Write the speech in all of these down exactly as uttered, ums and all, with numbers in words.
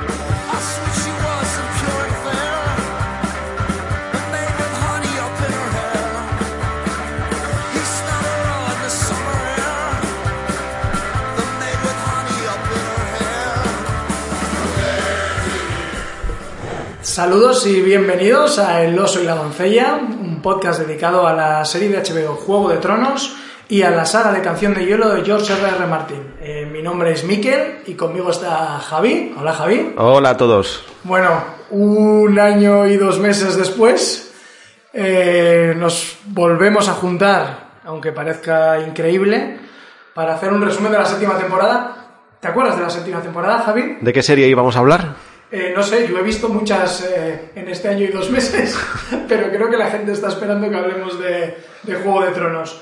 Saludos y bienvenidos a El oso y la doncella, un podcast dedicado a la serie de H B O Juego de Tronos y a la saga de Canción de Hielo de George erre erre Martin. Eh, mi nombre es Mikel y conmigo está Javi. Hola, Javi. Hola a todos. Bueno, un año y dos meses después eh, nos volvemos a juntar, aunque parezca increíble, para hacer un resumen de la séptima temporada. ¿Te acuerdas de la séptima temporada, Javi? ¿De qué serie íbamos a hablar? Eh, no sé, yo he visto muchas eh, en este año y dos meses, pero creo que la gente está esperando que hablemos de, de Juego de Tronos.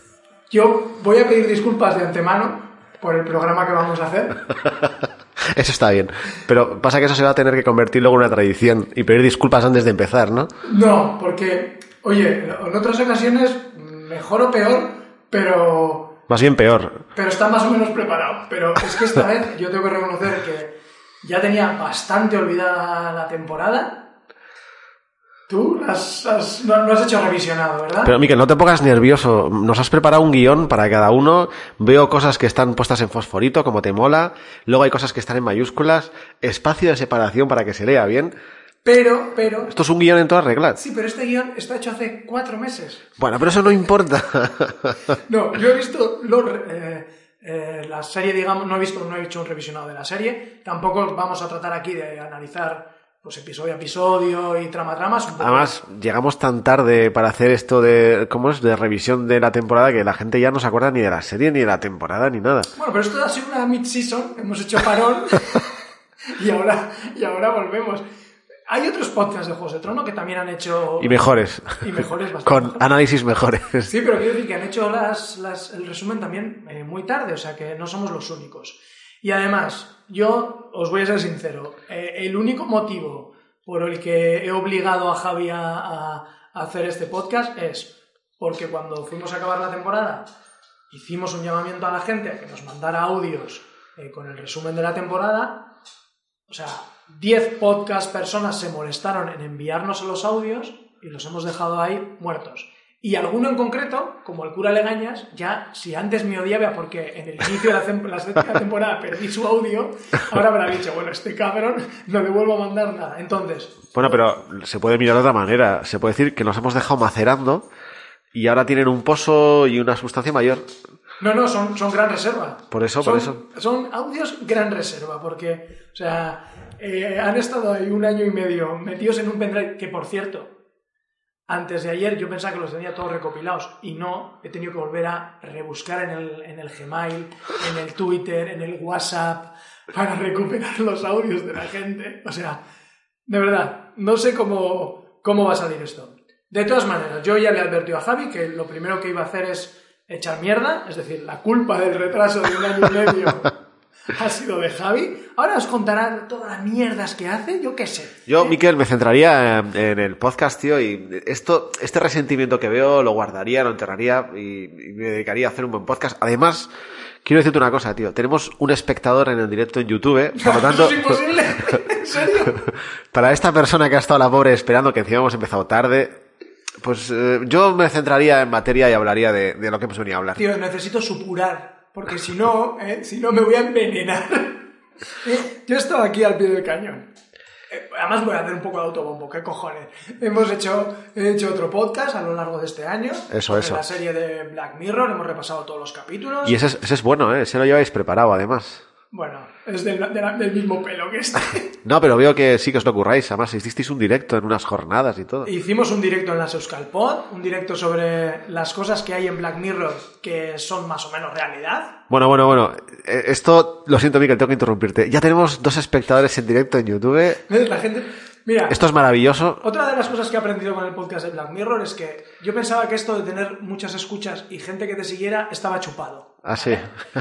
Yo voy a pedir disculpas de antemano por el programa que vamos a hacer. Eso está bien, pero pasa que eso se va a tener que convertir luego en una tradición y pedir disculpas antes de empezar, ¿no? No, porque, oye, en otras ocasiones, mejor o peor, pero... Más bien peor. Pero está más o menos preparado. Pero es que esta vez yo tengo que reconocer que ya tenía bastante olvidada la temporada. Tú has, has, no, no has hecho revisionado, ¿verdad? Pero, Mikel, no te pongas nervioso. Nos has preparado un guión para cada uno. Veo cosas que están puestas en fosforito, como te mola. Luego hay cosas que están en mayúsculas. Espacio de separación para que se lea bien. Pero, pero... Esto es un guión en todas reglas. Sí, pero este guión está hecho hace cuatro meses. Bueno, pero eso no importa. No, yo he visto... Los, eh, Eh, la serie, digamos, no he visto, no he hecho un revisionado de la serie. Tampoco vamos a tratar aquí de analizar pues episodio a episodio y trama a trama. Además, llegamos tan tarde para hacer esto de, ¿cómo es? De revisión de la temporada que la gente ya no se acuerda ni de la serie, ni de la temporada, ni nada. Bueno, pero esto ha sido una mid-season, hemos hecho parón y ahora, y ahora volvemos. Hay otros podcasts de Juegos de Trono que también han hecho... Y mejores. Y mejores bastante. Con mejores. Análisis mejores. Sí, pero quiero decir que han hecho las, las, el resumen también eh, muy tarde, o sea que no somos los únicos. Y además, yo os voy a ser sincero, eh, el único motivo por el que he obligado a Javi a, a, a hacer este podcast es porque cuando fuimos a acabar la temporada hicimos un llamamiento a la gente a que nos mandara audios eh, con el resumen de la temporada, o sea... diez podcast personas se molestaron en enviarnos los audios y los hemos dejado ahí muertos. Y alguno en concreto, como el cura Legañas, ya si antes me odiaba porque en el inicio de la, la séptima temporada perdí su audio, ahora habrá dicho, bueno, este cabrón no le vuelvo a mandar nada. Entonces... Bueno, pero se puede mirar de otra manera. Se puede decir que nos hemos dejado macerando y ahora tienen un pozo y una sustancia mayor. No, no, son, son gran reserva. Por eso, son, por eso. Son audios gran reserva, porque, o sea... Eh, han estado ahí un año y medio metidos en un pendrive que, por cierto, antes de ayer yo pensaba que los tenía todos recopilados y no, he tenido que volver a rebuscar en el, en el Gmail, en el Twitter, en el WhatsApp para recuperar los audios de la gente. O sea, de verdad, no sé cómo, cómo va a salir esto. De todas maneras, yo ya le advertí a Javi que lo primero que iba a hacer es echar mierda, es decir, la culpa del retraso de un año y medio ha sido de Javi. Ahora os contará todas las mierdas que hace, yo qué sé. Yo, ¿Eh? Mikel, me centraría en, en el podcast, tío, y esto, este resentimiento que veo lo guardaría, lo enterraría y, y me dedicaría a hacer un buen podcast. Además, quiero decirte una cosa, tío. Tenemos un espectador en el directo en YouTube, por lo tanto... ¿Eso es imposible? ¿En serio? Para esta persona que ha estado la pobre esperando, que encima hemos empezado tarde... Pues eh, yo me centraría en materia y hablaría de, de lo que hemos venido a hablar. Tío, necesito supurar, porque si no, eh, si no me voy a envenenar. Eh, yo he estado aquí al pie del cañón. Eh, además voy a hacer un poco de autobombo, ¿qué cojones? Hemos hecho, he hecho otro podcast a lo largo de este año. Eso, eso. La serie de Black Mirror, hemos repasado todos los capítulos. Y ese es, ese es bueno, ¿eh? Ese lo lleváis preparado, además. Bueno, es del, de la, del mismo pelo que este. No, pero veo que sí que os lo curráis. Además, hicisteis un directo en unas jornadas y todo. Hicimos un directo en la Euskalpod, un directo sobre las cosas que hay en Black Mirror que son más o menos realidad. Bueno, bueno, bueno. Esto, lo siento, Mikel, tengo que interrumpirte. Ya tenemos dos espectadores en directo en YouTube. La gente... Mira, esto es maravilloso. Otra de las cosas que he aprendido con el podcast de Black Mirror es que yo pensaba que esto de tener muchas escuchas y gente que te siguiera estaba chupado. Ah, sí.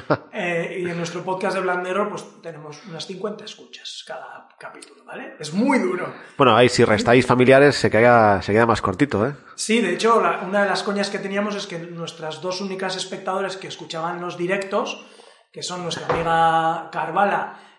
eh, y en nuestro podcast de Black Mirror pues tenemos unas cincuenta escuchas cada capítulo, ¿vale? Es muy duro. Bueno, ahí si restáis familiares se queda, se queda más cortito, ¿eh? Sí, de hecho, la, una de las coñas que teníamos es que nuestras dos únicas espectadores que escuchaban los directos, que son nuestra amiga Carvala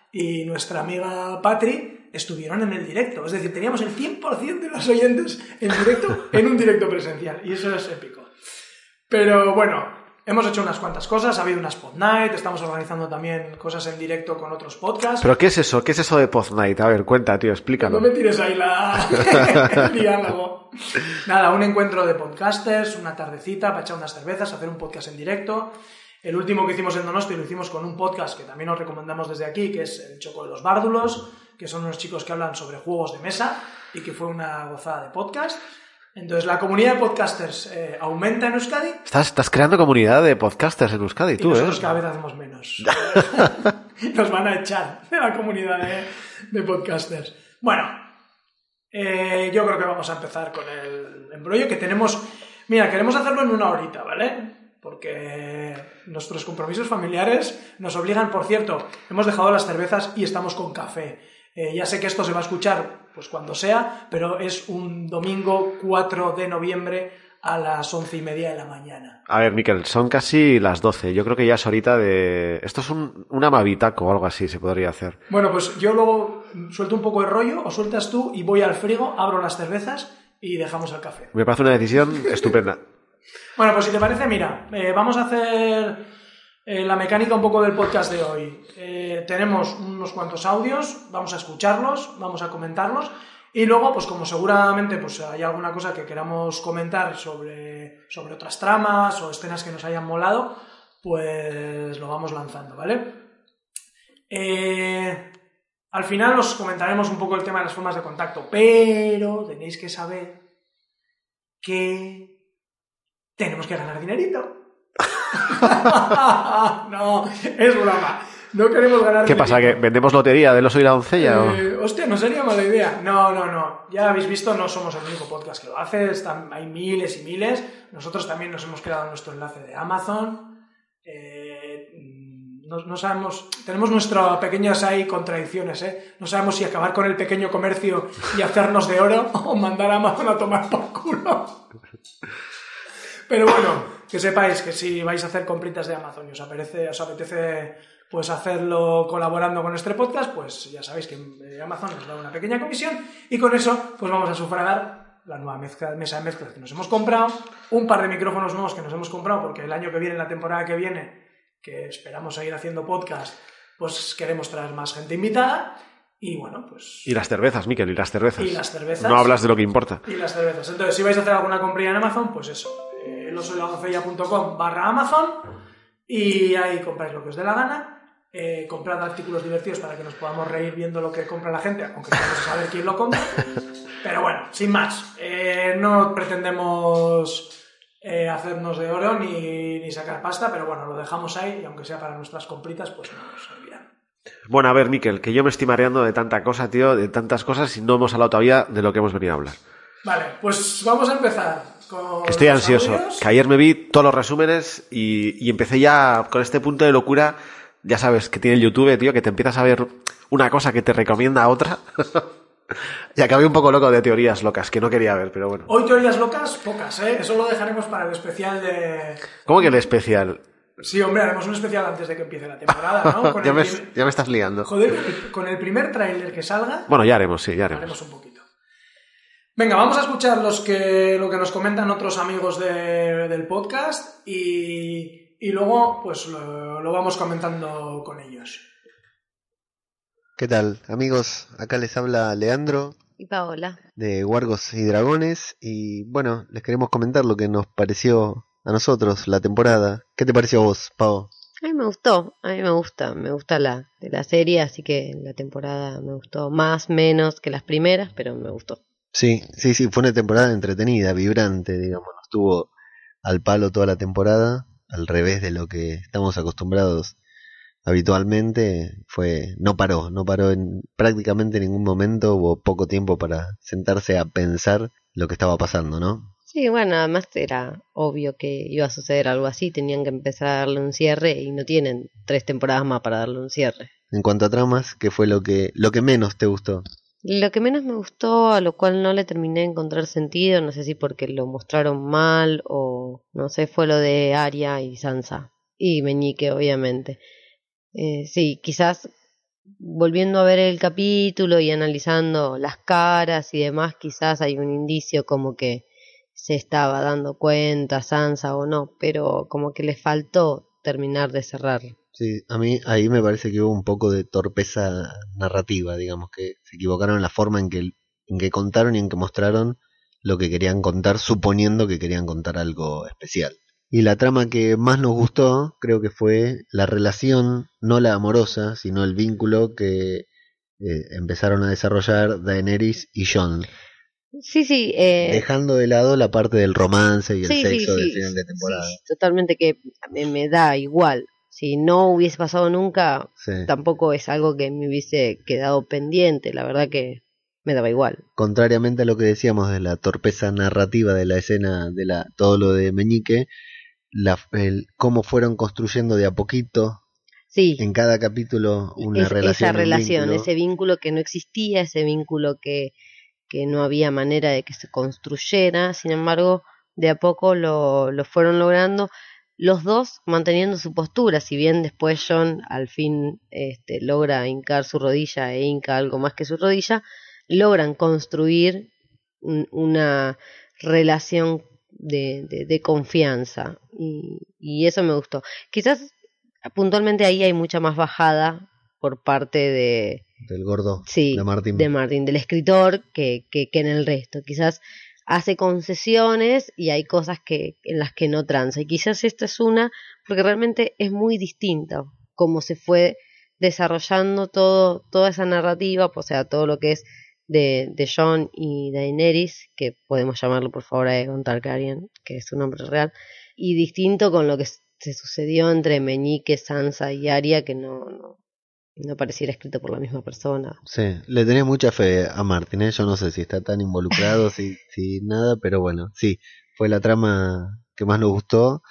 y nuestra amiga Patri estuvieron en el directo. Es decir, teníamos el cien por ciento de los oyentes en directo en un directo presencial. Y eso es épico. Pero bueno, hemos hecho unas cuantas cosas. Ha habido una Spot Night. Estamos organizando también cosas en directo con otros podcasts. ¿Pero qué es eso? ¿Qué es eso de Pod Night? A ver, cuenta, tío, explícalo. No me tires ahí la... el diálogo. Nada, un encuentro de podcasters, una tardecita para echar unas cervezas, hacer un podcast en directo. El último que hicimos en Donosti lo hicimos con un podcast que también os recomendamos desde aquí, que es El Choco de los Bárdulos, que son unos chicos que hablan sobre juegos de mesa y que fue una gozada de podcast. Entonces, la comunidad de podcasters eh, aumenta en Euskadi. Estás, estás creando comunidad de podcasters en Euskadi, tú, y nosotros ¿eh? cada vez hacemos menos. Nos van a echar de la comunidad de, de podcasters. Bueno, eh, yo creo que vamos a empezar con el embrollo que tenemos. Mira, queremos hacerlo en una horita, ¿vale? Porque nuestros compromisos familiares nos obligan. Por cierto, hemos dejado las cervezas y estamos con café. Eh, ya sé que esto se va a escuchar pues cuando sea, pero es un domingo cuatro de noviembre a las once y media de la mañana. A ver, Miquel, son casi las doce. Yo creo que ya es horita de... Esto es un, un amabitaco o algo así, se podría hacer. Bueno, pues yo luego suelto un poco el rollo, o sueltas tú y voy al frigo, abro las cervezas y dejamos el café. Me parece una decisión estupenda. Bueno, pues si te parece, mira, eh, vamos a hacer eh, la mecánica un poco del podcast de hoy. Eh, tenemos unos cuantos audios, vamos a escucharlos, vamos a comentarlos y luego, pues como seguramente pues, hay alguna cosa que queramos comentar sobre, sobre otras tramas o escenas que nos hayan molado, pues lo vamos lanzando, ¿vale? Eh, al final os comentaremos un poco el tema de las formas de contacto, pero tenéis que saber que tenemos que ganar dinerito. No, es broma. No queremos ganar ¿Qué dinerito. pasa? ¿Que vendemos lotería del oso y la doncella? Eh, hostia, no sería mala idea. No, no, no. Ya habéis visto, no somos el único podcast que lo hace. Están, hay miles y miles. Nosotros también nos hemos creado nuestro enlace de Amazon. Eh, no, no sabemos... Tenemos nuestras pequeñas ahí contradicciones, ¿eh? No sabemos si acabar con el pequeño comercio y hacernos de oro o mandar a Amazon a tomar por culo. Pero bueno, que sepáis que si vais a hacer compritas de Amazon y os apetece, os apetece pues hacerlo colaborando con este podcast, pues ya sabéis que Amazon nos da una pequeña comisión y con eso pues vamos a sufragar la nueva mezcla, mesa de mezclas que nos hemos comprado, un par de micrófonos nuevos que nos hemos comprado porque el año que viene, la temporada que viene, que esperamos seguir haciendo podcast, pues queremos traer más gente invitada. Y bueno, pues... Y las cervezas, Miquel, y las cervezas. Y las cervezas. No hablas de lo que importa. Y las cervezas. Entonces, si vais a hacer alguna comprilla en Amazon, pues eso. Eh, elosoyladoncella.com barra Amazon y ahí compráis lo que os dé la gana. Eh, comprad artículos divertidos para que nos podamos reír viendo lo que compra la gente, aunque queremos saber quién lo compra. Pero bueno, sin más. Eh, no pretendemos eh, hacernos de oro ni, ni sacar pasta, pero bueno, lo dejamos ahí y aunque sea para nuestras compritas, pues no nos olvidan. Bueno, a ver, Miquel, que yo me estoy mareando de tanta cosa, tío, de tantas cosas y no hemos hablado todavía de lo que hemos venido a hablar. Vale, pues vamos a empezar con... Que estoy los ansioso, audios. que ayer me vi todos los resúmenes y, y empecé ya con este punto de locura, ya sabes, que tiene el YouTube, tío, que te empiezas a ver una cosa que te recomienda a otra. Y acabé un poco loco de teorías locas, que no quería ver, pero bueno. Hoy teorías locas, pocas, ¿eh? Eso lo dejaremos para el especial de... ¿Cómo que el especial? Sí, hombre, haremos un especial antes de que empiece la temporada, ¿no? Con ya, el me, primer... ya me estás liando. Joder, con el, con el primer tráiler que salga... Bueno, ya haremos, sí, ya haremos. Haremos un poquito. Venga, vamos a escuchar los que, lo que nos comentan otros amigos de, del podcast y, y luego pues lo, lo vamos comentando con ellos. ¿Qué tal, amigos? Acá les habla Leandro Y Paola. de Wargos y Dragones y bueno, les queremos comentar lo que nos pareció a nosotros la temporada. ¿Qué te pareció a vos, Pao? A mí me gustó, a mí me gusta, me gusta la de la serie, así que la temporada me gustó más, menos que las primeras, pero me gustó. Sí, sí, sí, fue una temporada entretenida, vibrante, digamos, no estuvo al palo toda la temporada, al revés de lo que estamos acostumbrados habitualmente, fue, no paró, no paró en prácticamente ningún momento, hubo poco tiempo para sentarse a pensar lo que estaba pasando, ¿no? Sí, bueno, además era obvio que iba a suceder algo así, tenían que empezar a darle un cierre y no tienen tres temporadas más para darle un cierre. En cuanto a tramas, ¿qué fue lo que, lo que menos te gustó? Lo que menos me gustó, a lo cual no le terminé de encontrar sentido, no sé si porque lo mostraron mal o no sé, fue lo de Arya y Sansa y Meñique, obviamente. Eh, sí, quizás volviendo a ver el capítulo y analizando las caras y demás, quizás hay un indicio como que se estaba dando cuenta Sansa o no, pero como que le faltó terminar de cerrar. Sí, a mí ahí me parece que hubo un poco de torpeza narrativa, digamos, que se equivocaron en la forma en que, en que contaron y en que mostraron lo que querían contar, suponiendo que querían contar algo especial. Y la trama que más nos gustó, creo que fue la relación, no la amorosa, sino el vínculo que eh, empezaron a desarrollar Daenerys y Jon. Sí, sí. Eh... Dejando de lado la parte del romance y el sí, sexo sí, del sí, final de temporada. Sí, totalmente, que me, me da igual. Si no hubiese pasado nunca, sí. Tampoco es algo que me hubiese quedado pendiente. La verdad que me daba igual. Contrariamente a lo que decíamos de la torpeza narrativa de la escena, de la todo lo de Meñique, la, el, cómo fueron construyendo de a poquito, sí, en cada capítulo una es, relación. Esa relación, vínculo. ese vínculo que no existía, ese vínculo que, que no había manera de que se construyera. Sin embargo, de a poco lo, lo fueron logrando. Los dos manteniendo su postura, si bien después Jon al fin este, logra hincar su rodilla e hinca algo más que su rodilla, logran construir un, una relación de, de, de confianza y, y eso me gustó. Quizás puntualmente ahí hay mucha más bajada por parte de del gordo, sí, de Martin, de Martin, del escritor que, que, que en el resto. Quizás hace concesiones y hay cosas que en las que no transa. Y quizás esta es una, porque realmente es muy distinta cómo se fue desarrollando todo, toda esa narrativa, o sea, todo lo que es de, de Jon y Daenerys, que podemos llamarlo por favor a Aegon Targaryen, que es su nombre real, y distinto con lo que se sucedió entre Meñique, Sansa y Arya, que no... no no pareciera escrito por la misma persona. Sí, le tenía mucha fe a Martin, ¿eh? Yo no sé si está tan involucrado, si, si nada, pero bueno, sí, fue la trama que más nos gustó.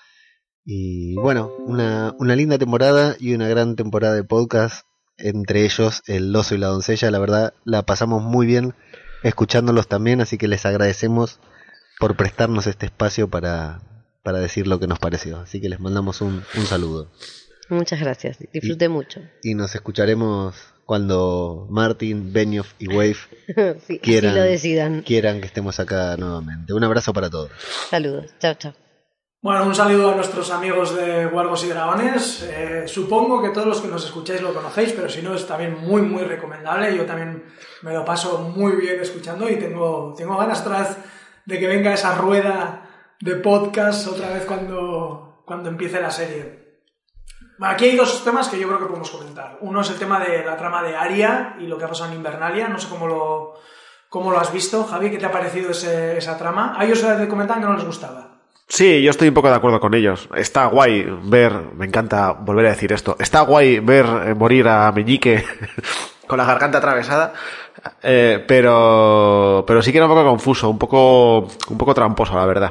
Y bueno, una, una linda temporada y una gran temporada de podcast, entre ellos El oso y la doncella. La verdad, la pasamos muy bien escuchándolos también, así que les agradecemos por prestarnos este espacio para, para decir lo que nos pareció. Así que les mandamos un, un saludo. Muchas gracias, disfruté y, mucho. Y nos escucharemos cuando Martin, Benioff y Wave sí, quieran, lo decidan. quieran que estemos acá nuevamente. Un abrazo para todos. Saludos, chao, chao. Bueno, un saludo a nuestros amigos de Huargos y Dragones. Eh, supongo que todos los que nos escucháis lo conocéis, pero si no es también muy, muy recomendable. Yo también me lo paso muy bien escuchando y tengo, tengo ganas otra vez de que venga esa rueda de podcast otra vez cuando, cuando empiece la serie. Aquí hay dos temas que yo creo que podemos comentar. Uno es el tema de la trama de Arya y lo que ha pasado en Invernalia. No sé cómo lo, cómo lo has visto, Javi. ¿Qué te ha parecido ese, esa trama? A ellos les comentaban que no les gustaba. Sí, yo estoy un poco de acuerdo con ellos. Está guay ver, me encanta volver a decir esto, está guay ver morir a Meñique con la garganta atravesada, eh, pero pero sí que era un poco confuso, un poco un poco tramposo, la verdad.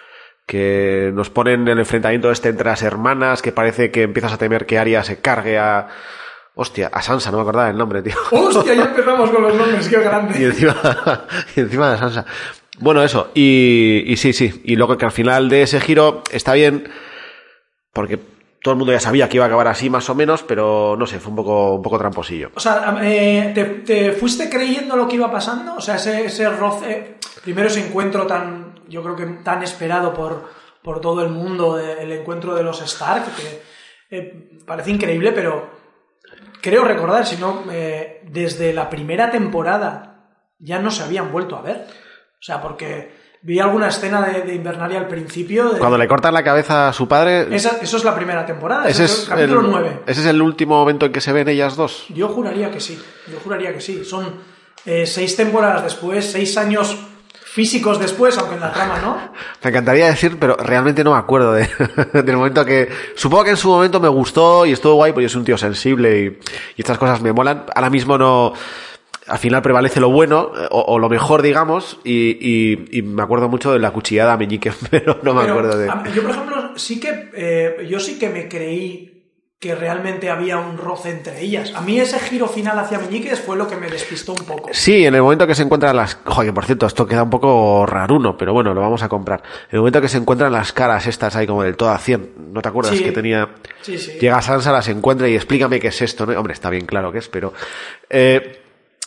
Que nos ponen el enfrentamiento este entre las hermanas, que parece que empiezas a temer que Arya se cargue a... Hostia, a Sansa, no me acordaba el nombre, tío. Hostia, ya empezamos con los nombres, qué grande. y encima, y encima de Sansa. Bueno, eso, y, y sí, sí, y luego que al final de ese giro está bien, porque todo el mundo ya sabía que iba a acabar así más o menos, pero no sé, fue un poco, un poco tramposillo. O sea, eh, ¿te, ¿te fuiste creyendo lo que iba pasando? O sea, ese, ese roce, primero ese encuentro tan, yo creo que tan esperado por, por todo el mundo, el encuentro de los Stark, que eh, parece increíble, pero creo recordar, si no, eh, desde la primera temporada ya no se habían vuelto a ver. O sea, porque vi alguna escena de, de Invernalia al principio. De... Cuando le cortan la cabeza a su padre... Esa, eso es la primera temporada, ese es es el capítulo el, nueve. ¿Ese es el último momento en que se ven ellas dos? Yo juraría que sí, yo juraría que sí. Son eh, seis temporadas después, seis años físicos después, aunque en la trama no. Me encantaría decir, pero realmente no me acuerdo de, del momento que... Supongo que en su momento me gustó y estuvo guay, porque yo soy un tío sensible y, y estas cosas me molan. Ahora mismo no... Al final prevalece lo bueno, o, o lo mejor, digamos, y, y, y me acuerdo mucho de la cuchillada a Meñique, pero no me pero, acuerdo de... Yo, por ejemplo, sí que... Eh, yo sí que me creí que realmente había un roce entre ellas. A mí ese giro final hacia Meñique fue lo que me despistó un poco. Sí, en el momento que se encuentran las... Joder, por cierto, esto queda un poco raruno, pero bueno, lo vamos a comprar. En el momento que se encuentran las caras estas ahí como del todo a cien, ¿no te acuerdas Sí. que tenía... Sí, sí. Llega Sansa, las encuentra y explícame qué es esto, ¿no? Hombre, está bien claro qué es, pero... Eh...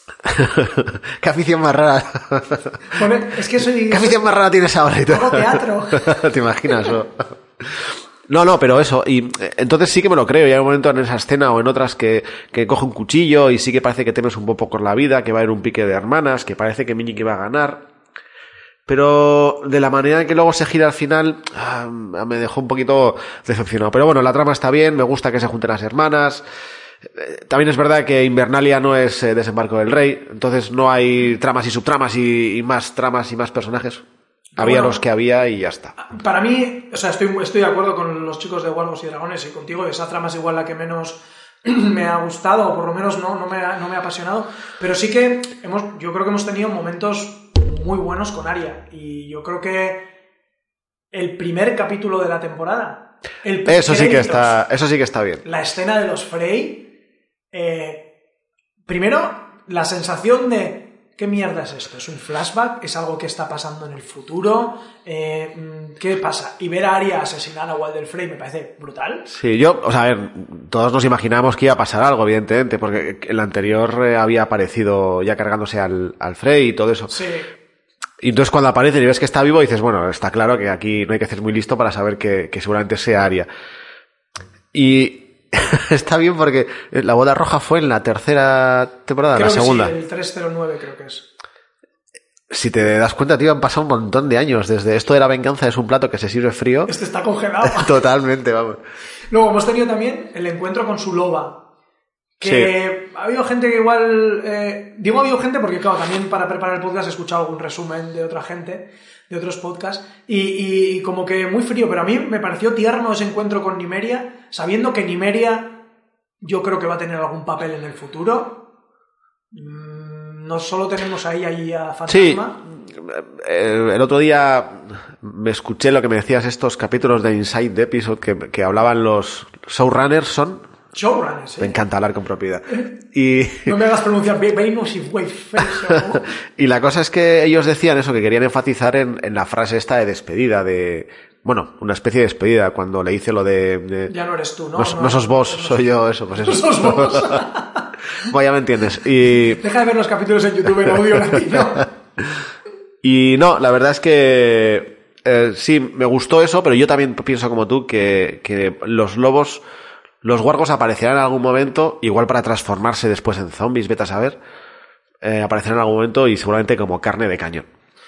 ¿Qué afición más rara? Bueno, es que soy... ¿Qué afición más rara tienes ahora? Y todo? Hago teatro. ¿Te imaginas? ¿No? No, no, pero eso, y eh, entonces sí que me lo creo, y hay un momento en esa escena o en otras que, que coge un cuchillo y sí que parece que temes un poco por la vida, que va a haber un pique de hermanas, que parece que Meñique va a ganar, pero de la manera en que luego se gira al final, ah, me dejó un poquito decepcionado. Pero bueno, la trama está bien, me gusta que se junten las hermanas. Eh, También es verdad que Invernalia no es eh, Desembarco del Rey, entonces no hay tramas y subtramas y, y más tramas y más personajes. Había Bueno, los que había y ya está. Para mí, o sea, estoy, estoy de acuerdo con los chicos de Wargos y Dragones y contigo, esa trama es igual la que menos me ha gustado, o por lo menos no, no, me, ha, no me ha apasionado, pero sí que hemos, yo creo que hemos tenido momentos muy buenos con Arya, y yo creo que el primer capítulo de la temporada, el Eso sí que créditos, está, eso sí que está bien. la escena de los Frey, eh, primero, la sensación de ¿qué mierda es esto? ¿Es un flashback? ¿Es algo que está pasando en el futuro? Eh, ¿Qué pasa? Y ver a Arya asesinar a Walder Frey me parece brutal. Sí, yo, o sea, a ver, todos nos imaginamos que iba a pasar algo, evidentemente, porque el anterior eh, había aparecido ya cargándose al, al Frey y todo eso. Sí. Y entonces cuando aparece y ves que está vivo, dices, bueno, está claro que aquí no hay que ser muy listo para saber que, que seguramente sea Arya. Y está bien porque la boda roja fue en la tercera temporada, Creo la que segunda. sí, el trescientos nueve creo que es. Si te das cuenta, tío, han pasado un montón de años. Desde esto de la venganza es un plato que se sirve frío. Este está congelado. Totalmente, vamos. Luego hemos tenido también el encuentro con su loba. Que sí. Ha habido gente que igual... Eh, digo ha habido gente porque, claro, también para preparar el podcast he escuchado algún resumen de otra gente, de otros podcasts, y, y como que muy frío, pero a mí me pareció tierno ese encuentro con Nymeria, sabiendo que Nymeria yo creo que va a tener algún papel en el futuro. Mm, no solo tenemos ahí, ahí a Fantasma. Sí. El otro día me escuché lo que me decías, estos capítulos de Inside the Episode que, que hablaban los showrunners, son... Showrunners, ¿eh? Me encanta hablar con propiedad. Y... No me hagas pronunciar Venus y Wayface. Y la cosa es que ellos decían eso, que querían enfatizar en, en la frase esta de despedida, de... Bueno, una especie de despedida, cuando le hice lo de... de ya no eres tú, ¿no? No, no, no sos vos, no, soy yo, eso, pues eso. No sos vos. Bueno, ya me entiendes. Y... Deja de ver los capítulos en YouTube en audio latino. Y no, la verdad es que... Eh, sí, me gustó eso, pero yo también pienso como tú que, que los lobos... Los wargos aparecerán en algún momento, igual para transformarse después en zombies, vete a saber. Eh, aparecerán en algún momento y seguramente como carne de cañón.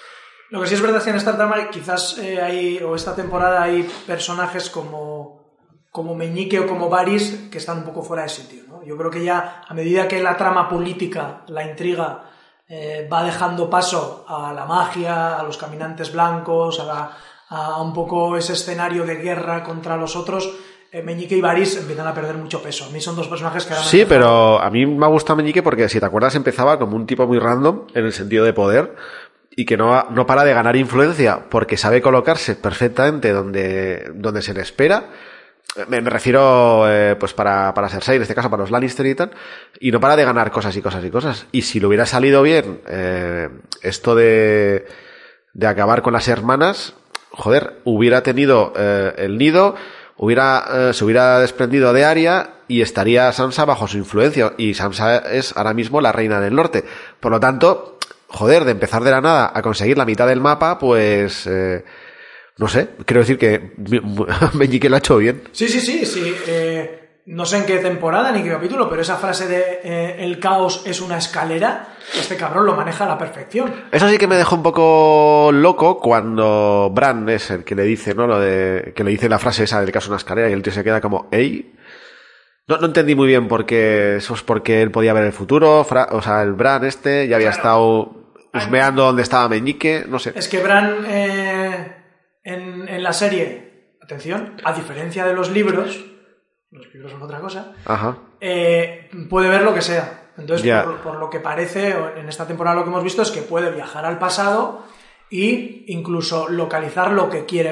Lo que sí es verdad es que en esta trama quizás eh, hay, o esta temporada hay personajes como, como Meñique o como Varys que están un poco fuera de sitio, ¿no? Yo creo que ya a medida que la trama política, la intriga, eh, va dejando paso a la magia, a los caminantes blancos, a, la, a un poco ese escenario de guerra contra los otros... Meñique y Varys empiezan a perder mucho peso. A mí son dos personajes que ahora me Sí, han pero a mí me ha gustado Meñique porque, si te acuerdas, empezaba como un tipo muy random en el sentido de poder y que no, no para de ganar influencia porque sabe colocarse perfectamente donde, donde se le espera. Me, me refiero eh, pues para, para Cersei, en este caso para los Lannister y tal, y no para de ganar cosas y cosas y cosas. Y si le hubiera salido bien eh, esto de, de acabar con las hermanas, joder, hubiera tenido eh, el nido... Hubiera, eh, se hubiera desprendido de Arya y estaría Sansa bajo su influencia, y Sansa es ahora mismo la reina del norte. Por lo tanto, joder, de empezar de la nada a conseguir la mitad del mapa, pues eh, no sé, quiero decir que Meñique lo ha hecho bien. Sí, sí, sí, sí. Eh, no sé en qué temporada ni qué capítulo, pero esa frase de eh, el caos es una escalera, este cabrón lo maneja a la perfección. Eso sí que me dejó un poco loco cuando Bran es el que le dice, ¿no? Lo de, que le dice la frase esa del caos es una escalera, y el tío se queda como, ¿ey? No, no entendí muy bien porque eso es porque él podía ver el futuro, Fra, o sea, el Bran este ya había claro. estado husmeando donde estaba Meñique, no sé. Es que Bran eh, en, en la serie, atención, a diferencia de los libros, los libros son otra cosa, Ajá. Eh, puede ver lo que sea. Entonces, yeah. por, por lo que parece, en esta temporada lo que hemos visto es que puede viajar al pasado e incluso localizar lo que quiere ver.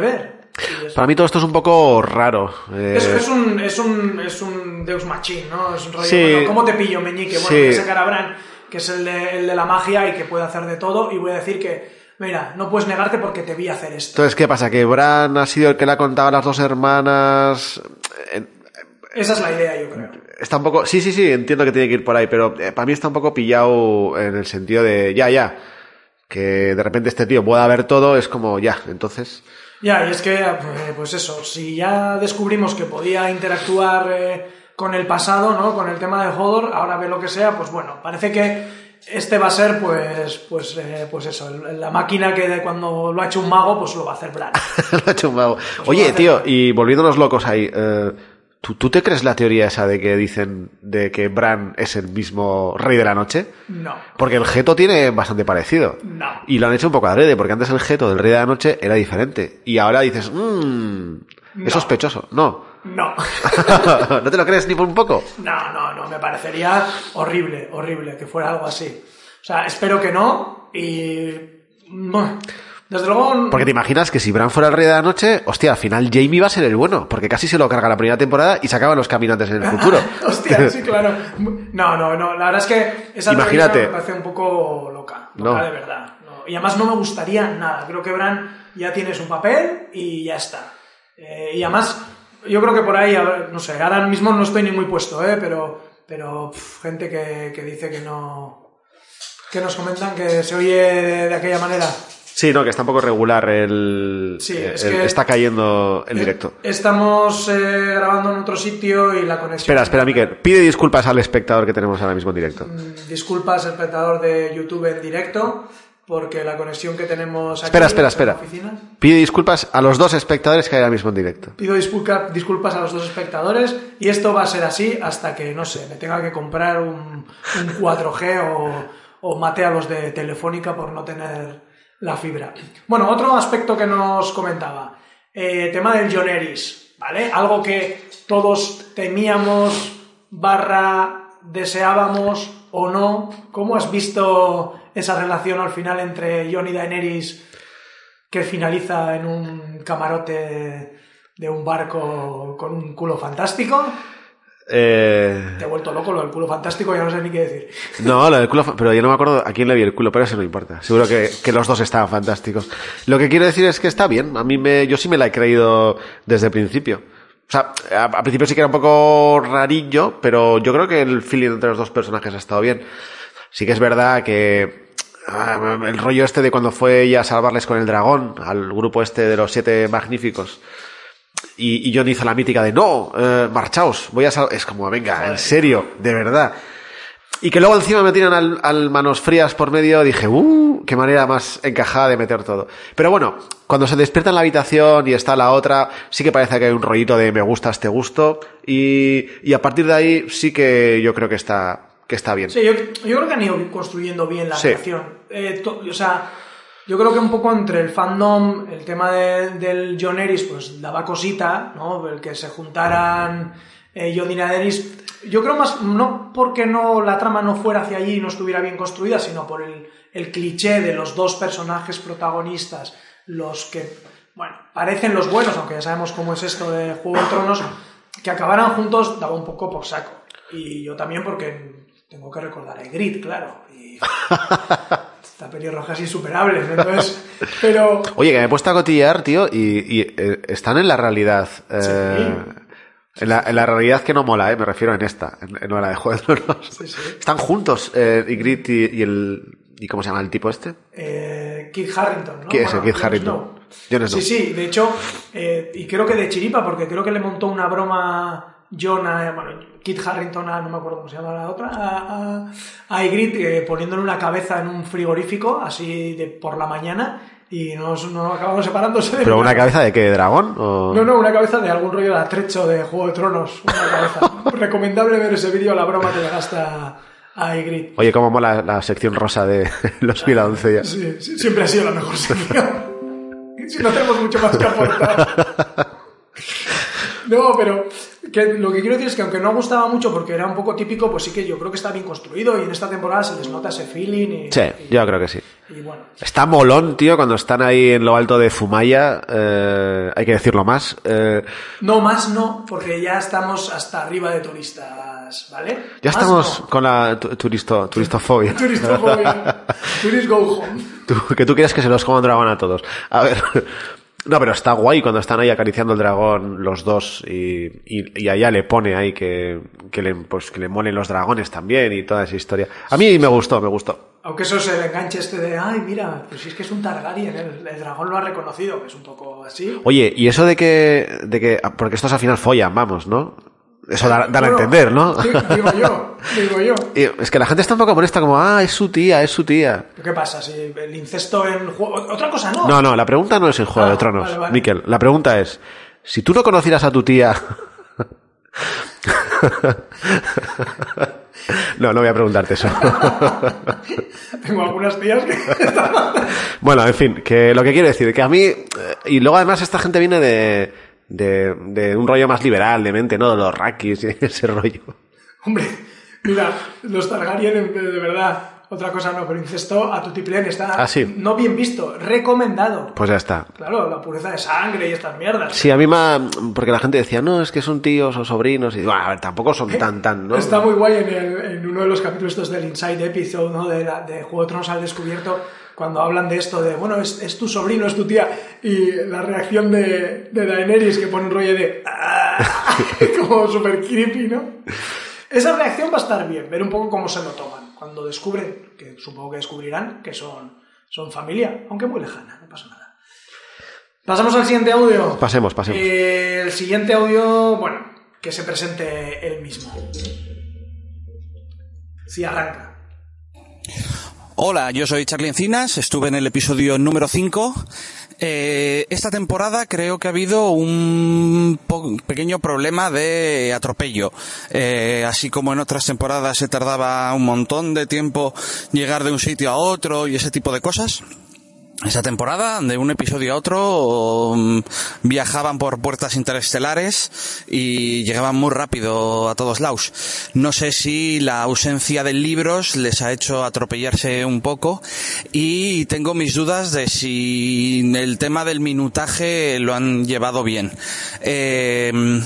Para mí todo esto es un poco raro. Eh... Es, es, un, es, un, es un Deus Machine, ¿no? Es un rollo, sí. bueno, ¿cómo te pillo, meñique? Bueno, Sí. voy a sacar a Bran, que es el de, el de la magia y que puede hacer de todo, y voy a decir que, mira, no puedes negarte porque te vi hacer esto. Entonces, ¿qué pasa? ¿Que Bran ha sido el que le ha contado a las dos hermanas? Esa es la idea, yo creo. Está un poco... Sí, sí, sí, entiendo que tiene que ir por ahí, pero eh, para mí está un poco pillado en el sentido de, ya, ya, que de repente este tío pueda ver todo, es como, ya, entonces... Ya, y es que, pues eso, si ya descubrimos que podía interactuar eh, con el pasado, ¿no? Con el tema de Hodor, ahora ve lo que sea, pues bueno, parece que este va a ser, pues, pues, eh, pues eso, la máquina que de cuando lo ha hecho un mago, pues lo va a hacer Bran. Lo ha hecho un mago. Pues Oye, tío, y volviéndonos locos ahí, eh, ¿tú, ¿tú te crees la teoría esa de que dicen de que Bran es el mismo rey de la noche? No. Porque el Geto tiene bastante parecido. No. Y lo han hecho un poco adrede, porque antes el Geto del rey de la noche era diferente. Y ahora dices, mmm, No. es sospechoso. No. No. ¿No te lo crees ni por un poco? No, no, no, me parecería horrible, horrible que fuera algo así. O sea, espero que no y... bueno, desde luego... Porque te imaginas que si Bran fuera el rey de la noche, hostia, al final Jaime va a ser el bueno, porque casi se lo carga la primera temporada y se acaban los caminantes en el futuro. Hostia, sí, claro. No, no, no, la verdad es que esa Imagínate. teoría me parece un poco loca, loca No. de verdad. No. Y además no me gustaría nada. Creo que Bran ya tiene su papel y ya está. Eh, y además, yo creo que por ahí, a ver, no sé, ahora mismo no estoy ni muy puesto, ¿eh? Pero, pero pff, gente que, que dice que no... que nos comentan que se oye de, de aquella manera. Sí, no, que está un poco regular el... Sí, el- es que- está cayendo el directo. Estamos eh, grabando en otro sitio y la conexión... Espera, espera, Miquel. Pide disculpas al espectador que tenemos ahora mismo en directo. Mm, Disculpas, espectador de YouTube en directo, porque la conexión que tenemos aquí Espera, espera, en espera. la oficina... Pide disculpas a los dos espectadores que hay ahora mismo en directo. Pido disculpa- disculpas a los dos espectadores y esto va a ser así hasta que, no sé, me tenga que comprar un, un cuatro G o, o mate a los de Telefónica por no tener la fibra. Bueno, otro aspecto que nos comentaba, eh, tema del Joneris, ¿vale? Algo que todos temíamos, barra deseábamos o no. ¿Cómo has visto esa relación al final entre Jon y Daenerys que finaliza en un camarote de un barco con un culo fantástico? Eh... Te he vuelto loco lo del culo fantástico, ya no sé ni qué decir. No, lo del culo, fa- pero yo no me acuerdo a quién le vi el culo, pero eso no importa. Seguro que, que los dos estaban fantásticos. Lo que quiero decir es que está bien. A mí me, yo sí me la he creído desde el principio. O sea, a- al principio sí que era un poco rarillo, pero yo creo que el feeling entre los dos personajes ha estado bien. Sí que es verdad que ah, el rollo este de cuando fue ella a salvarles con el dragón, al grupo este de los siete magníficos, y, y Jon hizo la mítica de no, eh, marchaos, voy a salvar. Es como, venga, en serio, de verdad. Y que luego encima me tiran al, al manos frías por medio, dije, uh, qué manera más encajada de meter todo. Pero bueno, cuando se despierta en la habitación y está la otra, sí que parece que hay un rollito de me gusta este gusto, y, y a partir de ahí sí que yo creo que está, que está bien. Sí, yo, yo creo que han ido construyendo bien la Sí. relación. Eh, to- o sea, yo creo que un poco entre el fandom, el tema de- del Joneris, pues daba cosita, ¿no? El que se juntaran eh, Jon y Daenerys. Yo creo más, no porque no la trama no fuera hacia allí y no estuviera bien construida, sino por el, el cliché de los dos personajes protagonistas, los que, bueno, parecen los buenos, aunque ya sabemos cómo es esto de Juego de Tronos, que acabaran juntos daba un poco por saco. Y yo también porque tengo que recordar a Ygritte, claro. Y esta pelirroja es insuperable, entonces... Pero... Oye, que me he puesto a cotillear, tío, y, y eh, están en la realidad. Eh, en, la, en la realidad que no mola, eh, me refiero en esta, en, en la de Juego de Tronos. Sí, sí. Están juntos, eh, Ygritte y, y el... ¿Y cómo se llama el tipo este? Eh, Kit Harington, ¿no? ¿Qué es el Kit Jon Harington? Snow. Jon Snow. Sí, sí, de hecho, eh, y creo que de chiripa, porque creo que le montó una broma Jon a, bueno, Kit Harington a, no me acuerdo cómo se llama la otra, a, a, a Ygritte, eh, poniéndole una cabeza en un frigorífico, así de por la mañana, y nos, nos acabamos separándose de ¿Pero mí. una cabeza de qué? ¿De dragón? O... No, no, una cabeza de algún rollo de atrecho de Juego de Tronos, una cabeza. Recomendable ver ese vídeo, la broma que le gasta a Ygritte. Oye, cómo mola la sección rosa de Los Mil Doncellas. Sí, sí, siempre ha sido la mejor sección. Si no tenemos mucho más que aportar. No, pero Que lo que quiero decir es que aunque no gustaba mucho porque era un poco típico, pues sí que yo creo que está bien construido y en esta temporada se les nota ese feeling. Y, sí, y, yo creo que sí. Y bueno. Está molón, tío, cuando están ahí en lo alto de Zumaya, eh, hay que decirlo más. Eh, no, más no, porque ya estamos hasta arriba de turistas, ¿vale? Ya más estamos no. con la tu, turisto, turistofobia. Turistofobia. Tourist go home. Tú, que tú quieres que se los coma un dragón a todos. A ver... No, pero está guay cuando están ahí acariciando el dragón los dos y, y, y allá le pone ahí que, que, le, pues, que le molen los dragones también y toda esa historia. A mí me gustó, me gustó. Aunque eso es el enganche este de, ay, mira, pues si es que es un Targaryen, el, el dragón lo ha reconocido, que es un poco así. Oye, y eso de que, de que, porque estos al final follan, vamos, ¿no? Eso da, dan bueno, a entender, ¿no? Digo yo, digo yo. Y es que la gente está un poco molesta, como, ah, es su tía, es su tía. ¿Qué pasa? Si el incesto en juego... Otra cosa no. No, no, la pregunta no es en Juego ah, de Tronos, vale, vale. Miquel. La pregunta es, si tú no conocieras a tu tía... No, no voy a preguntarte eso. Tengo algunas tías que... Bueno, en fin, que lo que quiero decir, que a mí... Y luego además esta gente viene de... De, de un rollo más liberal de mente, ¿no? De los Rakis y ese rollo. Hombre, mira, los Targaryen, de verdad, otra cosa no, pero incesto a tutiplén está ¿Ah, sí? No bien visto, recomendado. Pues ya está. Claro, la pureza de sangre y estas mierdas. Sí, a mí me... Porque la gente decía, no, es que son tíos o sobrinos. Y bueno, a ver, tampoco son tan, tan, ¿no? Está muy guay en, el, en uno de los capítulos estos del Inside Episode, ¿no? De, la, de Juego de Tronos al Descubierto, cuando hablan de esto de, bueno, es, es tu sobrino, es tu tía, y la reacción de, de Daenerys que pone un rollo de... como súper creepy, ¿no? Esa reacción va a estar bien, ver un poco cómo se lo toman cuando descubren, que supongo que descubrirán, que son, son familia, aunque muy lejana, no pasa nada. Pasamos al siguiente audio. Pasemos, pasemos. Eh, el siguiente audio, bueno, que se presente él mismo. Si arranca. Hola, yo soy Charlie Encinas, estuve en el episodio número cinco. Eh, esta temporada creo que ha habido un po- pequeño problema de atropello. Eh, así como en otras temporadas se tardaba un montón de tiempo llegar de un sitio a otro y ese tipo de cosas. Esta temporada, de un episodio a otro, um, viajaban por puertas interestelares y llegaban muy rápido a todos lados. No sé si la ausencia de libros les ha hecho atropellarse un poco y tengo mis dudas de si el tema del minutaje lo han llevado bien. Eh...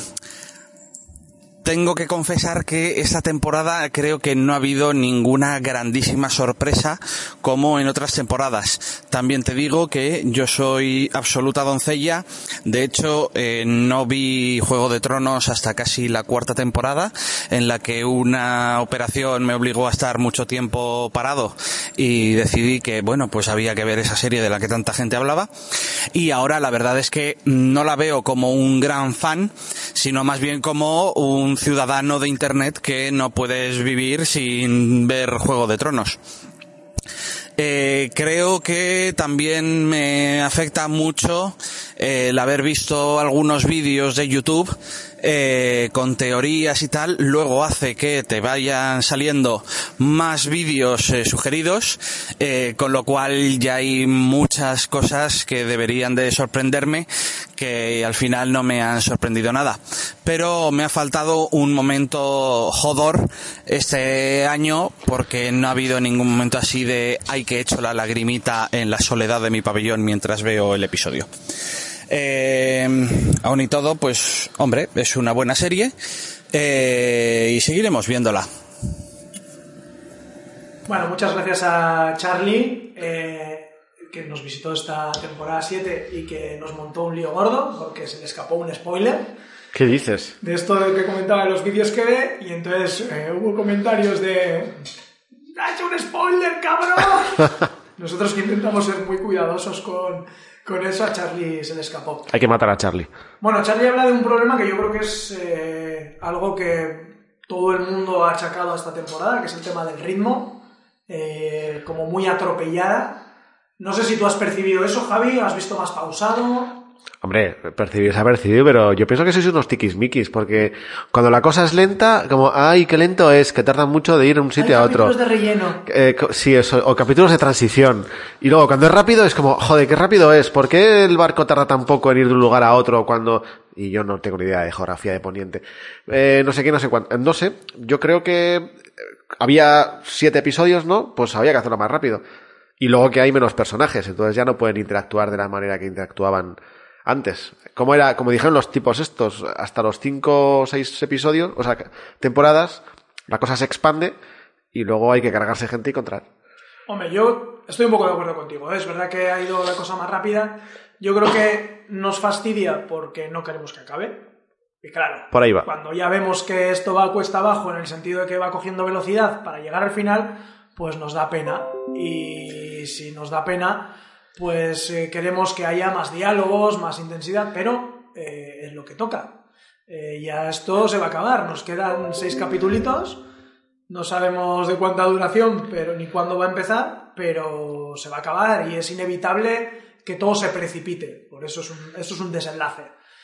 Tengo que confesar que esta temporada creo que no ha habido ninguna grandísima sorpresa como en otras temporadas. También te digo que yo soy absoluta doncella. De hecho, eh, no vi Juego de Tronos hasta casi la cuarta temporada, en la que una operación me obligó a estar mucho tiempo parado y decidí que, bueno, pues había que ver esa serie de la que tanta gente hablaba. Y ahora la verdad es que no la veo como un gran fan, sino más bien como un ciudadano de internet que no puedes vivir sin ver Juego de Tronos. Eh, creo que también me afecta mucho eh, el haber visto algunos vídeos de YouTube eh, con teorías y tal. Luego hace que te vayan saliendo más vídeos eh, sugeridos, eh, con lo cual ya hay muchas cosas que deberían de sorprenderme que al final no me han sorprendido nada. Pero me ha faltado un momento jodor este año porque no ha habido ningún momento así de ay que he hecho la lagrimita en la soledad de mi pabellón mientras veo el episodio. Eh, aún y todo, pues hombre, es una buena serie eh, y seguiremos viéndola. Bueno, muchas gracias a Charlie, eh, que nos visitó esta temporada siete y que nos montó un lío gordo porque se le escapó un spoiler. ¿Qué dices? De esto de que comentaba en los vídeos que ve, y entonces eh, hubo comentarios de ¡ha hecho un spoiler, cabrón! Nosotros que intentamos ser muy cuidadosos con, con eso, a Charlie se le escapó. Hay que matar a Charlie. Bueno, Charlie habla de un problema que yo creo que es eh, algo que todo el mundo ha achacado a esta temporada, que es el tema del ritmo, eh, como muy atropellada. No sé si tú has percibido eso, Javi, ¿has visto más pausado? Hombre, percibir se ha percibido, pero yo pienso que sois unos tiquismiquis, porque cuando la cosa es lenta, como, ay, qué lento es, que tardan mucho de ir de un sitio Hay a otro. capítulos de relleno. Eh, sí, eso, o capítulos de transición. Y luego, cuando es rápido, es como, joder, qué rápido es, ¿por qué el barco tarda tan poco en ir de un lugar a otro cuando... Y yo no tengo ni idea de geografía de Poniente. Eh, no sé qué, no sé cuánto. No sé, yo creo que había siete episodios, ¿no? Pues había que hacerlo más rápido. Y luego que hay menos personajes, entonces ya no pueden interactuar de la manera que interactuaban antes. Como era, como dijeron los tipos estos, hasta los cinco o seis episodios, o sea, temporadas, la cosa se expande y luego hay que cargarse gente y controlar. Hombre, yo estoy un poco de acuerdo contigo, ¿eh? Es verdad que ha ido la cosa más rápida. Yo creo que nos fastidia porque no queremos que acabe. Y claro, por ahí va. Cuando ya vemos que esto va cuesta abajo en el sentido de que va cogiendo velocidad para llegar al final, pues nos da pena. Y si nos da pena, pues eh, queremos que haya más diálogos, más intensidad, pero eh, es lo que toca. Eh, ya esto se va a acabar, nos quedan seis capitulitos, no sabemos de cuánta duración pero ni cuándo va a empezar, pero se va a acabar y es inevitable que todo se precipite, por eso es un, eso es un desenlace.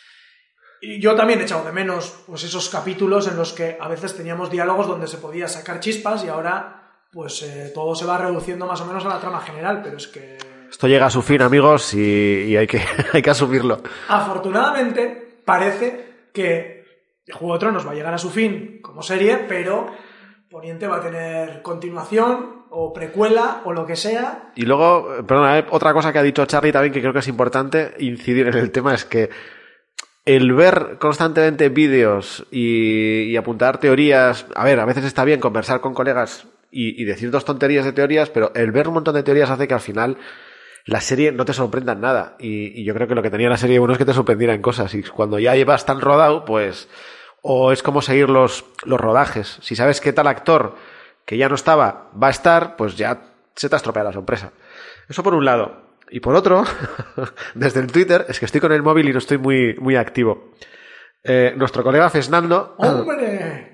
Y yo también he echado de menos pues, esos capítulos en los que a veces teníamos diálogos donde se podía sacar chispas y ahora pues eh, todo se va reduciendo más o menos a la trama general, pero es que... Esto llega a su fin, amigos, y, y hay que hay que asumirlo. Afortunadamente, parece que Juego de Tronos va a llegar a su fin como serie, pero Poniente va a tener continuación o precuela o lo que sea. Y luego, perdona, eh, otra cosa que ha dicho Charlie también que creo que es importante incidir en el tema es que el ver constantemente vídeos y, y apuntar teorías, a ver, a veces está bien conversar con colegas y, y decir dos tonterías de teorías, pero el ver un montón de teorías hace que al final la serie no te sorprenda en nada. Y, y yo creo que lo que tenía la serie bueno es que te sorprendiera en cosas. Y cuando ya llevas tan rodado, pues... O es como seguir los, los rodajes. Si sabes que tal actor que ya no estaba va a estar, pues ya se te ha estropeado la sorpresa. Eso por un lado. Y por otro, desde el Twitter, es que estoy con el móvil y no estoy muy, muy activo. Eh, nuestro colega Fesnando... ¡Hombre!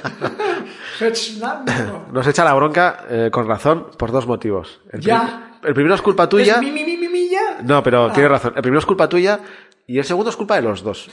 Fesnando. Nos echa la bronca, eh, con razón, por dos motivos. El, ya. Pri- el primero es culpa tuya... ¿Es mi, mi, mi, mi, mi ya? No, pero ah. tienes razón. El primero es culpa tuya y el segundo es culpa de los dos.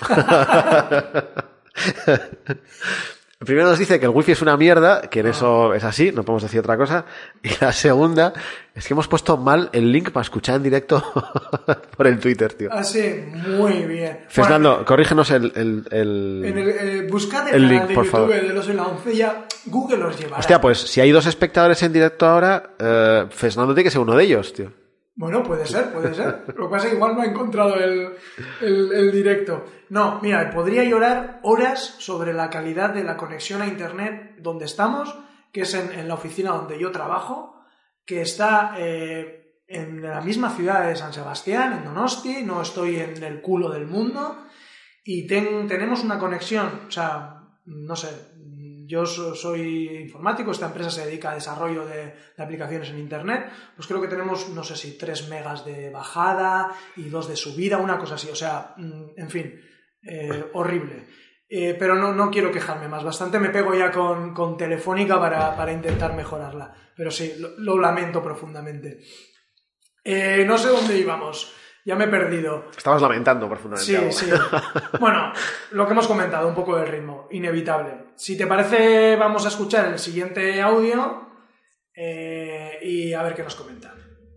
El primero nos dice que el wifi es una mierda, que en eso es así, no podemos decir otra cosa. Y la segunda es que hemos puesto mal el link para escuchar en directo por el Twitter, tío. Ah, sí, muy bien. Fernando, Bueno, corrígenos el... el, el... En el, eh, buscad el, el canal link, de por YouTube favor. de los de la once, ya Google los llevará. Hostia, pues si hay dos espectadores en directo ahora, eh, Fernando tiene que ser uno de ellos, tío. Bueno, puede ser, puede ser. Lo que pasa es que igual no ha encontrado el, el, el directo. No, mira, podría llorar horas sobre la calidad de la conexión a internet donde estamos, que es en, en la oficina donde yo trabajo, que está eh, en la misma ciudad de San Sebastián, en Donosti, no estoy en el culo del mundo, y ten, tenemos una conexión, o sea, no sé... Yo soy informático, esta empresa se dedica a desarrollo de, de aplicaciones en internet, pues creo que tenemos, no sé si tres megas de bajada y dos de subida, una cosa así, o sea, en fin, eh, horrible. Eh, pero no, no quiero quejarme más, bastante me pego ya con, con Telefónica para, para intentar mejorarla, pero sí, lo, lo lamento profundamente. Eh, no sé dónde íbamos. Ya me he perdido. Estabas lamentando profundamente. Sí, sí. Bueno, lo que hemos comentado, un poco del ritmo, inevitable. Si te parece, vamos a escuchar el siguiente audio eh, y a ver qué nos comentan.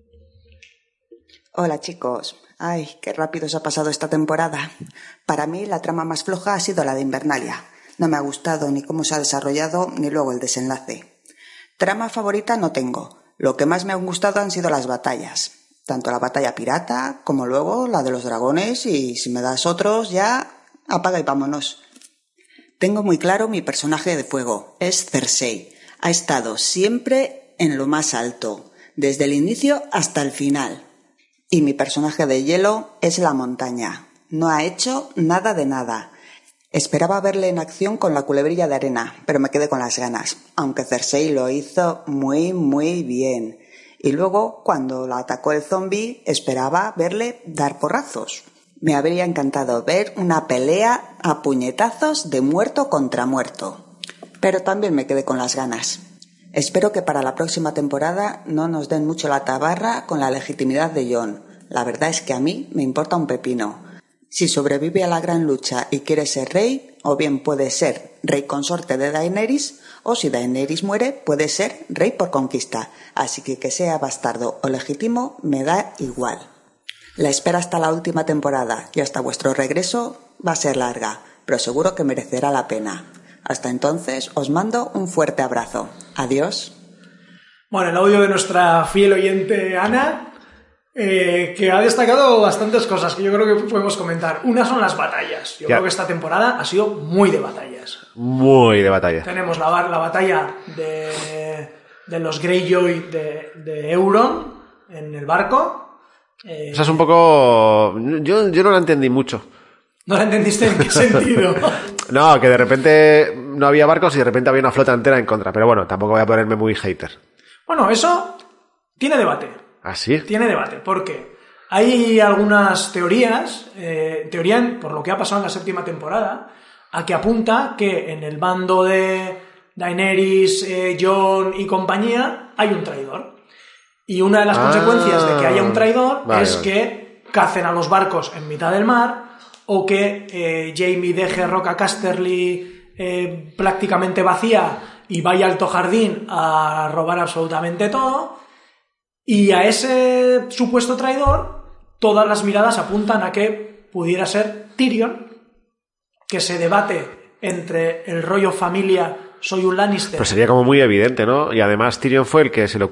Hola chicos. Ay, qué rápido se ha pasado esta temporada. Para mí la trama más floja ha sido la de Invernalia. No me ha gustado ni cómo se ha desarrollado ni luego el desenlace. Trama favorita no tengo. Lo que más me han gustado han sido las batallas. Tanto la batalla pirata como luego la de los dragones y si me das otros ya apaga y vámonos. Tengo muy claro mi personaje de fuego, es Cersei. Ha estado siempre en lo más alto, desde el inicio hasta el final. Y mi personaje de hielo es la montaña. No ha hecho nada de nada. Esperaba verle en acción con la culebrilla de arena, pero me quedé con las ganas, aunque Cersei lo hizo muy muy bien. Y luego, cuando la atacó el zombi, esperaba verle dar porrazos. Me habría encantado ver una pelea a puñetazos de muerto contra muerto. Pero también me quedé con las ganas. Espero que para la próxima temporada no nos den mucho la tabarra con la legitimidad de Jon. La verdad es que a mí me importa un pepino. Si sobrevive a la gran lucha y quiere ser rey, o bien puede ser rey consorte de Daenerys, o si Daenerys muere, puede ser rey por conquista. Así que que sea bastardo o legítimo, me da igual. La espera hasta la última temporada y hasta vuestro regreso va a ser larga, pero seguro que merecerá la pena. Hasta entonces os mando un fuerte abrazo. Adiós. Bueno, el audio de nuestra fiel oyente Ana, eh, que ha destacado bastantes cosas que yo creo que podemos comentar. Una son las batallas. Yo ya. creo que esta temporada ha sido muy de batallas. Muy de batalla. Tenemos la, la batalla de, de los Greyjoy de, de Euron en el barco. Eh, O sea, es un poco... Yo, yo no la entendí mucho. ¿No la entendiste en qué sentido? No, que de repente no había barcos y de repente había una flota entera en contra. Pero bueno, tampoco voy a ponerme muy hater. Bueno, eso tiene debate. ¿Ah, sí? Tiene debate, porque hay algunas teorías, eh, teoría por lo que ha pasado en la séptima temporada, a que apunta que en el bando de Daenerys, eh, Jon y compañía hay un traidor. Y una de las Ah, consecuencias de que haya un traidor vale, es vale. que cacen a los barcos en mitad del mar, o que eh, Jaime deje Roca Casterly eh, prácticamente vacía y vaya al Alto Jardín a robar absolutamente todo. Y a ese supuesto traidor, todas las miradas apuntan a que pudiera ser Tyrion, que se debate entre el rollo familia, soy un Lannister. Pero sería como muy evidente, ¿no? Y además Tyrion fue el que se le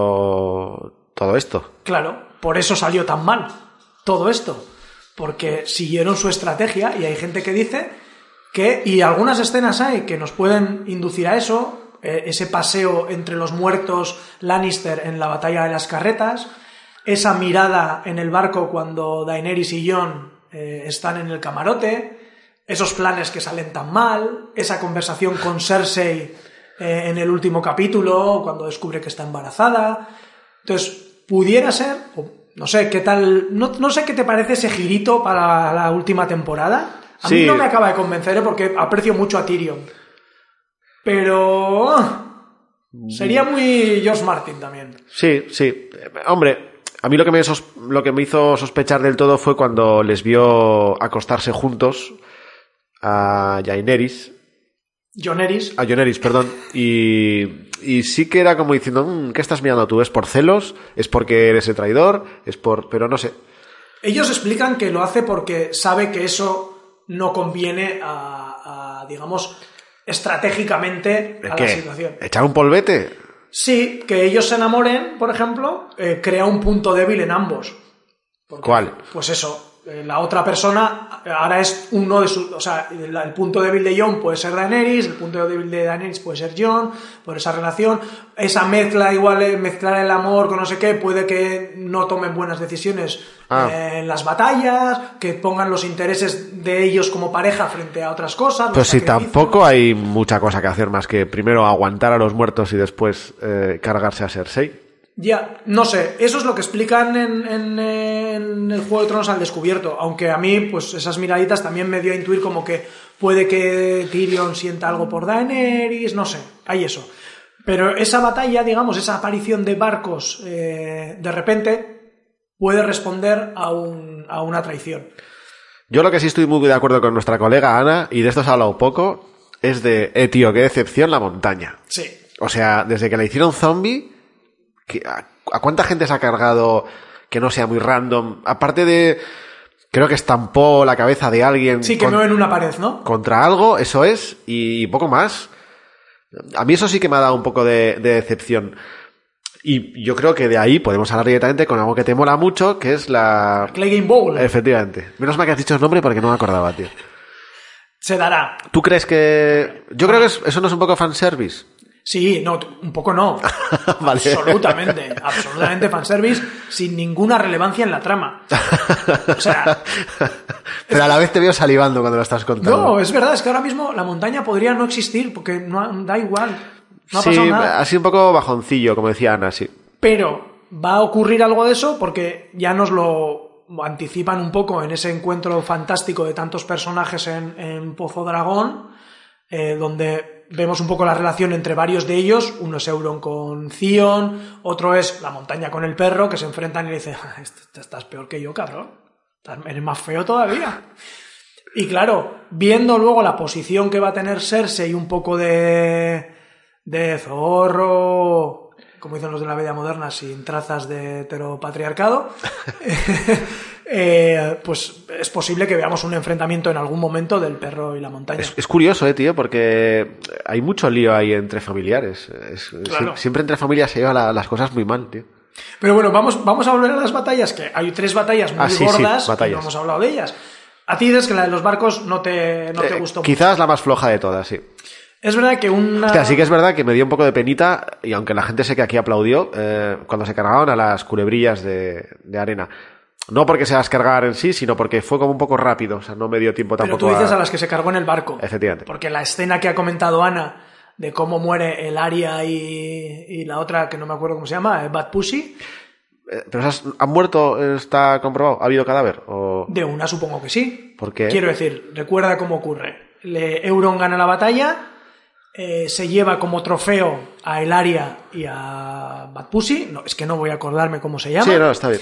ocurrió todo esto. Claro, por eso salió tan mal todo esto, porque siguieron su estrategia y hay gente que dice que, y algunas escenas hay que nos pueden inducir a eso, eh, ese paseo entre los muertos Lannister en la batalla de las carretas, esa mirada en el barco cuando Daenerys y Jon eh, están en el camarote, esos planes que salen tan mal, esa conversación con Cersei eh, en el último capítulo cuando descubre que está embarazada. Entonces, pudiera ser, no sé, ¿qué tal? No, no sé qué te parece ese girito para la última temporada. A Sí. mí no me acaba de convencer, ¿eh? Porque aprecio mucho a Tyrion. Pero sería muy George Martin también. Sí, sí. Hombre, a mí lo que me, sos- lo que me hizo sospechar del todo fue cuando les vio acostarse juntos a Daenerys, Joneris. a Daenerys, perdón, y, y sí que era como diciendo, "Mm, ¿qué estás mirando tú? ¿Es por celos? ¿Es porque eres el traidor? ¿Es por...? Pero no sé. Ellos explican que lo hace porque sabe que eso no conviene a, a digamos, estratégicamente a ¿Qué? la situación. ¿Echar un polvete? Sí, que ellos se enamoren, por ejemplo, eh, crea un punto débil en ambos. Porque, ¿Cuál? Pues eso, eh, la otra persona ahora es uno de sus... O sea, el, el punto débil de Jon puede ser Daenerys, el punto débil de Daenerys puede ser Jon, por esa relación. Esa mezcla, igual, eh, mezclar el amor con no sé qué, puede que no tomen buenas decisiones Ah. eh, en las batallas, que pongan los intereses de ellos como pareja frente a otras cosas. los Pues sí, sacrificios. tampoco hay mucha cosa que hacer más que primero aguantar a los muertos y después eh, cargarse a Cersei. Ya, no sé, eso es lo que explican en, en, en el Juego de Tronos al descubierto, aunque a mí, pues esas miraditas también me dio a intuir como que puede que Tyrion sienta algo por Daenerys, no sé, hay eso. Pero esa batalla, digamos, esa aparición de barcos eh, de repente puede responder a, un, a una traición. Yo lo que sí estoy muy de acuerdo con nuestra colega Ana, y de esto se ha hablado poco, es de, eh, tío, qué decepción la montaña. Sí. O sea, desde que la hicieron zombie, ¿qué- a, ¿a cuánta gente se ha cargado que no sea muy random? Aparte de, creo que estampó la cabeza de alguien Sí, que con- no en una pared, ¿no? contra algo, eso es, y poco más. A mí eso sí que me ha dado un poco de, de decepción. Y yo creo que de ahí podemos hablar directamente con algo que te mola mucho, que es la... Clay Game Bowl Efectivamente. Menos mal que has dicho el nombre porque no me acordaba, tío. se dará. ¿Tú crees que...? Yo creo que es- eso no es un poco fanservice. Sí, no, un poco no. Vale. Absolutamente, absolutamente fanservice, sin ninguna relevancia en la trama. O sea, Pero a la vez te veo salivando cuando lo estás contando. no, es verdad, es que ahora mismo la montaña podría no existir, porque no ha- da igual, no ha sí, pasado nada. ha sido un poco bajoncillo, como decía Ana, sí. Pero va a ocurrir algo de eso porque ya nos lo anticipan un poco en ese encuentro fantástico de tantos personajes en, en Pozo Dragón, eh, donde vemos un poco la relación entre varios de ellos. Uno es Euron con Theon, otro es la montaña con el perro, que se enfrentan y le dicen, "Ja, est- estás peor que yo, cabrón". eres más feo todavía. Y claro, viendo luego la posición que va a tener Cersei, un poco de, de zorro, como dicen los de la vida moderna, sin trazas de heteropatriarcado, eh, pues es posible que veamos un enfrentamiento en algún momento del perro y la montaña. Es, es curioso, eh, tío, porque hay mucho lío ahí entre familiares. Es, claro. Siempre entre familias se llevan la, las cosas muy mal, tío. Pero bueno, vamos, vamos a volver a las batallas, que hay tres batallas muy ah, sí, gordas sí, batallas. y no hemos hablado de ellas. A ti dices que la de los barcos no te, no te eh, gustó Quizás mucho. la más floja de todas, sí. Es verdad que una... Hostia, sí que es verdad que me dio un poco de penita, y aunque la gente sé que aquí aplaudió, eh, cuando se cargaban a las culebrillas de, de arena. No porque se las cargaran en sí, sino porque fue como un poco rápido, o sea, no me dio tiempo tampoco. Pero tú dices a... a las que se cargó en el barco. Efectivamente. Porque la escena que ha comentado Ana de cómo muere el Arya y, y la otra, que no me acuerdo cómo se llama, Bad Pussy. Eh, ¿Pero esas han muerto? ¿Está comprobado? ¿Ha habido cadáver? ¿O... De una supongo que sí. ¿Por qué? Quiero decir, recuerda cómo ocurre. Le, Euron gana la batalla, eh, se lleva como trofeo a el Arya y a Bad Pussy. No, es que no voy a acordarme cómo se llama. Sí, no, está bien.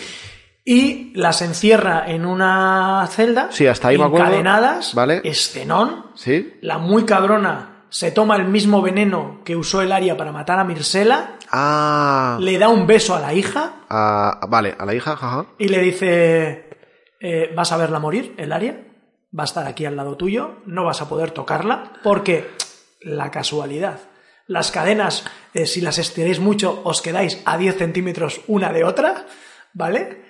Y las encierra en una celda, sí, hasta ahí me acuerdo. Encadenadas, vale. escenón. Sí. La muy cabrona se toma el mismo veneno que usó el Arya para matar a Myrcella. Ah. Le da un beso a la hija. Ah, vale, a la hija, ajá. Y le dice, eh, vas a verla morir, el Arya. Va a estar aquí al lado tuyo. No vas a poder tocarla porque la casualidad. Las cadenas, eh, si las estiráis mucho, os quedáis a diez centímetros una de otra, ¿vale?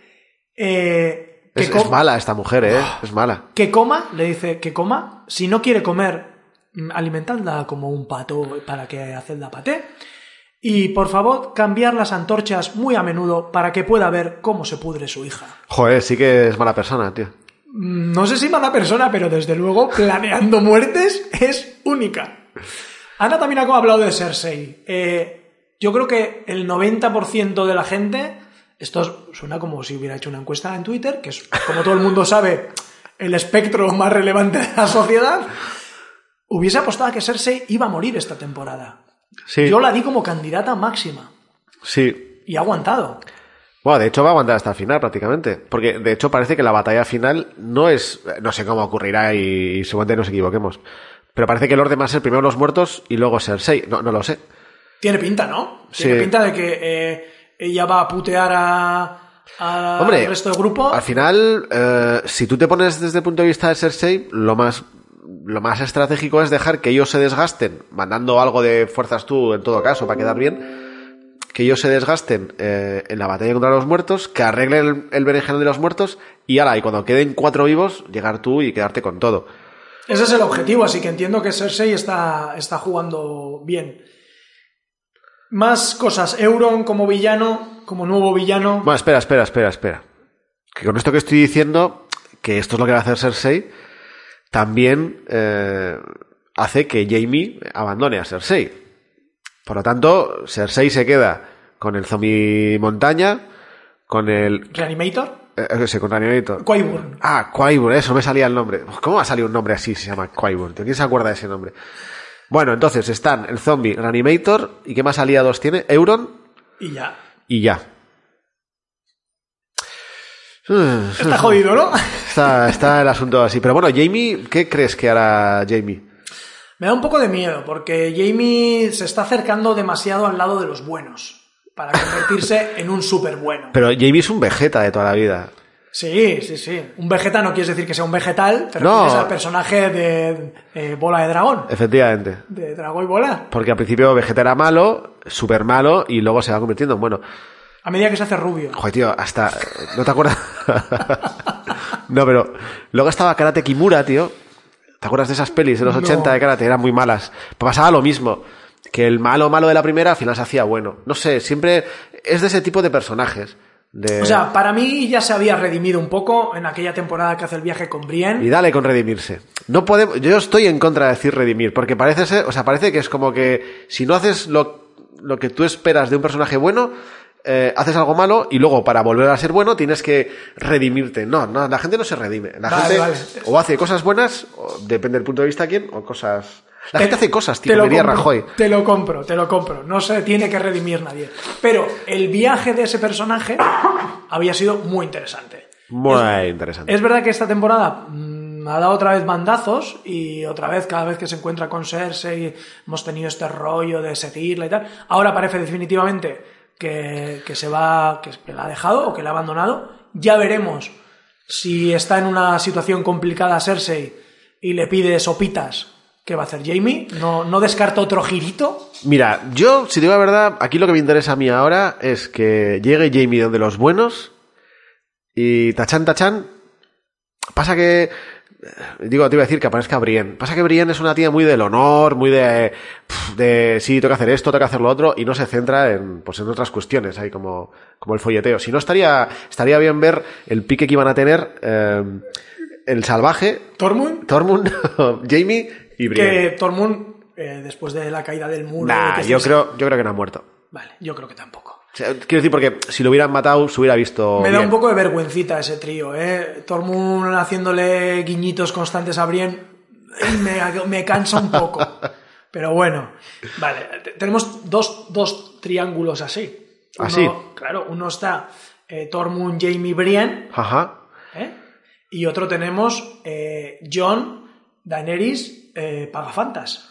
Eh, es, es mala esta mujer, ¿eh? Oh, es mala. Que coma, le dice que coma. Si no quiere comer, alimentadla como un pato para que hacedla paté. Y, por favor, cambiar las antorchas muy a menudo para que pueda ver cómo se pudre su hija. Joder, sí que es mala persona, tío. No sé si mala persona, pero desde luego, planeando muertes, es única. Ana también ha hablado de Cersei. Eh, yo creo que el noventa por ciento de la gente... Esto suena como si hubiera hecho una encuesta en Twitter, que es, como todo el mundo sabe, el espectro más relevante de la sociedad. Hubiese apostado a que Cersei iba a morir esta temporada. Sí. Yo la di como candidata máxima. Sí. Y ha aguantado. Bueno, de hecho va a aguantar hasta el final prácticamente. Porque de hecho parece que la batalla final no es... No sé cómo ocurrirá y, y seguramente nos equivoquemos. Pero parece que el orden va a ser primero los muertos y luego Cersei. No, no lo sé. Tiene pinta, ¿no? Tiene sí. pinta de que... Eh, ella va a putear a, a Hombre, al resto del grupo. Al final, eh, si tú te pones desde el punto de vista de Cersei, lo más, lo más estratégico es dejar que ellos se desgasten, mandando algo de fuerzas tú, en todo caso, para quedar bien, que ellos se desgasten eh, en la batalla contra los muertos, que arreglen el, el berenjeno de los muertos, y ala, y cuando queden cuatro vivos, llegar tú y quedarte con todo. Ese es el objetivo, así que entiendo que Cersei está, está jugando bien. Más cosas. Euron como villano, como nuevo villano. Bueno, espera, espera, espera, espera. Que con esto que estoy diciendo, que esto es lo que va a hacer Cersei, también eh, hace que Jaime abandone a Cersei. Por lo tanto, Cersei se queda con el zombie montaña, con el... ¿Reanimator? Eh, sí, con Reanimator. Qyburn. Ah, Qyburn, eso me salía el nombre. ¿Cómo ha salido un nombre así? Se llama Qyburn. ¿Quién se acuerda de ese nombre? Bueno, entonces están el zombie, Reanimator, ¿y qué más aliados tiene? Euron. Y ya. Y ya. Está jodido, ¿no? Está, está el asunto así. Pero bueno, Jaime, ¿qué crees que hará Jaime? Me da un poco de miedo, porque Jaime se está acercando demasiado al lado de los buenos, para convertirse en un súper bueno. Pero Jaime es un Vegeta de toda la vida. Sí, sí, sí. Un Vegeta no quiere decir que sea un vegetal, pero no. Es el personaje de eh, Bola de Dragón. Efectivamente. De Dragón y Bola. Porque al principio Vegeta era malo, súper malo, y luego se va convirtiendo en bueno. A medida que se hace rubio. Joder, tío, hasta... ¿No te acuerdas? No, pero... Luego estaba Karate Kimura, tío. ¿Te acuerdas de esas pelis de los no. ochenta de karate? Eran muy malas. Pasaba lo mismo. Que el malo malo de la primera al final se hacía bueno. No sé, siempre es de ese tipo de personajes. De... O sea, para mí ya se había redimido un poco en aquella temporada que hace el viaje con Brienne. Y dale con redimirse. No podemos... Yo estoy en contra de decir redimir, porque parece ser... O sea, parece que es como que si no haces lo, lo que tú esperas de un personaje bueno... Eh, haces algo malo y luego para volver a ser bueno tienes que redimirte. No, no, la gente no se redime. La vale, gente vale. o hace cosas buenas, o depende del punto de vista de quién, o cosas... La te, gente hace cosas, tío, te lo diría compro, Rajoy. Te lo compro, te lo compro. No se tiene que redimir nadie. Pero el viaje de ese personaje había sido muy interesante. Muy es, interesante. Es verdad que esta temporada mmm, ha dado otra vez bandazos y otra vez cada vez que se encuentra con Cersei hemos tenido este rollo de seguirla y tal. Ahora parece definitivamente que, que se va, que, que la ha dejado o que la ha abandonado. Ya veremos si está en una situación complicada Cersei y le pide sopitas. ¿Qué va a hacer Jaime? ¿No, no descarta otro girito? Mira, yo, si digo la verdad, aquí lo que me interesa a mí ahora es que llegue Jaime donde los buenos y tachan, tachan. Pasa que... Digo, te iba a decir que aparezca Brienne. Pasa que Brienne es una tía muy del honor, muy de... de sí, tengo que hacer esto, tengo que hacer lo otro, y no se centra en, pues, en otras cuestiones, ahí como, como el folleteo. Si no, estaría, estaría bien ver el pique que iban a tener eh, el salvaje... ¿Tormund? Tormund, Jaime... Y que Tormund, eh, después de la caída del muro... Nah, que yo se... creo, yo creo que no ha muerto. Vale, yo creo que tampoco. O sea, quiero decir, porque si lo hubieran matado, se hubiera visto Me da bien. un poco de vergüencita ese trío, ¿eh? Tormund haciéndole guiñitos constantes a Brienne me, me cansa un poco. Pero bueno, vale, tenemos dos, dos triángulos así. Uno, ¿Así? Claro, uno está eh, Tormund, Jaime, Brienne. Ajá. ¿eh? Y otro tenemos eh, Jon, Daenerys, eh, Pagafantas.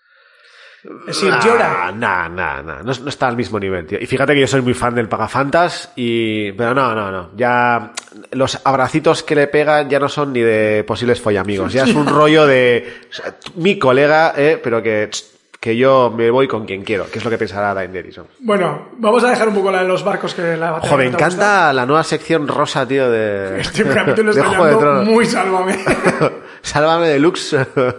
Es decir, nah, llora. Nah, nah, nah. No, no está al mismo nivel, tío. Y fíjate que yo soy muy fan del Pagafantas y... Pero no, no, no. Ya... Los abracitos que le pegan ya no son ni de posibles follamigos. Ya es un rollo de... O sea, mi colega, eh, pero que... que yo me voy con quien quiero, que es lo que pensará Daenerys. Bueno, vamos a dejar un poco la de los barcos que la batalla. Ojo, me que te encanta gusta. la nueva sección rosa, tío, de... Este capítulo de está Juego de quedando Tronos. muy Sálvame. Sálvame Deluxe.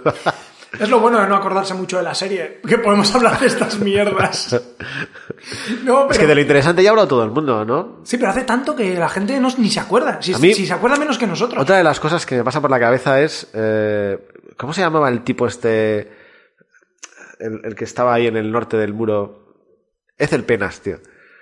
Es lo bueno de no acordarse mucho de la serie, que podemos hablar de estas mierdas. No, pero... Es que de lo interesante ya ha hablado todo el mundo, ¿no? Sí, pero hace tanto que la gente no, ni se acuerda. Si, A mí- si se acuerda menos que nosotros. Otra de las cosas que me pasa por la cabeza es... eh, ¿Cómo se llamaba el tipo este... El, el que estaba ahí en el norte del muro? Ethel Penas, tío.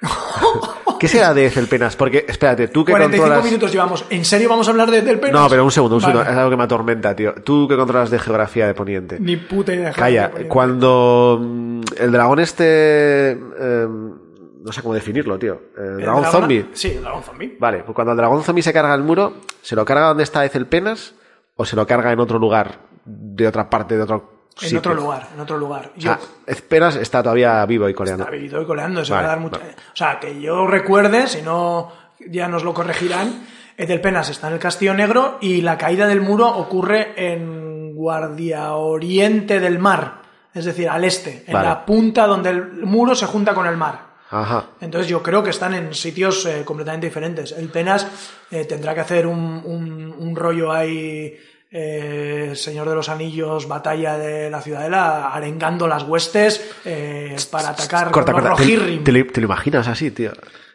¿Qué será de Ethel Penas? Porque, espérate, tú que cuarenta y cinco controlas... minutos llevamos. ¿En serio vamos a hablar de Del Penas? No, pero un segundo, un Vale. segundo. Es algo que me atormenta, tío. Tú que controlas de geografía de Poniente. Ni puta idea. Calla, Joder, cuando mm, el dragón este... eh, no sé cómo definirlo, tío. El ¿El dragón dragón- zombie. Sí, el dragón zombie. Vale, pues cuando el dragón zombie se carga el muro, ¿se lo carga donde está Ethel Penas o se lo carga en otro lugar, de otra parte, de otro En sitio? otro lugar, en otro lugar. O sea, Ethel Penas está todavía vivo y coreano. Está vivido y coleando, eso Vale, va a dar mucha... vale. O sea, que yo recuerde, si no ya nos lo corregirán, Ethel Penas está en el Castillo Negro y la caída del muro ocurre en Guardia Oriente del mar, es decir, al este, en Vale. la punta donde el muro se junta con el mar. Ajá. Entonces yo creo que están en sitios eh, completamente diferentes. El Penas eh, tendrá que hacer un, un, un rollo ahí... Eh, Señor de los Anillos, batalla de la Ciudadela, arengando las huestes eh, para atacar Corta, con los corta. ¿Te, Rohirrim. te, lo- te lo imaginas así, tío?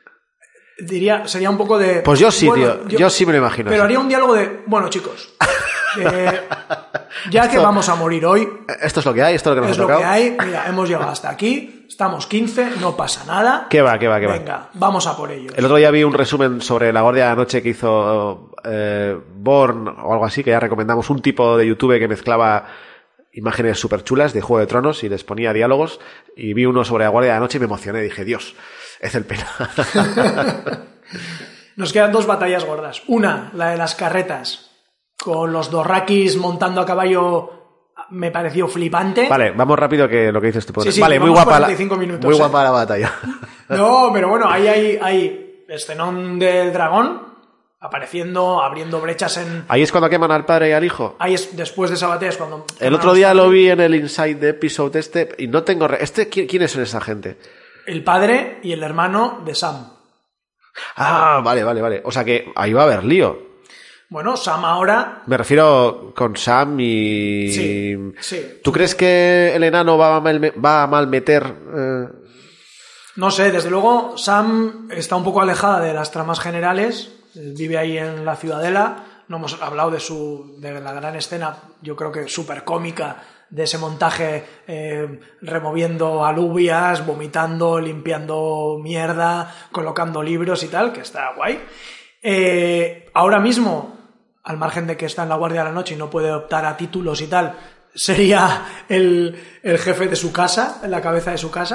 Diría, sería un poco de... Pues yo sí, bueno, tío. Yo sí me lo imagino Pero así. haría un diálogo de, bueno, chicos, eh, ya que Esto- vamos a morir hoy, Esto es lo que hay, esto es lo que nos es ha lo tocado. que hay, mira, hemos llegado hasta aquí, estamos quince, no pasa nada. ¿Qué va, qué va, qué va? Venga, vamos a por ellos. El otro día vi un resumen sobre la Guardia de la Noche que hizo eh, Born o algo así, que ya recomendamos, un tipo de YouTube que mezclaba imágenes súper chulas de Juego de Tronos y les ponía diálogos, y vi uno sobre la Guardia de la Noche y me emocioné, dije, Dios, es el pena. Nos quedan dos batallas gordas. Una, la de las carretas, con los dorrakis montando a caballo, me pareció flipante. Vale, vamos rápido que lo que dices tú. Sí, sí, vale, muy llevamos guapa, la, cuarenta y cinco minutos, muy ¿eh? guapa la batalla. No, pero bueno, ahí hay, hay escenón del dragón apareciendo, abriendo brechas en... Ahí es cuando queman al padre y al hijo. Ahí es, después de esa batalla es cuando... El otro día lo vi en el Inside de Episode este y no tengo... Re este ¿qui- ¿Quiénes son esa gente? El padre y el hermano de Sam. Ah, vale, vale, vale. O sea que ahí va a haber lío. Bueno, Sam ahora... Me refiero con Sam y... Sí, sí. ¿Tú crees que el enano va a, mal, va a malmeter? Eh... No sé, desde luego Sam está un poco alejada de las tramas generales, vive ahí en la Ciudadela, no hemos hablado de su de la gran escena, yo creo que súper cómica, de ese montaje eh, removiendo alubias, vomitando, limpiando mierda, colocando libros y tal, que está guay. Eh, ahora mismo, al margen de que está en la Guardia de la Noche y no puede optar a títulos y tal, sería el, el jefe de su casa, en la cabeza de su casa.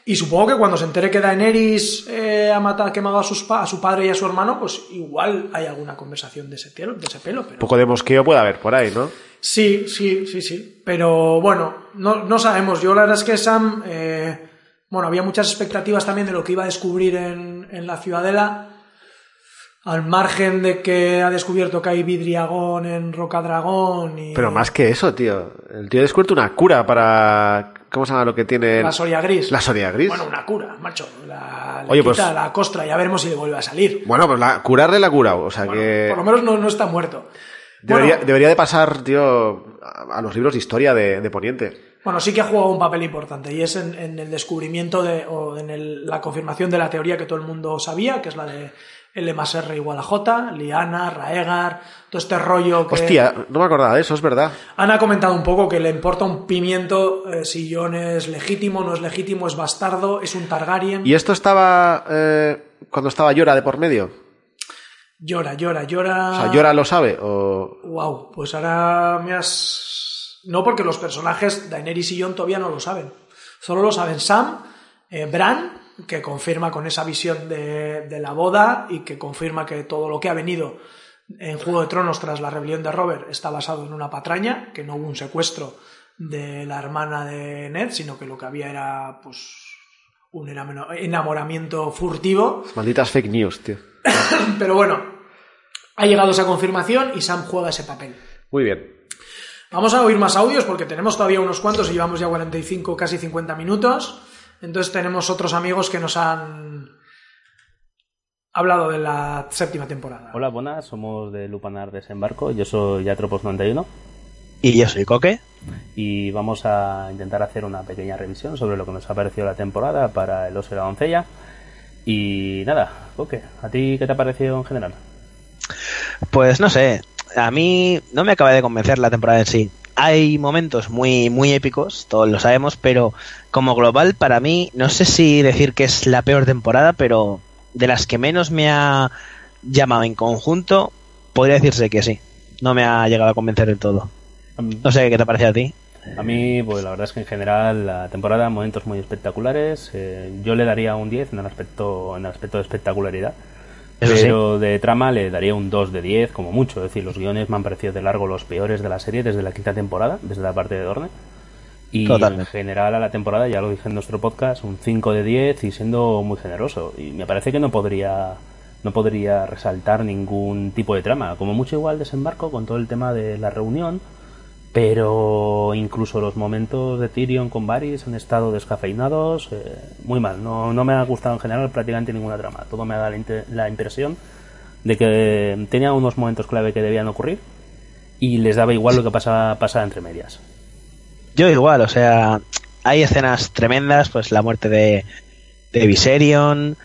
Y supongo que cuando se entere que Daenerys eh, ha matado, ha quemado a, sus pa- a su padre y a su hermano, pues igual hay alguna conversación de ese, pelo, de ese pelo. Pero... Un poco de mosqueo puede haber por ahí, ¿no? Sí, sí, sí, sí. Pero bueno, no, no sabemos. Yo la verdad es que Sam... Eh, bueno, había muchas expectativas también de lo que iba a descubrir en, en la Ciudadela. Al margen de que ha descubierto que hay vidriagón en Rocadragón y... Pero más que eso, tío. El tío ha descubierto una cura para... ¿Cómo se llama lo que tiene? La Soria Gris. La Soria Gris. Bueno, una cura, macho. La, le Oye, quita pues- la costra, ya veremos si le vuelve a salir. Bueno, pues la, curarle la ha curado. O sea Bueno, que... por lo menos no, no está muerto. Debería, Bueno, debería de pasar, tío, a, a los libros de historia de, de Poniente. bueno, sí que ha jugado un papel importante y es en, en el descubrimiento de, o en el- la confirmación de la teoría que todo el mundo sabía, que es la de L más R igual a J, Liana, Raegar, todo este rollo que... Hostia, no me acordaba de eso, es verdad. Han ha comentado un poco que le importa un pimiento eh, si Jon es legítimo, no es legítimo, es bastardo, es un Targaryen. ¿Y esto estaba eh, cuando estaba Llora de por medio? Llora, llora, llora... O sea, ¿Llora lo sabe? O... Wow, pues ahora me has... No, porque los personajes Daenerys y Jon todavía no lo saben. Solo lo saben Sam, eh, Bran, que confirma con esa visión de, de la boda y que confirma que todo lo que ha venido en Juego de Tronos tras la rebelión de Robert está basado en una patraña, que no hubo un secuestro de la hermana de Ned, sino que lo que había era pues un enamoramiento furtivo. Malditas fake news, tío. Pero bueno, ha llegado esa confirmación y Sam juega ese papel. Muy bien. Vamos a oír más audios porque tenemos todavía unos cuantos y llevamos ya cuarenta y cinco, casi cincuenta minutos. Entonces tenemos otros amigos que nos han hablado de la séptima temporada. Hola, buenas, somos de Lupanar Desembarco, yo soy Yatropos noventa y uno Y yo soy Coque. y vamos a intentar hacer una pequeña revisión sobre lo que nos ha parecido la temporada para el Oso y la Doncella. Y nada, Coque, ¿a ti qué te ha parecido en general? Pues no sé, a mí no me acaba de convencer la temporada en sí. Hay momentos muy, muy épicos, todos lo sabemos, pero como global para mí, no sé si decir que es la peor temporada, pero de las que menos me ha llamado en conjunto, podría decirse que sí. No me ha llegado a convencer del todo. No sé qué te parece a ti. A mí, pues la verdad es que en general la temporada, momentos muy espectaculares. Eh, yo le daría un diez en el aspecto, en el aspecto de espectacularidad. Eso Pero de trama le daría un dos de diez como mucho. Es decir, los guiones me han parecido de largo los peores de la serie desde la quinta temporada, desde la parte de Dorne. Y Totalmente. en general a la temporada, ya lo dije en nuestro podcast, un cinco de diez y siendo muy generoso. Y me parece que no podría no podría resaltar ningún tipo de trama. Como mucho igual Desembarco con todo el tema de la reunión, pero incluso los momentos de Tyrion con Varys han estado descafeinados, eh, muy mal. No, no me ha gustado en general prácticamente ninguna trama. Todo me ha dado la, inter- la impresión de que tenía unos momentos clave que debían ocurrir y les daba igual lo que pasaba, pasaba entre medias. Yo igual, o sea, hay escenas tremendas, pues la muerte de, de Viserion,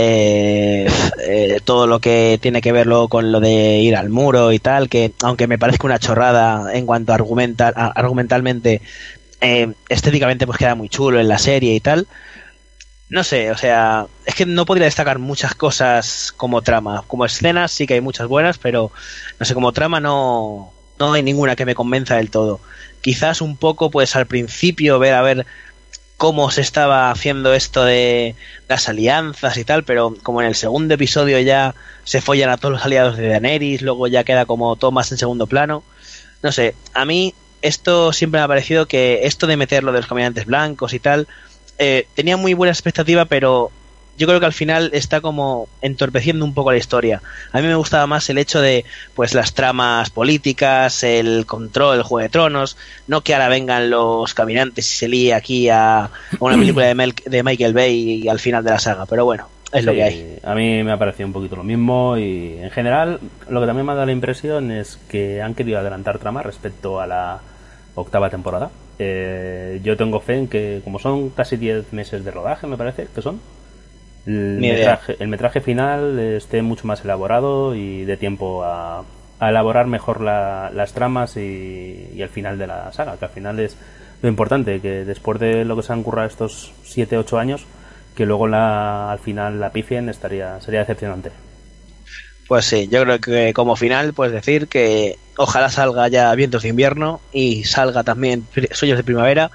eh, eh, todo lo que tiene que ver luego con lo de ir al muro y tal, que aunque me parezca una chorrada en cuanto a, argumental, a argumentalmente, eh, estéticamente pues queda muy chulo en la serie y tal. No sé, o sea, es que no podría destacar muchas cosas como trama. Como escenas sí que hay muchas buenas, pero no sé, como trama no, no hay ninguna que me convenza del todo. Quizás un poco, pues al principio ver a ver cómo se estaba haciendo esto de las alianzas y tal, pero como en el segundo episodio ya se follan a todos los aliados de Daenerys, luego ya queda como todo más en segundo plano. No sé, a mí esto siempre me ha parecido que esto de meter lo de los caminantes blancos y tal, eh, tenía muy buena expectativa, pero yo creo que al final está como entorpeciendo un poco la historia. A mí me gustaba más el hecho de pues las tramas políticas, el control, el Juego de Tronos, no que ahora vengan los caminantes y se líe aquí a una película de, Mel, de Michael Bay al final de la saga, pero bueno, es Sí, lo que hay. A mí me ha parecido un poquito lo mismo y en general lo que también me ha dado la impresión es que han querido adelantar trama respecto a la octava temporada. Eh, yo tengo fe en que como son casi diez meses de rodaje, me parece que son, el metraje, el metraje final esté mucho más elaborado y dé tiempo a, a elaborar mejor la, las tramas y, y el final de la saga, que al final es lo importante, que después de lo que se han currado estos siete ocho años, que luego la, al final la pifien estaría, sería decepcionante. Pues sí, yo creo que como final puedes decir que ojalá salga ya Vientos de Invierno y salga también Sueños de Primavera,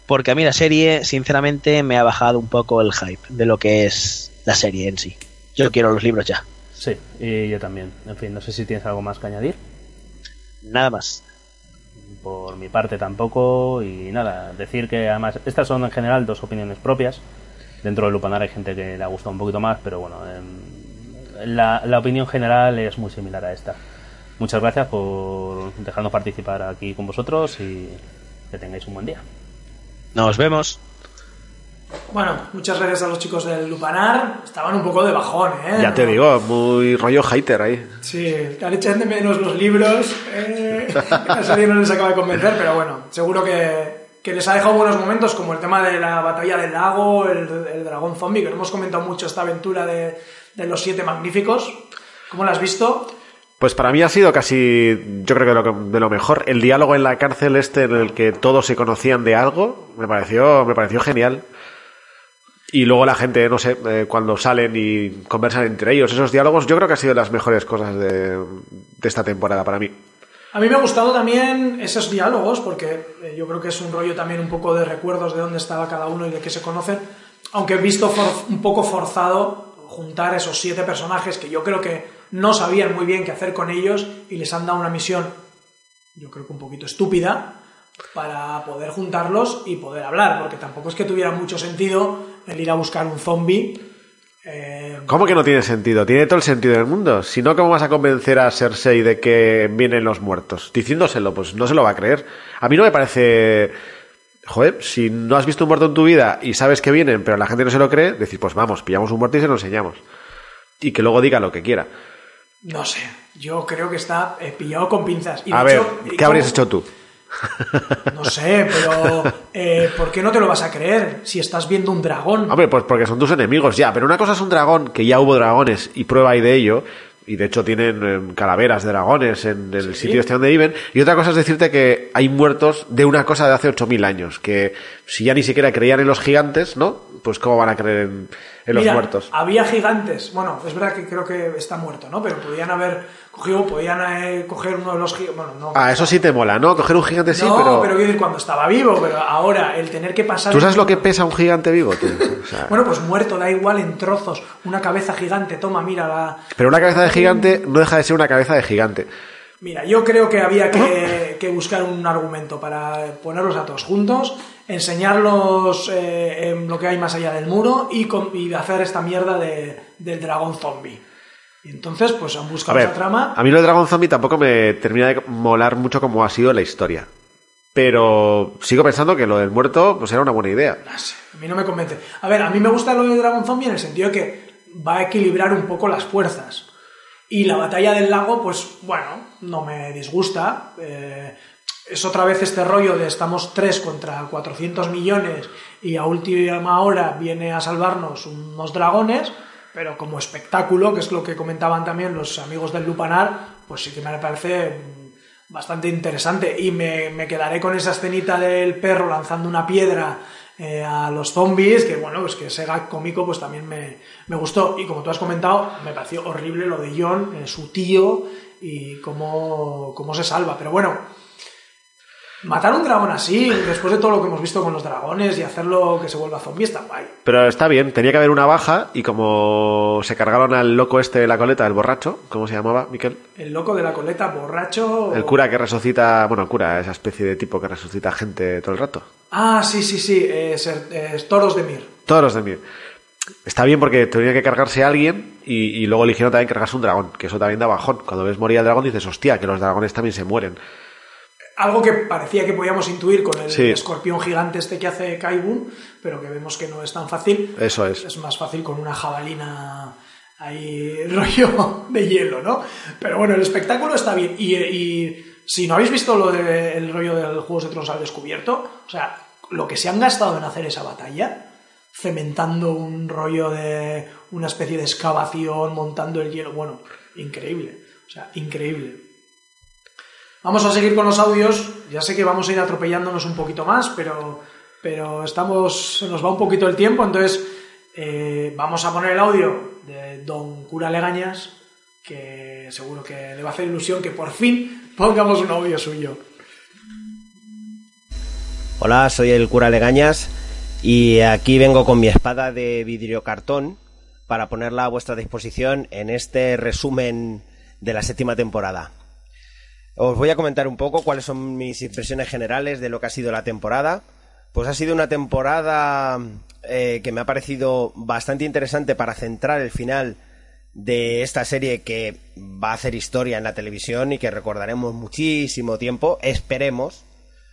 porque a mí la serie, sinceramente, me ha bajado un poco el hype de lo que es la serie en sí. Yo quiero los libros ya. Sí, y yo también. En fin, no sé si tienes algo más que añadir. Nada más. Por mi parte tampoco, y nada, decir que además estas son en general dos opiniones propias. Dentro de Lupanar hay gente que le ha gustado un poquito más, pero bueno, eh, la, la opinión general es muy similar a esta. Muchas gracias por dejarnos participar aquí con vosotros y que tengáis un buen día. Nos vemos. Bueno, muchas gracias a los chicos del Lupanar. Estaban un poco de bajón, ¿eh? Ya te digo, muy rollo hater ahí. Sí, han echado de menos los libros. Eh, la serie no les acaba de convencer, pero bueno, seguro que, que les ha dejado buenos momentos, como el tema de la batalla del lago, el, el dragón zombie, que no hemos comentado mucho esta aventura de, de los siete magníficos. ¿Cómo la has visto? Pues para mí ha sido casi, yo creo que de lo, de lo mejor. El diálogo en la cárcel este en el que todos se conocían de algo, me pareció, me pareció genial. Y luego la gente, no sé, eh, cuando salen y conversan entre ellos, esos diálogos, yo creo que ha sido de las mejores cosas de, de esta temporada para mí. A mí me ha gustado también esos diálogos, porque eh, yo creo que es un rollo también un poco de recuerdos de dónde estaba cada uno y de qué se conocen, aunque he visto for- un poco forzado juntar esos siete personajes que yo creo que no sabían muy bien qué hacer con ellos y les han dado una misión, yo creo que un poquito estúpida, para poder juntarlos y poder hablar, porque tampoco es que tuviera mucho sentido el ir a buscar un zombie. Eh... ¿Cómo que no tiene sentido? Tiene todo el sentido del mundo. Si no, ¿cómo vas a convencer a Cersei de que vienen los muertos? Diciéndoselo, pues no se lo va a creer. A mí no me parece... Joder, si no has visto un muerto en tu vida y sabes que vienen, pero la gente no se lo cree, decir, pues vamos, pillamos un muerto y se lo enseñamos. Y que luego diga lo que quiera. No sé, yo creo que está eh, pillado con pinzas. Y a de ver, hecho, ¿qué habrías hecho tú? No sé, pero eh, ¿por qué no te lo vas a creer si estás viendo un dragón? Hombre, pues porque son tus enemigos ya, pero una cosa es un dragón, que ya hubo dragones y prueba hay de ello, y de hecho tienen eh, calaveras de dragones en el Sí. sitio este donde viven, y otra cosa es decirte que hay muertos de una cosa de hace ocho mil años, que si ya ni siquiera creían en los gigantes, ¿no? Pues ¿cómo van a creer en, en los Mira, muertos? había gigantes, bueno, es verdad que creo que está muerto, ¿no? Pero podían haber cogido, podían eh, coger uno de los gigantes, bueno, no. Ah, eso sí te mola, ¿no? Coger un gigante sí, no, pero... pero quiero decir, cuando estaba vivo, pero ahora el tener que pasar... ¿Tú sabes lo que pesa un gigante vivo, tío? O sea, Bueno, pues muerto, da igual, en trozos, una cabeza gigante, toma, mira la... pero una cabeza de gigante no deja de ser una cabeza de gigante. Mira, yo creo que había que, que buscar un argumento para ponerlos a todos juntos, enseñarlos eh, en lo que hay más allá del muro y, con, y hacer esta mierda de, del dragón zombie. Y entonces, pues han A buscado ver, esa trama. a mí lo de Dragon Zombie tampoco me termina de molar mucho como ha sido la historia. Pero sigo pensando que lo del muerto pues era una buena idea. No sé, a mí no me convence. A ver, a mí me gusta lo de Dragon Zombie en el sentido de que va a equilibrar un poco las fuerzas. Y la batalla del lago, pues bueno, no me disgusta. Eh, es otra vez este rollo de estamos tres contra cuatrocientos millones y a última hora viene a salvarnos unos dragones, pero como espectáculo, que es lo que comentaban también los amigos del Lupanar, pues sí que me parece bastante interesante. Y me, me quedaré con esa escenita del perro lanzando una piedra Eh, a los zombies, que bueno, pues que ese gag cómico pues también me, me gustó. Y como tú has comentado, me pareció horrible lo de Jon, eh, su tío, y cómo, cómo se salva. Pero bueno, matar un dragón así, después de todo lo que hemos visto con los dragones y hacerlo que se vuelva zombie, está guay. Pero está bien, tenía que haber una baja y como se cargaron al loco este de la coleta, el borracho, ¿cómo se llamaba, Miquel? El loco de la coleta, borracho... El cura que resucita, bueno, el cura, esa especie de tipo que resucita gente todo el rato. Ah, sí, sí, sí, eh, ser, eh, Toros de Mir. Todos los de mí. Está bien porque tenía que cargarse a alguien y, y luego eligieron también cargarse un dragón, que eso también da bajón. Cuando ves morir al dragón dices, hostia, que los dragones también se mueren. Algo que parecía que podíamos intuir con el Sí. escorpión gigante este que hace Kaibun, pero que vemos que no es tan fácil. Eso es. Es más fácil con una jabalina ahí rollo de hielo, ¿no? Pero bueno, el espectáculo está bien. Y, y si no habéis visto lo del rollo del Juegos de Tronos al descubierto, o sea, lo que se han gastado en hacer esa batalla, cementando un rollo de una especie de excavación, montando el hielo, bueno, increíble. O sea, increíble. Vamos a seguir con los audios. Ya sé que vamos a ir atropellándonos un poquito más, pero, pero estamos, se nos va un poquito el tiempo, entonces eh, vamos a poner el audio de Don Cura Legañas, que seguro que le va a hacer ilusión que por fin pongamos un audio suyo. Hola, soy el cura Legañas y aquí vengo con mi espada de vidriocartón para ponerla a vuestra disposición en este resumen de la séptima temporada. Os voy a comentar un poco cuáles son mis impresiones generales de lo que ha sido la temporada. Pues ha sido una temporada eh, que me ha parecido bastante interesante para centrar el final de esta serie que va a hacer historia en la televisión y que recordaremos muchísimo tiempo, esperemos,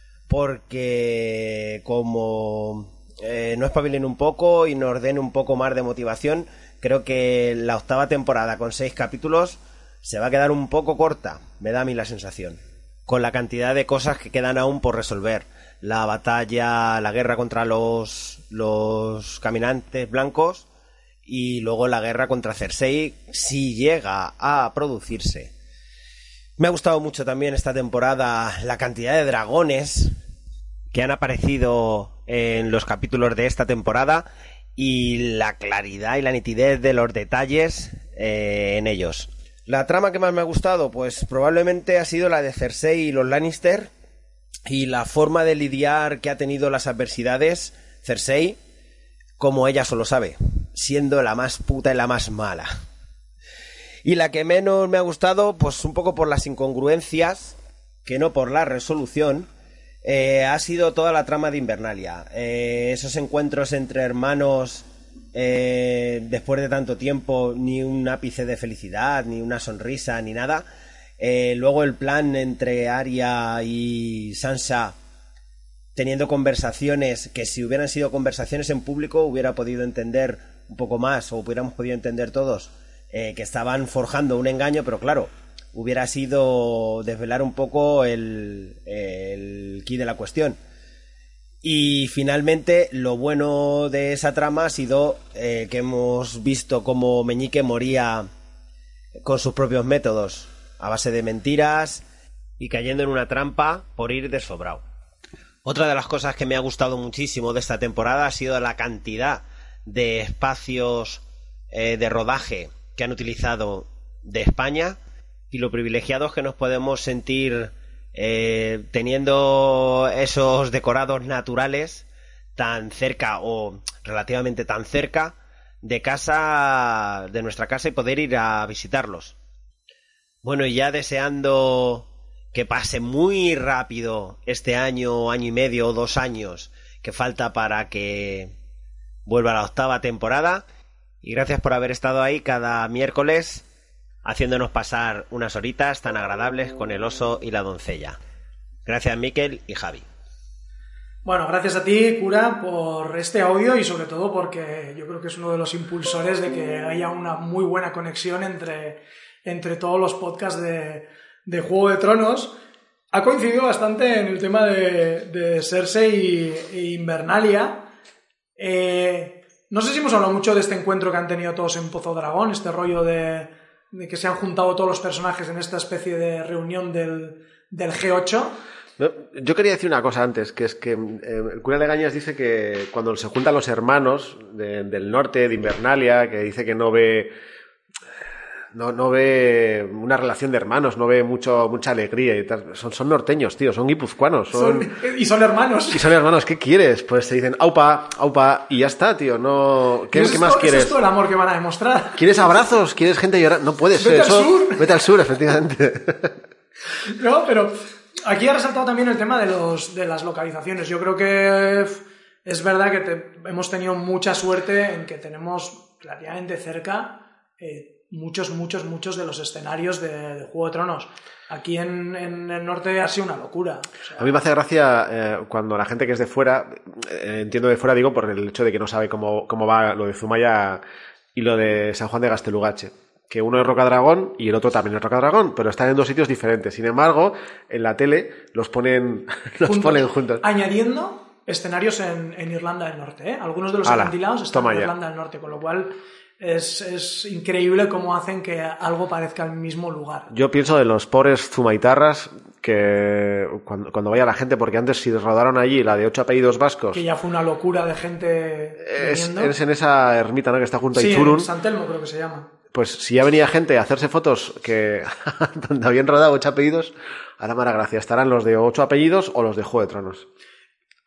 porque como eh, no espabilen un poco y nos den un poco más de motivación, creo que la octava temporada con seis capítulos se va a quedar un poco corta, me da a mí la sensación, con la cantidad de cosas que quedan aún por resolver. La batalla, la guerra contra los, los caminantes blancos y luego la guerra contra Cersei, si llega a producirse. Me ha gustado mucho también esta temporada la cantidad de dragones que han aparecido en los capítulos de esta temporada y la claridad y la nitidez de los detalles eh, en ellos. La trama que más me ha gustado, pues probablemente ha sido la de Cersei y los Lannister y la forma de lidiar que ha tenido las adversidades Cersei, como ella solo sabe, siendo la más puta y la más mala. Y la que menos me ha gustado, pues un poco por las incongruencias, que no por la resolución, eh, ha sido toda la trama de Invernalia. Eh, esos encuentros entre hermanos eh, después de tanto tiempo, ni un ápice de felicidad, ni una sonrisa, ni nada. Eh, luego el plan entre Arya y Sansa, teniendo conversaciones que si hubieran sido conversaciones en público hubiera podido entender un poco más, o hubiéramos podido entender todos eh, que estaban forjando un engaño, pero claro, hubiera sido desvelar un poco el, el quid de la cuestión. Y finalmente lo bueno de esa trama ha sido eh, que hemos visto cómo Meñique moría con sus propios métodos, a base de mentiras y cayendo en una trampa por ir desobrado. Otra de las cosas que me ha gustado muchísimo de esta temporada ha sido la cantidad de espacios eh, de rodaje que han utilizado de España y lo privilegiados que nos podemos sentir eh, teniendo esos decorados naturales tan cerca o relativamente tan cerca de casa, de nuestra casa, y poder ir a visitarlos. Bueno, y ya deseando que pase muy rápido este año, año y medio o dos años que falta para que vuelva la octava temporada. Y gracias por haber estado ahí cada miércoles haciéndonos pasar unas horitas tan agradables con el oso y la doncella. Gracias, Miquel y Javi. Bueno, gracias a ti, cura, por este audio y sobre todo porque yo creo que es uno de los impulsores de que haya una muy buena conexión entre, entre todos los podcasts de, de Juego de Tronos. Ha coincidido bastante en el tema de, de Cersei e Invernalia. Eh, no sé si hemos hablado mucho de este encuentro que han tenido todos en Pozo Dragón, este rollo de, de que se han juntado todos los personajes en esta especie de reunión del, del G ocho. Yo quería decir una cosa antes, que es que eh, el cura Legañas dice que cuando se juntan los hermanos de, del norte, de Invernalia, que dice que no ve no, no ve una relación de hermanos, no ve mucho mucha alegría y tal. Son, son norteños, tío, son guipuzcoanos. Son, son, y son hermanos. Y son hermanos, ¿qué quieres? Pues te dicen, aupa, aupa, y ya está, tío. No, ¿Qué, ¿qué más quieres? Es esto el amor que van a demostrar. ¿Quieres abrazos? ¿Quieres gente llorando? No puede ser. Vete Eso, al sur. Vete al sur, efectivamente. No, pero aquí ha resaltado también el tema de, los, de las localizaciones. Yo creo que es verdad que te, hemos tenido mucha suerte en que tenemos relativamente cerca eh, muchos, muchos, muchos de los escenarios de, de Juego de Tronos. Aquí en, en el norte ha sido una locura. O sea, a mí me hace gracia eh, cuando la gente que es de fuera, eh, entiendo de fuera, digo, por el hecho de que no sabe cómo, cómo va lo de Zumaya y lo de San Juan de Gastelugache. Que uno es Rocadragón y el otro también es Rocadragón, pero están en dos sitios diferentes. Sin embargo, en la tele los ponen, los juntos, ponen juntos. Añadiendo escenarios en, en Irlanda del Norte, ¿eh? Algunos de los Ala, acantilados están en ya. Irlanda del Norte, con lo cual es, es increíble cómo hacen que algo parezca el mismo lugar. Yo pienso de los pobres zumaitarras que cuando, cuando vaya la gente, porque antes si rodaron allí la de ocho apellidos vascos, que ya fue una locura de gente es, es en esa ermita, ¿no?, que está junto a sí, Itzurun. en San Telmo creo que se llama. Pues si ya venía gente a hacerse fotos que donde habían rodado ocho apellidos, a la mala gracia, estarán los de ocho apellidos o los de Juego de Tronos.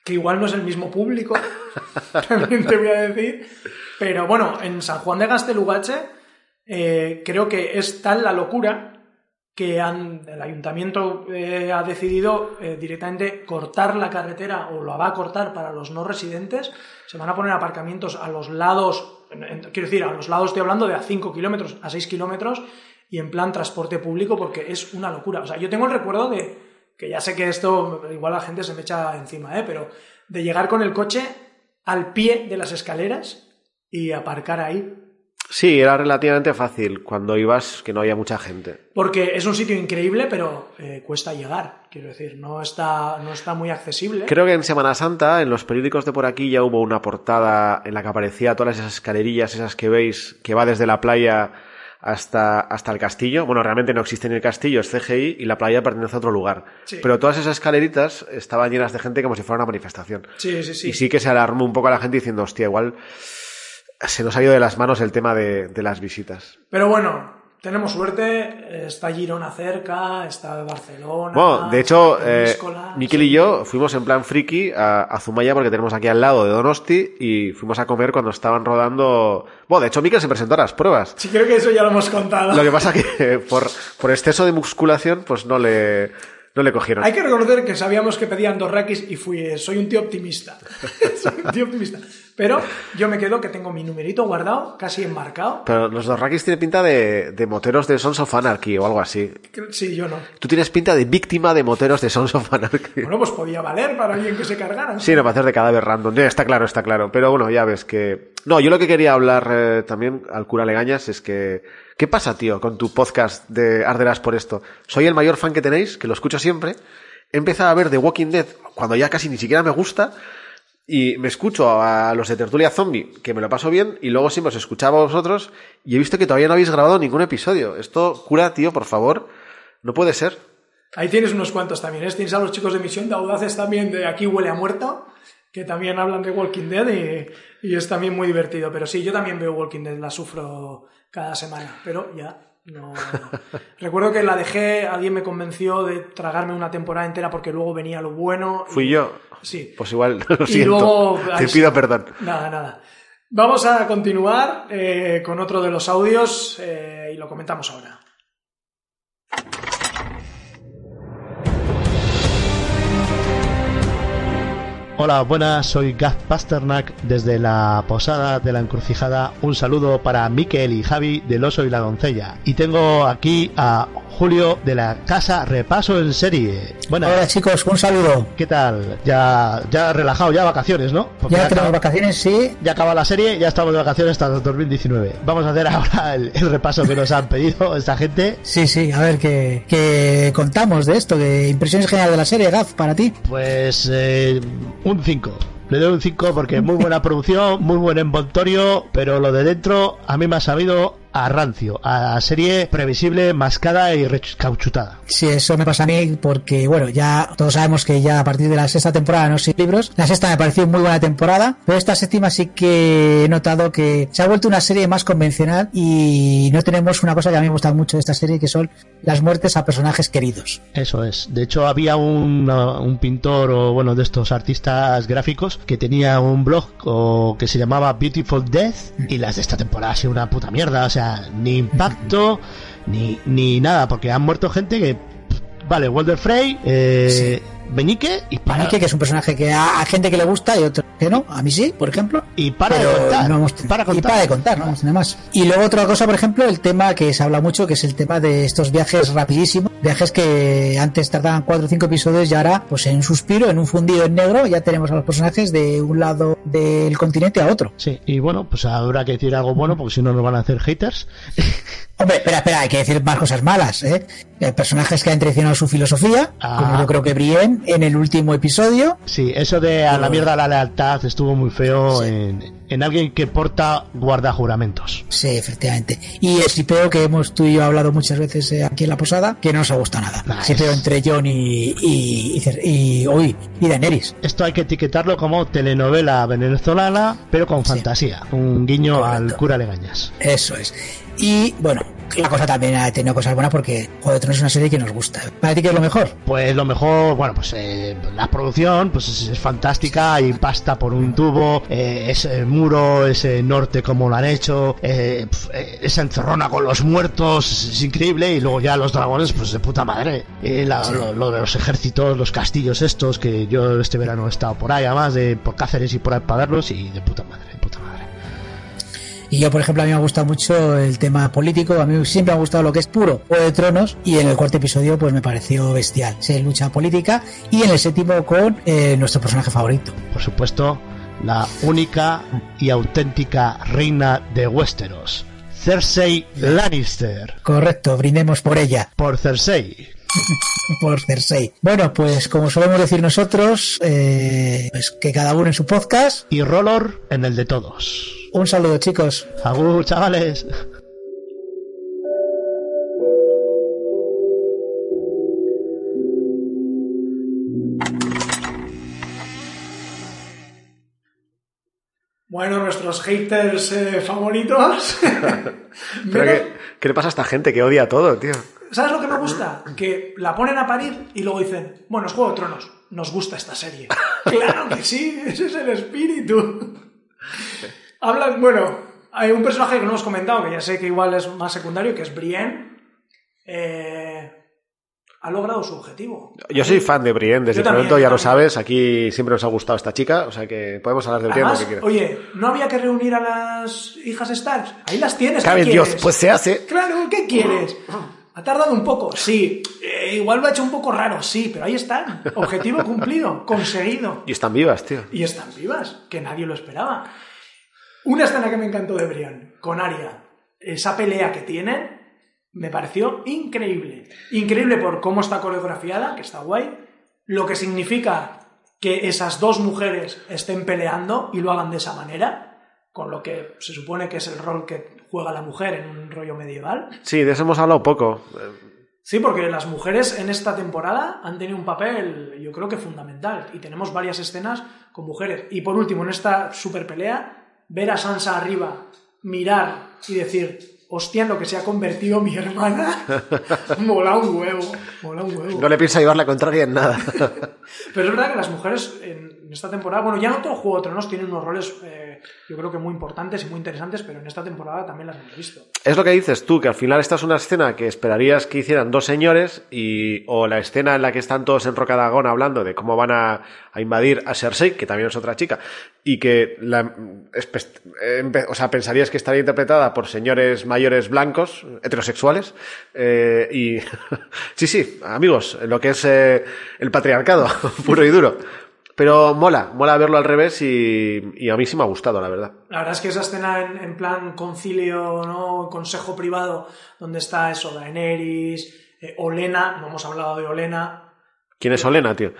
que igual no es el mismo público, también te voy a decir, pero bueno, en San Juan de Gaztelugatxe eh, creo que es tal la locura que han, el ayuntamiento eh, ha decidido eh, directamente cortar la carretera, o la va a cortar para los no residentes. Se van a poner aparcamientos a los lados, en, en, quiero decir, a los lados estoy hablando de a cinco kilómetros, a seis kilómetros, y en plan transporte público, porque es una locura. O sea, yo tengo el recuerdo de, que ya sé que esto, igual la gente se me echa encima, ¿eh? Pero de llegar con el coche al pie de las escaleras y aparcar ahí. Sí, era relativamente fácil cuando ibas, que no había mucha gente. Porque es un sitio increíble, pero eh, cuesta llegar, quiero decir, no está, no está muy accesible. Creo que en Semana Santa, en los periódicos de por aquí, ya hubo una portada en la que aparecía todas esas escalerillas, esas que veis, que va desde la playa hasta, hasta el castillo. Bueno, realmente no existe ni el castillo, es C G I y la playa pertenece a otro lugar. Sí. Pero todas esas escaleritas estaban llenas de gente como si fuera una manifestación. Sí, sí, sí. Y sí que se alarmó un poco a la gente diciendo, hostia, igual se nos ha ido de las manos el tema de, de las visitas. Pero bueno, tenemos suerte, está Girona cerca, está Barcelona... Bueno, de hecho, eh, Miquel y yo fuimos en plan friki a, a Zumaya porque tenemos aquí al lado de Donosti y fuimos a comer cuando estaban rodando... Bueno, de hecho Miquel se presentó a las pruebas. Sí, creo que eso ya lo hemos contado. Lo que pasa que por, por exceso de musculación pues no le... No le cogieron. Hay que reconocer que sabíamos que pedían dos rakis y fui, soy un tío optimista. Soy un tío optimista. Pero yo me quedo que tengo mi numerito guardado, casi enmarcado. Pero los dos rakis tienen pinta de, de moteros de Sons of Anarchy o algo así. Sí, yo no. Tú tienes pinta de víctima de moteros de Sons of Anarchy. Bueno, pues podía valer para alguien que se cargara. Sí, no, para hacer de cadáver random. Está claro, está claro. Pero bueno, ya ves que... No, yo lo que quería hablar eh, también al cura Legañas es que... ¿Qué pasa, tío, con tu podcast de Arderás por esto? Soy el mayor fan que tenéis, que lo escucho siempre. He empezado a ver The Walking Dead cuando ya casi ni siquiera me gusta. Y me escucho a los de Tertulia Zombie, que me lo paso bien, y luego siempre os escuchaba a vosotros, y he visto que todavía no habéis grabado ningún episodio. Esto, cura, tío, por favor, no puede ser. Ahí tienes unos cuantos también, ¿eh? Tienes a los chicos de Misión de Audaces también, de Aquí Huele a Muerto, que también hablan de Walking Dead, y, y es también muy divertido. Pero sí, yo también veo Walking Dead, la sufro cada semana, pero ya... No. Recuerdo que la dejé, alguien me convenció de tragarme una temporada entera porque luego venía lo bueno. ¿Fui y... yo? Sí. Pues igual, lo y siento. Luego... Te pido perdón. Nada, nada. Vamos a continuar eh, con otro de los audios eh, y lo comentamos ahora. Hola, buenas, soy Gaz Pasternak desde la Posada de la Encrucijada. Un saludo para Miquel y Javi del Oso y la Doncella. Y tengo aquí a Julio de la Casa Repaso en Serie. Buenas. Hola chicos, un saludo. ¿Qué tal? Ya, ya relajado, ya vacaciones, ¿no? Porque ya, ya tenemos acaba, vacaciones, sí. Ya acaba la serie, ya estamos de vacaciones hasta el dos mil diecinueve. Vamos a hacer ahora el, el repaso que nos han pedido esta gente. Sí, sí, a ver qué, qué contamos de esto, qué impresiones generales de la serie, Gaz, para ti. Pues eh, un cinco. Le doy un cinco porque muy buena producción, muy buen envoltorio, pero lo de dentro a mí me ha sabido a rancio, a serie previsible, mascada y recauchutada. Sí, eso me pasa a mí porque, bueno, ya todos sabemos que ya a partir de la sexta temporada no sé libros. La sexta me pareció muy buena temporada, pero esta séptima sí que he notado que se ha vuelto una serie más convencional y no tenemos una cosa que a mí me gusta mucho de esta serie, que son las muertes a personajes queridos. Eso es. De hecho, había un, un pintor o, bueno, de estos artistas gráficos que tenía un blog o, que se llamaba Beautiful Death y las de esta temporada ha sido una puta mierda, o sea, ni impacto ni, ni nada, porque han muerto gente que vale, Walder Frey, eh, sí. Beñique y para... Beñique, que es un personaje que a, a gente que le gusta y otro que no, a mí sí, por ejemplo, y para de contar, no hemos, para contar y para de contar, no nada más. Y luego otra cosa, por ejemplo, el tema que se habla mucho, que es el tema de estos viajes rapidísimos, viajes que antes tardaban cuatro o cinco episodios y ahora, pues en un suspiro, en un fundido en negro, ya tenemos a los personajes de un lado del continente a otro. Sí, y bueno, pues habrá que decir algo bueno, porque si no nos van a hacer haters. Hombre, espera, espera, hay que decir más cosas malas, ¿eh? Hay personajes que han traicionado su filosofía, ah. como yo creo que Brienne en el último episodio. Sí, eso de a la mierda la lealtad estuvo muy feo sí. en, en alguien que porta guardajuramentos. Sí, efectivamente. Y el sipeo que hemos tú y yo hablado muchas veces aquí en la posada, que no nos ha gustado nada. Nah, sipeo es... entre Jon y y, y, y, y, y Daenerys. Esto hay que etiquetarlo como telenovela venezolana, pero con fantasía. Sí. Un guiño Correcto. Al cura Legañas. Eso es. Y bueno, la cosa también ha tenido cosas buenas porque Juego de Tronos es una serie que nos gusta. ¿Para ti qué es lo mejor? Pues lo mejor, bueno, pues eh, la producción pues es, es fantástica, hay pasta por un tubo, eh, ese muro, ese norte como lo han hecho, eh, pf, esa encerrona con los muertos, es, es increíble, y luego ya los dragones, pues de puta madre. Eh, la, lo, lo de los ejércitos, los castillos estos, que yo este verano he estado por ahí, además de por Cáceres y por ahí para verlos, y de puta madre, de puta madre. Y yo, por ejemplo, a mí me ha gustado mucho el tema político, a mí siempre me ha gustado lo que es puro Juego de Tronos, y en el cuarto episodio pues me pareció bestial, se lucha política, y en el séptimo con eh, nuestro personaje favorito. Por supuesto, la única y auténtica reina de Westeros, Cersei Lannister. Correcto, brindemos por ella. Por Cersei. Por Cersei. Bueno, pues como solemos decir nosotros, eh, pues que cada uno en su podcast. Y Rolor en el de todos. Un saludo, chicos. Agur, chavales. Bueno, nuestros haters eh, favoritos. Pero que, ¿qué le pasa a esta gente que odia todo, tío? ¿Sabes lo que me gusta? Que la ponen a parir y luego dicen, bueno, es Juego de Tronos, nos gusta esta serie. Claro que sí, ese es el espíritu. Hablan, bueno, hay un personaje que no hemos comentado, que ya sé que igual es más secundario, que es Brienne. Eh, ha logrado su objetivo. Yo soy fan de Brienne, desde Yo el también, momento, ya lo también. sabes, aquí siempre nos ha gustado esta chica, o sea que podemos hablar de Brienne lo Además, que quieras. oye, ¿no había que reunir a las hijas Stark? Ahí las tienes, ¿qué Cabe quieres? Dios, pues se hace. Claro, ¿qué quieres? ¿Ha tardado un poco? Sí. Eh, igual lo ha hecho un poco raro, sí, pero ahí están. Objetivo cumplido, conseguido. Y están vivas, tío. Y están vivas, que nadie lo esperaba. Una escena que me encantó de Brienne, con Arya, esa pelea que tienen, me pareció increíble. Increíble por cómo está coreografiada, que está guay, lo que significa que esas dos mujeres estén peleando y lo hagan de esa manera, con lo que se supone que es el rol que juega la mujer en un rollo medieval. Sí, de eso hemos hablado poco. Sí, porque las mujeres en esta temporada han tenido un papel, yo creo que fundamental, y tenemos varias escenas con mujeres. Y por último, en esta super pelea, ver a Sansa arriba, mirar y decir, hostia, en lo que se ha convertido mi hermana, mola un huevo, mola un huevo. No le piensa llevar la contraria en nada. Pero es verdad que las mujeres en esta temporada, bueno, ya no todo Juego de Tronos tienen unos roles, eh, yo creo que muy importantes y muy interesantes, pero en esta temporada también las hemos visto. Es lo que dices tú, que al final esta es una escena que esperarías que hicieran dos señores, y o la escena en la que están todos en Rocadagón hablando de cómo van a, a invadir a Cersei, que también es otra chica, y que la, es, o sea, pensarías que estaría interpretada por señores mayores blancos, heterosexuales, eh, y sí, sí, amigos, lo que es eh, el patriarcado, puro y duro. Pero mola, mola verlo al revés, y, y a mí sí me ha gustado, la verdad. La verdad es que esa escena en, en plan concilio, ¿no? Consejo privado, donde está eso, Daenerys, eh, Olenna, no hemos hablado de Olenna. ¿Quién es Olenna, tío?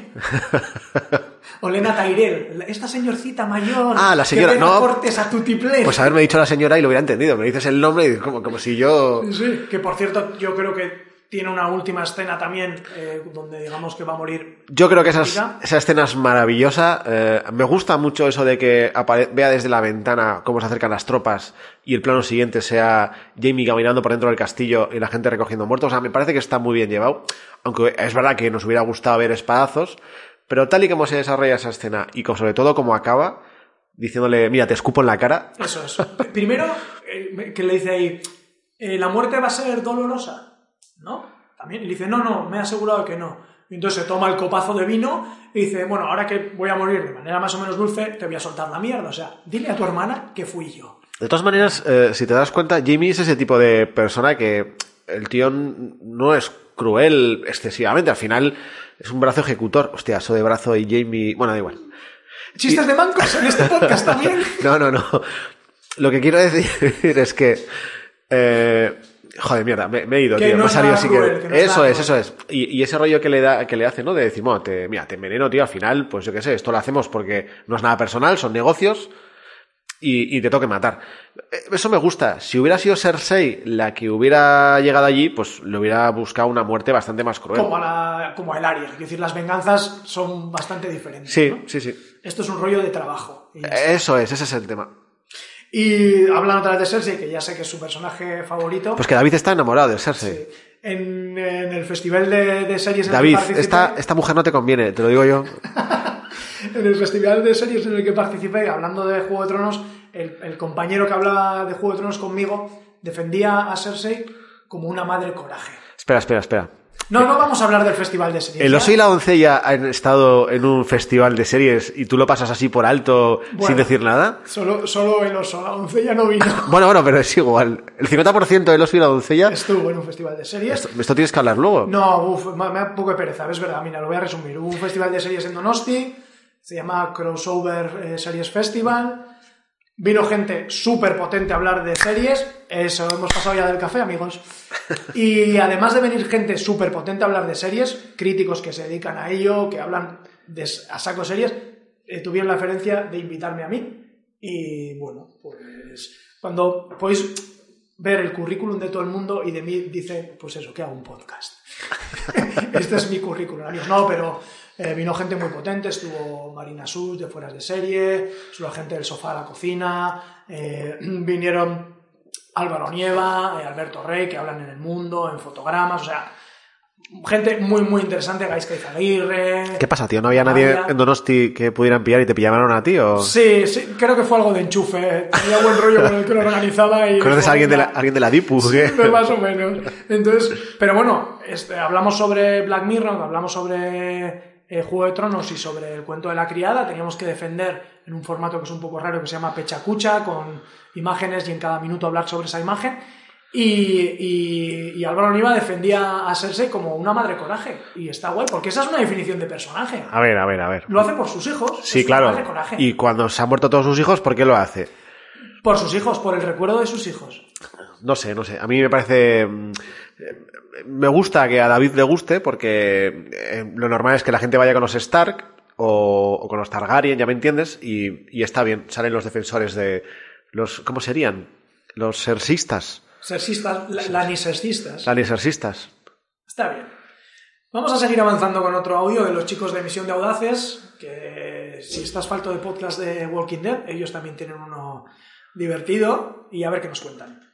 Olenna Tyrell, esta señorcita mayor, ah, la señora, que pega no, cortes a tutiplén. Pues haberme dicho la señora y lo hubiera entendido. Me dices el nombre y como, como si yo... Sí, que por cierto, yo creo que tiene una última escena también, eh, donde digamos que va a morir. Yo creo que esa, esa escena es maravillosa. Eh, me gusta mucho eso de que apare- vea desde la ventana cómo se acercan las tropas y el plano siguiente sea Jaime caminando por dentro del castillo y la gente recogiendo muertos. O sea, me parece que está muy bien llevado. Aunque es verdad que nos hubiera gustado ver espadazos. Pero tal y como se desarrolla esa escena y con, sobre todo cómo acaba, diciéndole, mira, te escupo en la cara. Eso, eso. Primero, eh, que le dice ahí, eh, la muerte va a ser dolorosa, ¿no? También. Y le dice, no, no, me he asegurado que no. Y entonces se toma el copazo de vino y dice, bueno, ahora que voy a morir de manera más o menos dulce, te voy a soltar la mierda. O sea, dile a tu hermana que fui yo. De todas maneras, eh, si te das cuenta, Jaime es ese tipo de persona que el tío no es cruel excesivamente. Al final es un brazo ejecutor. Hostia, eso de brazo y Jaime... Bueno, da igual. ¿Chistes y... de mancos en este podcast también? No, no, no. Lo que quiero decir es que... Eh, joder, mierda, me, me he ido, que tío. No me ha salido así que... que no eso es, eso es. Y, y ese rollo que le da, que le hace, ¿no? De decir, bueno, te, mira, te enveneno, tío, al final, pues yo qué sé, esto lo hacemos porque no es nada personal, son negocios y, y te tengo que matar. Eso me gusta. Si hubiera sido Cersei la que hubiera llegado allí, pues le hubiera buscado una muerte bastante más cruel. Como a, la, como a el Arya. Es decir, las venganzas son bastante diferentes. Sí, ¿no? sí, sí. Esto es un rollo de trabajo. Eso es, ese es el tema. Y hablan otra vez de Cersei, que ya sé que es su personaje favorito. Pues que David está enamorado de Cersei. Sí. En, en el festival de, de series en David, el que participé... esta, esta mujer no te conviene, te lo digo yo. En el festival de series en el que participé, hablando de Juego de Tronos, el, el compañero que hablaba de Juego de Tronos conmigo defendía a Cersei como una madre coraje. Espera, espera, espera. No, no vamos a hablar del festival de series. El oso ¿ya? y la doncella han estado en un festival de series y tú lo pasas así por alto Bueno, sin decir nada. Solo, solo el oso, la doncella no vino. Bueno, bueno, pero es igual. El cincuenta por ciento del oso y la doncella... Estuvo en un festival de series. Esto, esto tienes que hablar luego. No, uf, me, me da un poco de pereza, es verdad. Mira, lo voy a resumir. Hubo un festival de series en Donosti, se llama Crossover eh, Series Festival. Vino gente súper potente a hablar de series. Eso, hemos pasado ya del café, amigos. Y además de venir gente súper potente a hablar de series, críticos que se dedican a ello, que hablan de, a saco series, eh, tuvieron la deferencia de invitarme a mí. Y bueno, pues cuando podéis ver el currículum de todo el mundo y de mí dice, pues eso, que hago un podcast. Este es mi currículum, amigos. No, pero... Eh, vino gente muy potente, estuvo Marina Sus de Fueras de Serie, estuvo gente del Sofá a la Cocina, eh, vinieron Álvaro Nieva, eh, Alberto Rey, que hablan en El Mundo, en Fotogramas, o sea, gente muy muy interesante, Gaizka Izaguirre... ¿Qué pasa, tío? ¿No había nadie en Donosti que pudieran pillar y te pillaron a ti? ¿O? Sí, sí, creo que fue algo de enchufe, tenía buen rollo con el que lo organizaba y... ¿Conoces a alguien de la, alguien de la Dipu? Sí, más o menos. Entonces, pero bueno, este, hablamos sobre Black Mirror, hablamos sobre... Eh, Juego de Tronos y sobre el cuento de la criada. Teníamos que defender en un formato que es un poco raro, que se llama Pechacucha, con imágenes y en cada minuto hablar sobre esa imagen. Y, y, y Álvaro Niva defendía a Cersei como una madre coraje. Y está guay, porque esa es una definición de personaje. A ver, a ver, a ver. Lo hace por sus hijos. Sí, es claro. Una madre coraje. Y cuando se han muerto todos sus hijos, ¿por qué lo hace? Por sus hijos, por el recuerdo de sus hijos. No sé, no sé. A mí me parece... Me gusta que a David le guste porque eh, lo normal es que la gente vaya con los Stark o, o con los Targaryen, ya me entiendes, y, y está bien. Salen los defensores de... los ¿Cómo serían? Los cersistas. Cersistas, lanisersistas. Lanisersistas. Está bien. Vamos a seguir avanzando con otro audio de los chicos de Misión de Audaces, que si estás falto de podcast de Walking Dead, ellos también tienen uno divertido, y a ver qué nos cuentan.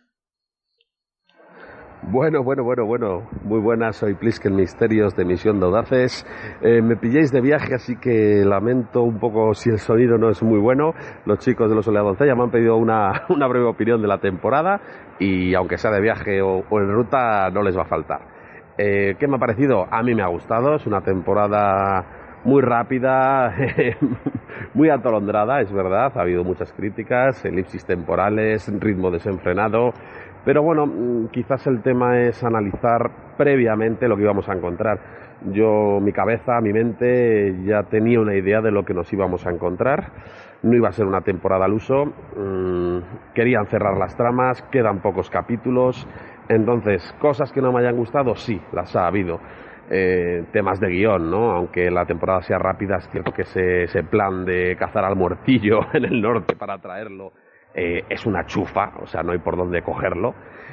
Bueno, bueno, bueno, bueno. Muy buenas, soy Plisken Misterios de Misión de Audaces. Eh, me pilléis de viaje, así que lamento un poco si el sonido no es muy bueno. Los chicos de Los Oso y la Doncella me han pedido una, una breve opinión de la temporada y aunque sea de viaje o, o en ruta, no les va a faltar. Eh, ¿Qué me ha parecido? A mí me ha gustado. Es una temporada muy rápida, muy atolondrada, es verdad. Ha habido muchas críticas, elipsis temporales, ritmo desenfrenado. Pero bueno, quizás el tema es analizar previamente lo que íbamos a encontrar. Yo, mi cabeza, mi mente, ya tenía una idea de lo que nos íbamos a encontrar. No iba a ser una temporada al uso. Querían cerrar las tramas, quedan pocos capítulos. Entonces, cosas que no me hayan gustado, sí, las ha habido. Eh, temas de guión, ¿no? Aunque la temporada sea rápida, es cierto que ese, ese plan de cazar al muertillo en el norte para traerlo Eh, es una chufa, o sea, no hay por dónde cogerlo.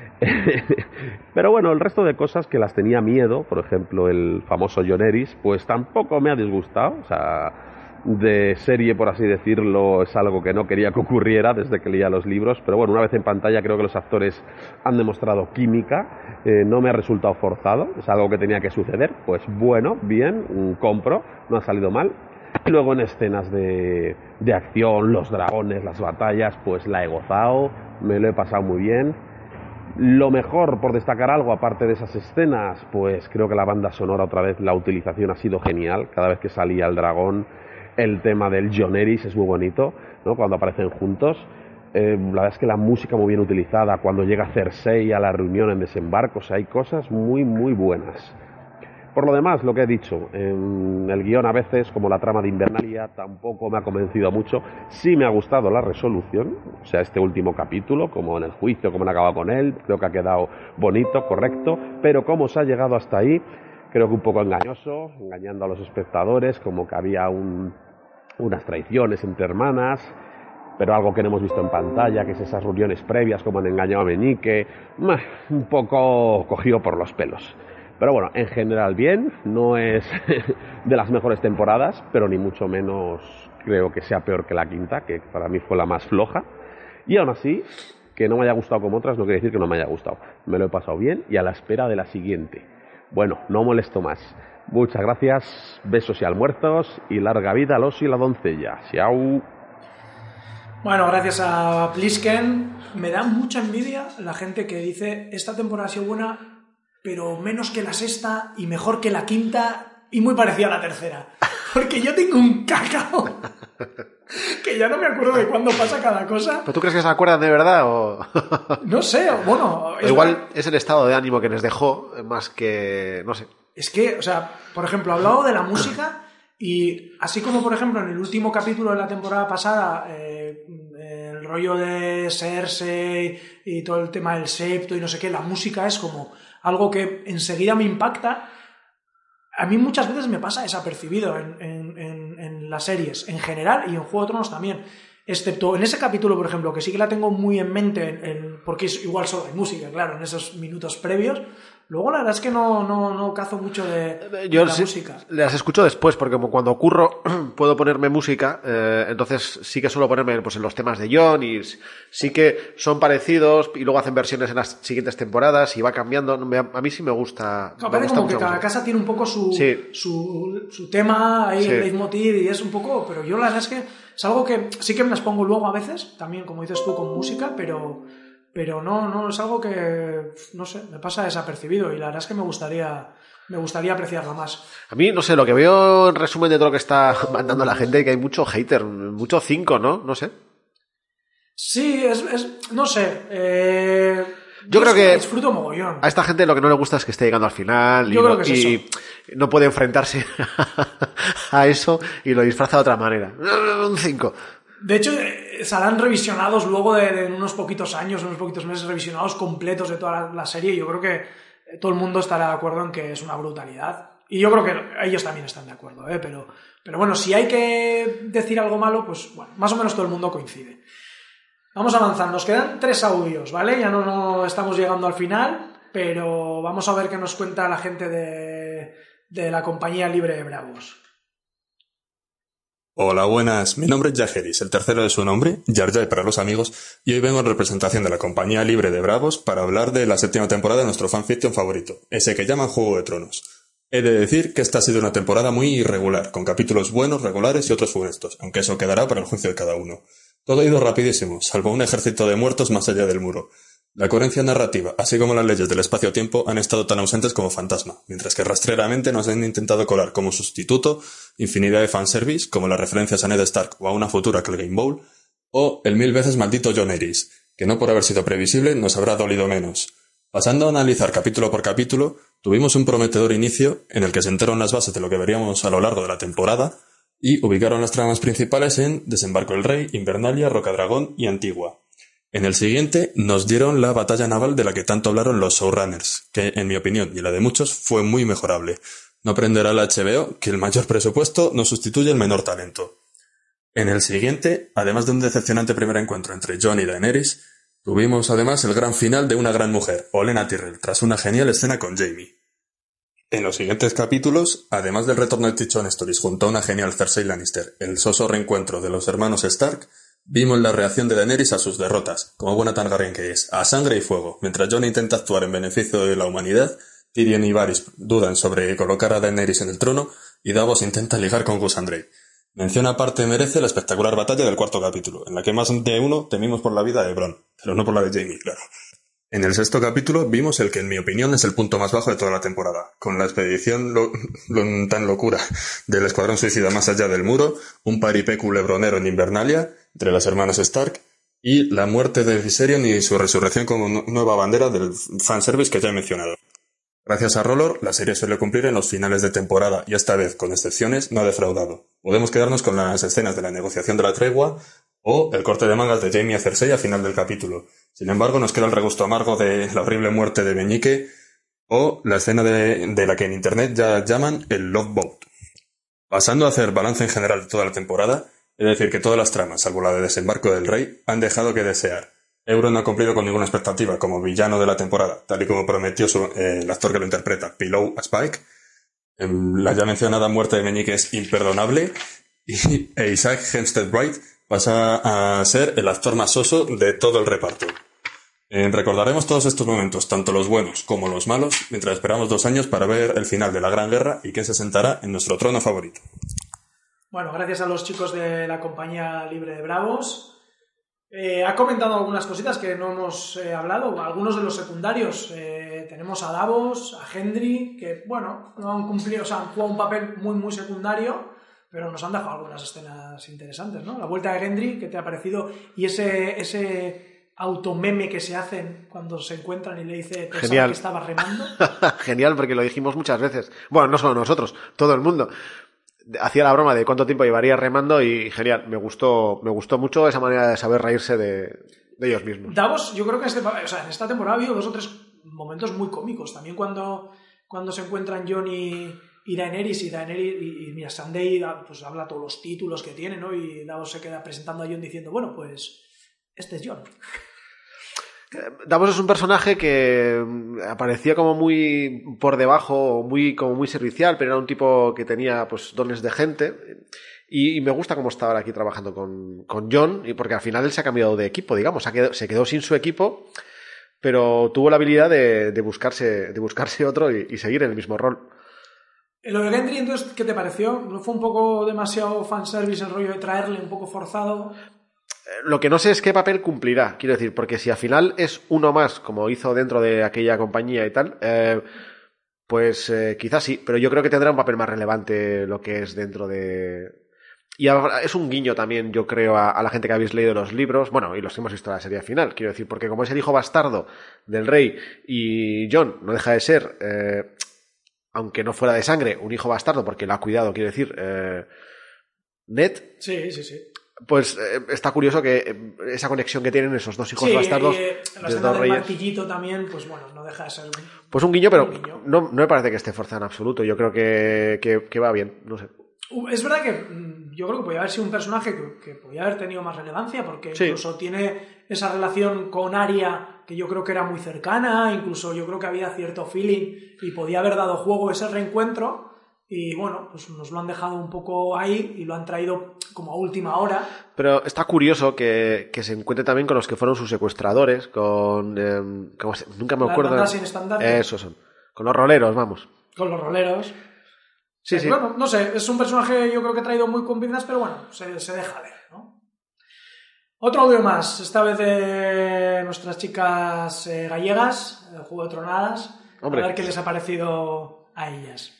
Pero bueno, el resto de cosas que las tenía miedo, por ejemplo, el famoso Jon Eris, pues tampoco me ha disgustado. O sea, de serie, por así decirlo, es algo que no quería que ocurriera desde que leía los libros. Pero bueno, una vez en pantalla creo que los actores han demostrado química. Eh, no me ha resultado forzado, es algo que tenía que suceder. Pues bueno, bien, compro, no ha salido mal. Y luego en escenas de, de acción, los dragones, las batallas, pues la he gozado, me lo he pasado muy bien. Lo mejor, por destacar algo, aparte de esas escenas, pues creo que la banda sonora otra vez, la utilización ha sido genial. Cada vez que salía el dragón, el tema del Jon Eris es muy bonito, ¿no? Cuando aparecen juntos. Eh, la verdad es que la música muy bien utilizada, cuando llega Cersei a la reunión en desembarco, o sea, hay cosas muy, muy buenas. Por lo demás, lo que he dicho, en el guión a veces, como la trama de Invernalia, tampoco me ha convencido mucho. Sí me ha gustado la resolución, o sea, este último capítulo, como en el juicio, como han acabado con él, creo que ha quedado bonito, correcto, pero cómo se ha llegado hasta ahí, creo que un poco engañoso, engañando a los espectadores, como que había un, unas traiciones entre hermanas, pero algo que no hemos visto en pantalla, que es esas reuniones previas, como han engañado a Meñique, un poco cogido por los pelos. Pero bueno, en general bien, no es de las mejores temporadas, pero ni mucho menos creo que sea peor que la quinta, que para mí fue la más floja. Y aún así, que no me haya gustado como otras no quiere decir que no me haya gustado. Me lo he pasado bien y a la espera de la siguiente. Bueno, no molesto más. Muchas gracias, besos y almuerzos y larga vida al oso y la doncella. Chao. Bueno, gracias a Plisken. Me da mucha envidia la gente que dice esta temporada ha sido buena, pero menos que la sexta y mejor que la quinta y muy parecida a la tercera. Porque yo tengo un cacao que ya no me acuerdo de cuándo pasa cada cosa. ¿Pero tú crees que se acuerdan de verdad o...? No sé, bueno... Es igual verdad. Es el estado de ánimo que les dejó, más que... no sé. Es que, o sea, por ejemplo, hablado de la música y así como, por ejemplo, en el último capítulo de la temporada pasada, eh, el rollo de Cersei y todo el tema del septo y no sé qué, la música es como algo que enseguida me impacta. A mí muchas veces me pasa desapercibido en, en, en, en las series, en general, y en Juego de Tronos también. Excepto en ese capítulo, por ejemplo, que sí que la tengo muy en mente, en, en, porque es igual solo hay música, claro, en esos minutos previos. Luego la verdad es que no, no, no cazo mucho de, Yo de la sí, música. Las escucho después, porque como cuando ocurro puedo ponerme música, eh, entonces sí que suelo ponerme pues, en los temas de Jon y sí que son parecidos y luego hacen versiones en las siguientes temporadas y va cambiando. A mí sí me gusta. No, parece como que cada música. Casa tiene un poco su, sí. su, su tema, ahí sí. El leitmotiv y es un poco... Pero yo la verdad es que es algo que sí que me las pongo luego a veces, también como dices tú, con música, pero... Pero no, no, es algo que, no sé, me pasa desapercibido y la verdad es que me gustaría, me gustaría apreciarlo más. A mí, no sé, lo que veo en resumen de todo lo que está mandando la gente, que hay mucho hater, mucho cinco, ¿no? No sé. Sí, es, es no sé, eh... Yo, yo creo que disfruto mogollón. A esta gente lo que no le gusta es que esté llegando al final yo y, creo no, que es y eso. no puede enfrentarse a eso y lo disfraza de otra manera. Un cinco. De hecho, serán revisionados luego de, de unos poquitos años, unos poquitos meses, revisionados completos de toda la, la serie. Yo creo que todo el mundo estará de acuerdo en que es una brutalidad. Y yo creo que ellos también están de acuerdo, ¿eh? Pero, pero bueno, si hay que decir algo malo, pues bueno, más o menos todo el mundo coincide. Vamos a avanzar. Nos quedan tres audios, ¿vale? Ya no, no estamos llegando al final, pero vamos a ver qué nos cuenta la gente de, de la Compañía Libre de Bravos. Hola, buenas. Mi nombre es Yajeris, el tercero de su nombre, Jar Jar para los amigos, y hoy vengo en representación de la Compañía Libre de Bravos para hablar de la séptima temporada de nuestro fanfiction favorito, ese que llaman Juego de Tronos. He de decir que esta ha sido una temporada muy irregular, con capítulos buenos, regulares y otros funestos, aunque eso quedará para el juicio de cada uno. Todo ha ido rapidísimo, salvo un ejército de muertos más allá del muro. La coherencia narrativa, así como las leyes del espacio-tiempo, han estado tan ausentes como fantasma, mientras que rastreramente nos han intentado colar como sustituto infinidad de fanservice, como las referencias a Ned Stark o a una futura Clegane Bowl, o el mil veces maldito Jon Aerys, que no por haber sido previsible nos habrá dolido menos. Pasando a analizar capítulo por capítulo, tuvimos un prometedor inicio en el que sentaron las bases de lo que veríamos a lo largo de la temporada y ubicaron las tramas principales en Desembarco del Rey, Invernalia, Rocadragón y Antigua. En el siguiente nos dieron la batalla naval de la que tanto hablaron los showrunners, que en mi opinión y la de muchos fue muy mejorable. No aprenderá la H B O que el mayor presupuesto no sustituye el menor talento. En el siguiente, además de un decepcionante primer encuentro entre Jon y Daenerys, tuvimos además el gran final de una gran mujer, Olenna Tyrell, tras una genial escena con Jaime. En los siguientes capítulos, además del retorno de Tyrion Stories junto a una genial Cersei Lannister, el soso reencuentro de los hermanos Stark, vimos la reacción de Daenerys a sus derrotas, como buena Targaryen que es, a sangre y fuego. Mientras Jon intenta actuar en beneficio de la humanidad, Tyrion y Varys dudan sobre colocar a Daenerys en el trono y Davos intenta ligar con Gus Andrei. Mención aparte merece la espectacular batalla del cuarto capítulo, en la que más de uno temimos por la vida de Bronn, pero no por la de Jaime, claro. En el sexto capítulo vimos el que en mi opinión es el punto más bajo de toda la temporada, con la expedición lo, lo, tan locura del Escuadrón Suicida más allá del muro, un paripécu lebronero en Invernalia, entre las hermanas Stark, y la muerte de Viserion y su resurrección como nueva bandera del fanservice que ya he mencionado. Gracias a Rollor, la serie suele cumplir en los finales de temporada y esta vez, con excepciones, no ha defraudado. Podemos quedarnos con las escenas de la negociación de la tregua o el corte de mangas de Jaime a Cersei al final del capítulo. Sin embargo, nos queda el regusto amargo de la horrible muerte de Meñique o la escena de, de la que en internet ya llaman el Love Boat. Pasando a hacer balance en general de toda la temporada, es decir que todas las tramas, salvo la de Desembarco del Rey, han dejado que desear. Euron no ha cumplido con ninguna expectativa como villano de la temporada, tal y como prometió su, eh, el actor que lo interpreta, Pillow a Spike. Eh, la ya mencionada muerte de Meñique es imperdonable y e Isaac Hempstead Wright pasa a ser el actor más soso de todo el reparto. Eh, recordaremos todos estos momentos, tanto los buenos como los malos, mientras esperamos dos años para ver el final de la Gran Guerra y quién se sentará en nuestro trono favorito. Bueno, gracias a los chicos de la Compañía Libre de Bravos. Eh, ha comentado algunas cositas que no hemos eh, hablado, algunos de los secundarios. Eh, tenemos a Davos, a Gendry, que, bueno, no han cumplido, o sea, han jugado un papel muy, muy secundario, pero nos han dejado algunas escenas interesantes, ¿no? La vuelta de Gendry, ¿qué te ha parecido? Y ese... ese automeme que se hacen cuando se encuentran y le dice pensaba que estaba remando. Genial, porque lo dijimos muchas veces. Bueno, no solo nosotros, todo el mundo. Hacía la broma de cuánto tiempo llevaría remando y genial, me gustó, me gustó mucho esa manera de saber reírse de, de ellos mismos. Davos, yo creo que este, o sea, en esta temporada ha habido dos o tres momentos muy cómicos. También cuando, cuando se encuentran Jon y, y Daenerys y Daenerys y, y mira, Sunday pues habla todos los títulos que tiene, ¿no? Y Davos se queda presentando a Jon diciendo, bueno, pues este es Jon. Davos es un personaje que aparecía como muy por debajo, muy como muy servicial, pero era un tipo que tenía pues dones de gente y, y me gusta cómo está ahora aquí trabajando con, con Jon, y porque al final él se ha cambiado de equipo, digamos, se quedó, se quedó sin su equipo, pero tuvo la habilidad de, de buscarse de buscarse otro y, y seguir en el mismo rol. Lo de Gendry, entonces, ¿qué te pareció? ¿No fue un poco demasiado fanservice el rollo de traerle un poco forzado? Lo que no sé es qué papel cumplirá, quiero decir, porque si al final es uno más, como hizo dentro de aquella compañía y tal, eh, pues eh, quizás sí, pero yo creo que tendrá un papel más relevante lo que es dentro de... Y es un guiño también, yo creo, a, a la gente que habéis leído los libros, bueno, y los que hemos visto en la serie final, quiero decir, porque como es el hijo bastardo del rey y Jon no deja de ser, eh, aunque no fuera de sangre, un hijo bastardo, porque lo ha cuidado, quiero decir, eh, Ned. Sí, sí, sí. Pues eh, está curioso que eh, esa conexión que tienen esos dos hijos sí, bastardos. Y, eh, la escena del martillito también, pues bueno, no deja de ser un... Pues un guiño, pero un guiño. No, no me parece que esté forzado en absoluto. Yo creo que, que, que va bien, no sé. Es verdad que yo creo que podría haber sido un personaje que, que podría haber tenido más relevancia, porque sí. Incluso tiene esa relación con Arya, que yo creo que era muy cercana, incluso yo creo que había cierto feeling y podía haber dado juego ese reencuentro. Y bueno, pues nos lo han dejado un poco ahí y lo han traído como a última hora. Pero está curioso que, que se encuentre también con los que fueron sus secuestradores, con... Eh, ¿cómo se? Nunca me la acuerdo. Hermandad sin estandarte. Esos son. Con los roleros, vamos. Con los roleros. Sí, eh, sí. Bueno, no sé, es un personaje yo creo que ha traído muy con pinzas, pero bueno, se, se deja ver, ¿no? Otro audio más, esta vez de nuestras chicas eh, gallegas, del Juego de Tronadas. Hombre. A ver qué les ha parecido a ellas.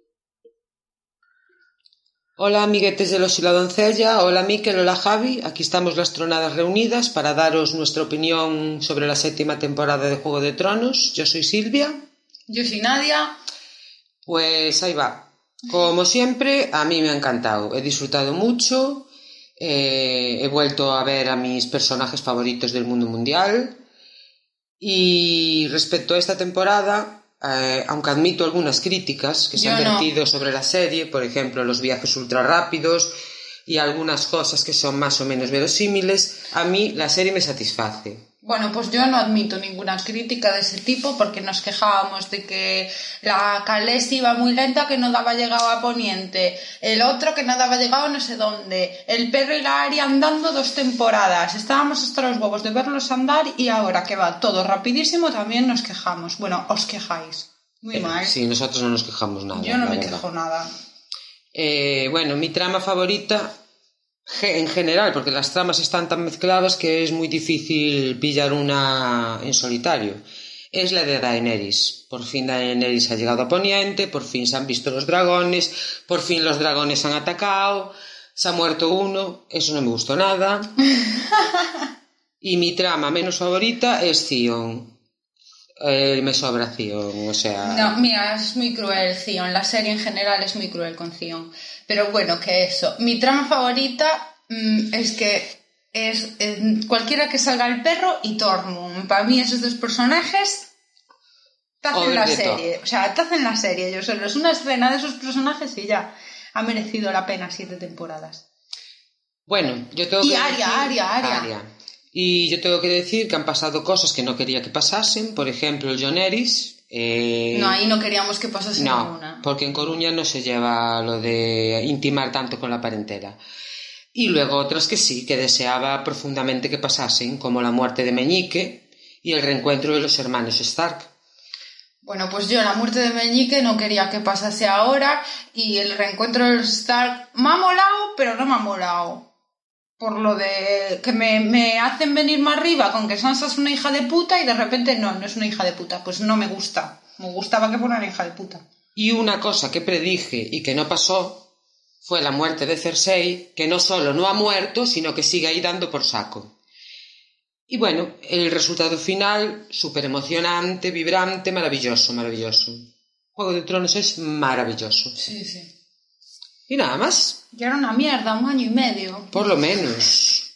Hola amiguetes de Los y la Doncella, hola Miquel, hola Javi, aquí estamos las tronadas reunidas para daros nuestra opinión sobre la séptima temporada de Juego de Tronos. Yo soy Silvia. Yo soy Nadia. Pues ahí va. Como siempre, a mí me ha encantado, he disfrutado mucho, eh, he vuelto a ver a mis personajes favoritos del mundo mundial y respecto a esta temporada... Eh, aunque admito algunas críticas que se Yo han vertido no. sobre la serie, por ejemplo los viajes ultra rápidos y algunas cosas que son más o menos verosímiles, a mí la serie me satisface. Bueno, pues yo no admito ninguna crítica de ese tipo porque nos quejábamos de que la Khaleesi iba muy lenta, que no daba llegado a Poniente, el otro que no daba llegado no sé dónde, el perro y la Arya andando dos temporadas, estábamos hasta los huevos de verlos andar y ahora que va todo rapidísimo también nos quejamos. Bueno, os quejáis. Muy eh, mal. Sí, nosotros no nos quejamos nada. Yo no me verdad. quejo nada. Eh, bueno, mi trama favorita... en general, porque las tramas están tan mezcladas que es muy difícil pillar una en solitario, es la de Daenerys. Por fin Daenerys ha llegado a Poniente, por fin se han visto los dragones, por fin los dragones han atacado, se ha muerto uno, eso no me gustó nada. Y mi trama menos favorita es Theon. Eh, me sobra Theon, o sea... No, mira, es muy cruel Theon, la serie en general es muy cruel con Theon. Pero bueno, que eso. Mi trama favorita mmm, es que es eh, cualquiera que salga el perro y Tormund. Para mí esos dos personajes te hacen la serie. O sea, te hacen la serie. Yo solo es una escena de esos personajes y ya ha merecido la pena siete temporadas. Bueno, yo tengo y que Arya, decir... Arya, Arya, Arya. Y yo tengo que decir que han pasado cosas que no quería que pasasen. Por ejemplo, el Joneris... Eh, no, ahí no queríamos que pasase no, ninguna. Porque en Coruña no se lleva lo de intimar tanto con la parentela. Y luego otras que sí, que deseaba profundamente que pasasen, como la muerte de Meñique y el reencuentro de los hermanos Stark. Bueno, pues yo la muerte de Meñique no quería que pasase ahora, y el reencuentro de los Stark me ha molado, pero no me ha molado. Por lo de que me, me hacen venir más arriba con que Sansa es una hija de puta y de repente no, no es una hija de puta. Pues no me gusta. Me gustaba que fuera una hija de puta. Y una cosa que predije y que no pasó fue la muerte de Cersei, que no solo no ha muerto, sino que sigue ahí dando por saco. Y bueno, el resultado final, súper emocionante, vibrante, maravilloso, maravilloso. Juego de Tronos es maravilloso. Sí, sí. Y nada más. Ya era una mierda, un año y medio. Por lo menos.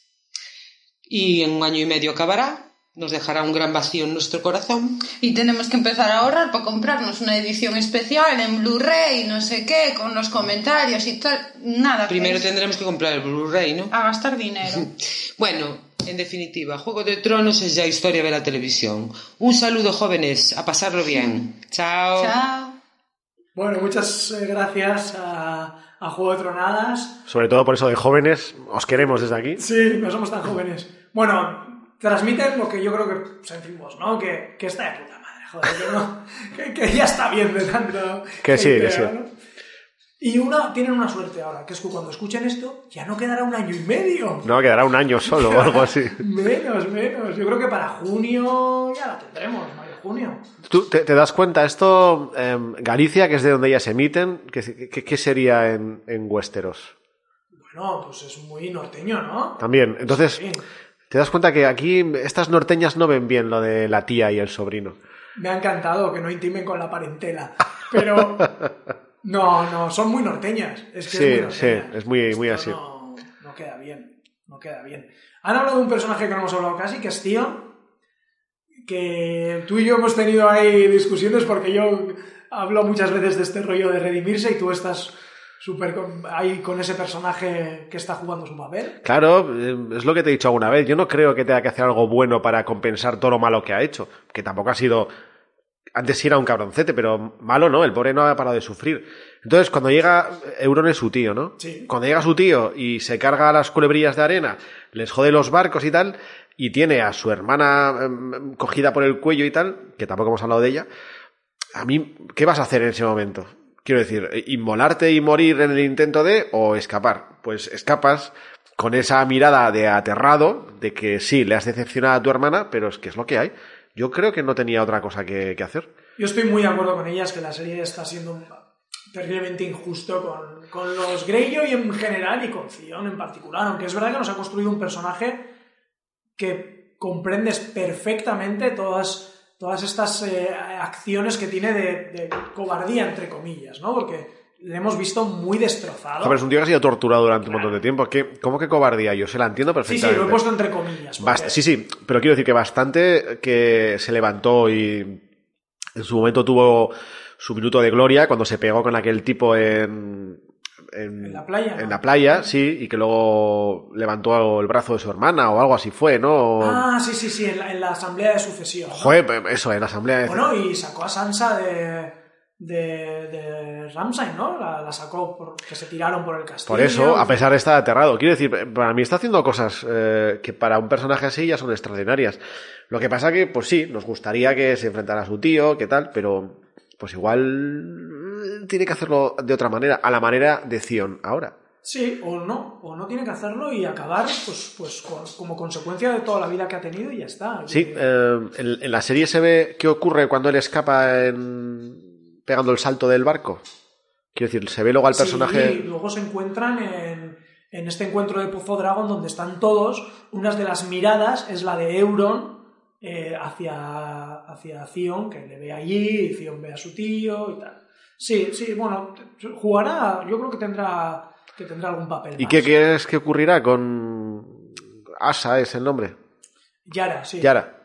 Y en un año y medio acabará. Nos dejará un gran vacío en nuestro corazón. Y tenemos que empezar a ahorrar para comprarnos una edición especial en Blu-ray, no sé qué, con los comentarios y tal. Nada. Primero que tendremos que comprar el Blu-ray, ¿no? A gastar dinero. Bueno... En definitiva, Juego de Tronos es ya historia de la televisión. Un saludo, jóvenes, a pasarlo bien. Chao. Chao. Bueno, muchas gracias a, a Juego de Tronadas. Sobre todo por eso de jóvenes, os queremos desde aquí. Sí, no somos tan jóvenes. Bueno, transmiten lo que yo creo que sentimos, ¿no? Que, que está de puta madre, joder, que, no, que, que ya está bien de tanto... Que sí, que sí. ¿no? Y una, tienen una suerte ahora, que es que cuando escuchen esto, ya no quedará un año y medio. No, quedará un año solo o algo así. Menos, menos. Yo creo que para junio ya la tendremos, mayo, junio. ¿Tú te, te das cuenta? Esto, eh, Galicia, que es de donde ellas emiten, ¿qué, qué, qué sería en, en Westeros? Bueno, pues es muy norteño, ¿no? También. Entonces, sí. ¿Te das cuenta que aquí estas norteñas no ven bien lo de la tía y el sobrino? Me ha encantado que no intimen con la parentela, pero... No, no, son muy norteñas. Es que sí, es muy norteña. sí, es muy, muy así. No, no queda bien, no queda bien. Han hablado de un personaje que no hemos hablado casi, que es Theon, que tú y yo hemos tenido ahí discusiones porque yo hablo muchas veces de este rollo de redimirse y tú estás súper con, ahí con ese personaje que está jugando su papel. Claro, es lo que te he dicho alguna vez. Yo no creo que tenga que hacer algo bueno para compensar todo lo malo que ha hecho, que tampoco ha sido... Antes sí era un cabroncete, pero malo no, el pobre no ha parado de sufrir. Entonces, cuando llega... Euron es su tío, ¿no? Sí. Cuando llega su tío y se carga las culebrillas de arena, les jode los barcos y tal, y tiene a su hermana eh, cogida por el cuello y tal, que tampoco hemos hablado de ella, a mí, ¿qué vas a hacer en ese momento? Quiero decir, ¿inmolarte y morir en el intento de... o escapar? Pues escapas con esa mirada de aterrado, de que sí, le has decepcionado a tu hermana, pero es que es lo que hay. Yo creo que no tenía otra cosa que, que hacer. Yo estoy muy de acuerdo con ellas que la serie está siendo terriblemente injusto con, con los Greyjoy en general y con Theon en particular, aunque es verdad que nos ha construido un personaje que comprendes perfectamente todas, todas estas eh, acciones que tiene de, de cobardía, entre comillas, ¿no? Porque le hemos visto muy destrozado. Joder, es un tío que ha sido torturado durante un montón de tiempo. ¿Qué, ¿Cómo que cobardía? Yo se la entiendo perfectamente. Sí, sí, lo he puesto entre comillas. Porque... Bast- sí, sí, pero quiero decir que bastante que se levantó y en su momento tuvo su minuto de gloria cuando se pegó con aquel tipo en... En, en la playa. En ¿no? la playa, sí, y que luego levantó el brazo de su hermana o algo así fue, ¿no? Ah, sí, sí, sí, en la, en la asamblea de sucesión. ¿no? Joder, eso, en la asamblea de... Bueno, y sacó a Sansa de... de, de Ramsay, ¿no? La, la sacó porque se tiraron por el castillo. Por eso, a pesar de estar aterrado. Quiero decir, para mí está haciendo cosas eh, que para un personaje así ya son extraordinarias. Lo que pasa que, pues sí, nos gustaría que se enfrentara a su tío, que tal, pero pues igual tiene que hacerlo de otra manera, a la manera de Theon ahora. Sí, o no, o no tiene que hacerlo y acabar pues, pues con, como consecuencia de toda la vida que ha tenido y ya está. Sí, eh, en, en la serie se ve qué ocurre cuando él escapa en... pegando el salto del barco. Quiero decir, se ve luego al personaje... Sí, y luego se encuentran en, en este encuentro de Pozo Dragon donde están todos. Una de las miradas es la de Euron eh, hacia, hacia Theon, que le ve allí, y Theon ve a su tío y tal. Sí, sí, bueno, jugará, yo creo que tendrá, que tendrá algún papel ¿Y más. qué crees que ocurrirá con... Asa es el nombre? Yara, sí. Yara.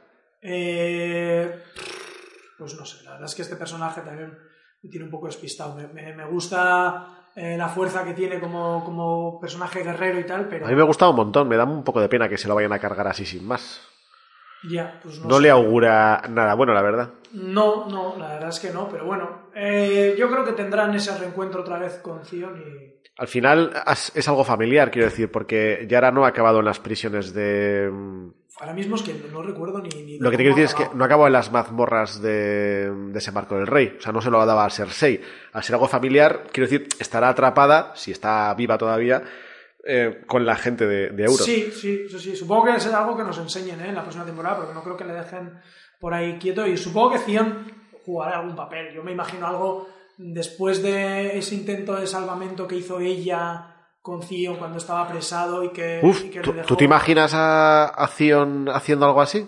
Eh... Pues no sé, la verdad es que este personaje también me tiene un poco despistado. Me, me, me gusta eh, la fuerza que tiene como, como personaje guerrero y tal, pero... A mí me ha gustado un montón, me da un poco de pena que se lo vayan a cargar así sin más. Ya, pues no, no sé. le augura nada bueno, la verdad. No, no, la verdad es que no, pero bueno, eh, yo creo que tendrán ese reencuentro otra vez con Theon y... Al final es algo familiar, quiero decir, porque Yara no ha acabado en las prisiones de... Ahora mismo es que no recuerdo ni... ni Lo que te quiero decir es que no acabó en las mazmorras de Desembarco del Rey, o sea, no se lo daba a Cersei. Al ser algo familiar, quiero decir, estará atrapada, si está viva todavía, eh, con la gente de, de Euron. Sí, sí, eso sí, supongo que es algo que nos enseñen ¿eh? en la próxima temporada, porque no creo que le dejen por ahí quieto, y supongo que Theon jugará algún papel. Yo me imagino algo después de ese intento de salvamento que hizo ella con Theon cuando estaba apresado y que, Uf, y que ¿tú, le dejó... ¿tú te imaginas a, a Theon haciendo algo así?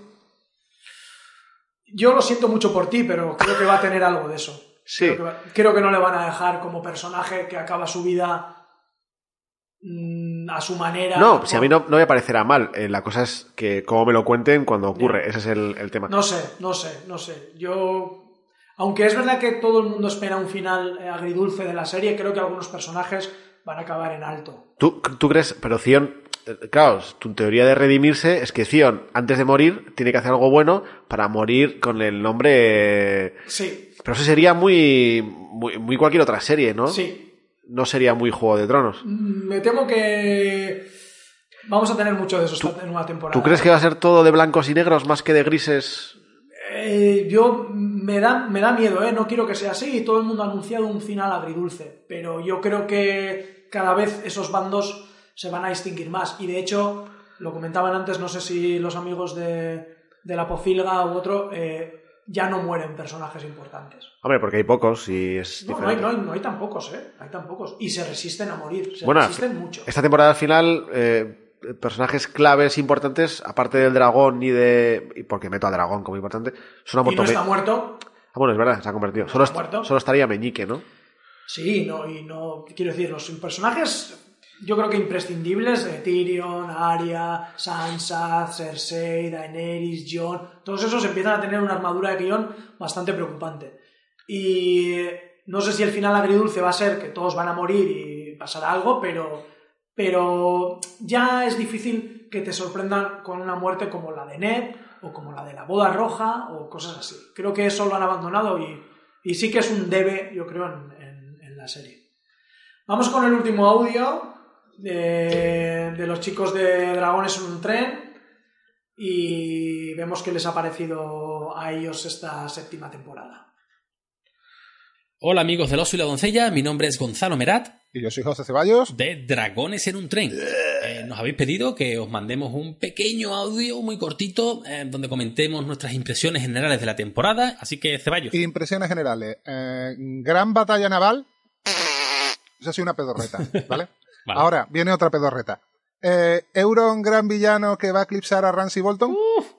Yo lo siento mucho por ti, pero creo que va a tener algo de eso. Sí. Creo que, va, creo que no le van a dejar como personaje que acaba su vida mmm, a su manera. No, si a mí no, no me parecerá mal. Eh, la cosa es que cómo me lo cuenten cuando ocurre. Yeah. Ese es el, el tema. No sé, no sé, no sé. Yo... Aunque es verdad que todo el mundo espera un final agridulce de la serie, creo que algunos personajes van a acabar en alto. ¿Tú, tú crees? Pero Theon, claro, tu teoría de redimirse es que Theon, antes de morir, tiene que hacer algo bueno para morir con el nombre... Sí. Pero eso sería muy, muy, muy cualquier otra serie, ¿no? Sí. No sería muy Juego de Tronos. Me temo que vamos a tener mucho de eso esta nueva temporada. ¿Tú crees que va a ser todo de blancos y negros más que de grises? Eh, yo me da, me da miedo, ¿eh? No quiero que sea así y todo el mundo ha anunciado un final agridulce, pero yo creo que cada vez esos bandos se van a distinguir más y de hecho, lo comentaban antes, no sé si los amigos de, de la Pocilga u otro, eh, ya no mueren personajes importantes. Hombre, porque hay pocos y es no, diferente. No hay, no, hay, no hay tan pocos, ¿eh? Hay tan pocos y se resisten a morir, se bueno, resisten mucho. Esta temporada al final... Eh... personajes claves importantes, aparte del dragón y de... y porque meto al dragón como importante, solo ha muerto... ¿Y no está muerto? Ah, bueno, es verdad, se ha convertido. ¿No solo, está muerto? Solo estaría Meñique, ¿no? Sí, no, y no... Quiero decir, los personajes yo creo que imprescindibles, de Tyrion, Arya, Sansa, Cersei, Daenerys, Jon... Todos esos empiezan a tener una armadura de guión bastante preocupante. Y no sé si el final agridulce va a ser que todos van a morir y pasará algo, pero... Pero ya es difícil que te sorprendan con una muerte como la de Ned o como la de la boda roja o cosas así. Creo que eso lo han abandonado y, y sí que es un debe, yo creo, en, en, en la serie. Vamos con el último audio de, de los chicos de Dragones en un tren y vemos qué les ha parecido a ellos esta séptima temporada. Hola amigos del Oso y la Doncella, mi nombre es Gonzalo Merat. Y yo soy José Ceballos. De Dragones en un tren. Eh, nos habéis pedido que os mandemos un pequeño audio muy cortito eh, donde comentemos nuestras impresiones generales de la temporada. Así que, Ceballos. Impresiones generales. Eh, gran batalla naval. Esa ha sido una pedorreta, ¿vale? Vale. Ahora, viene otra pedorreta. Eh, Euron, gran villano que va a eclipsar a Ramsay Bolton. Uf.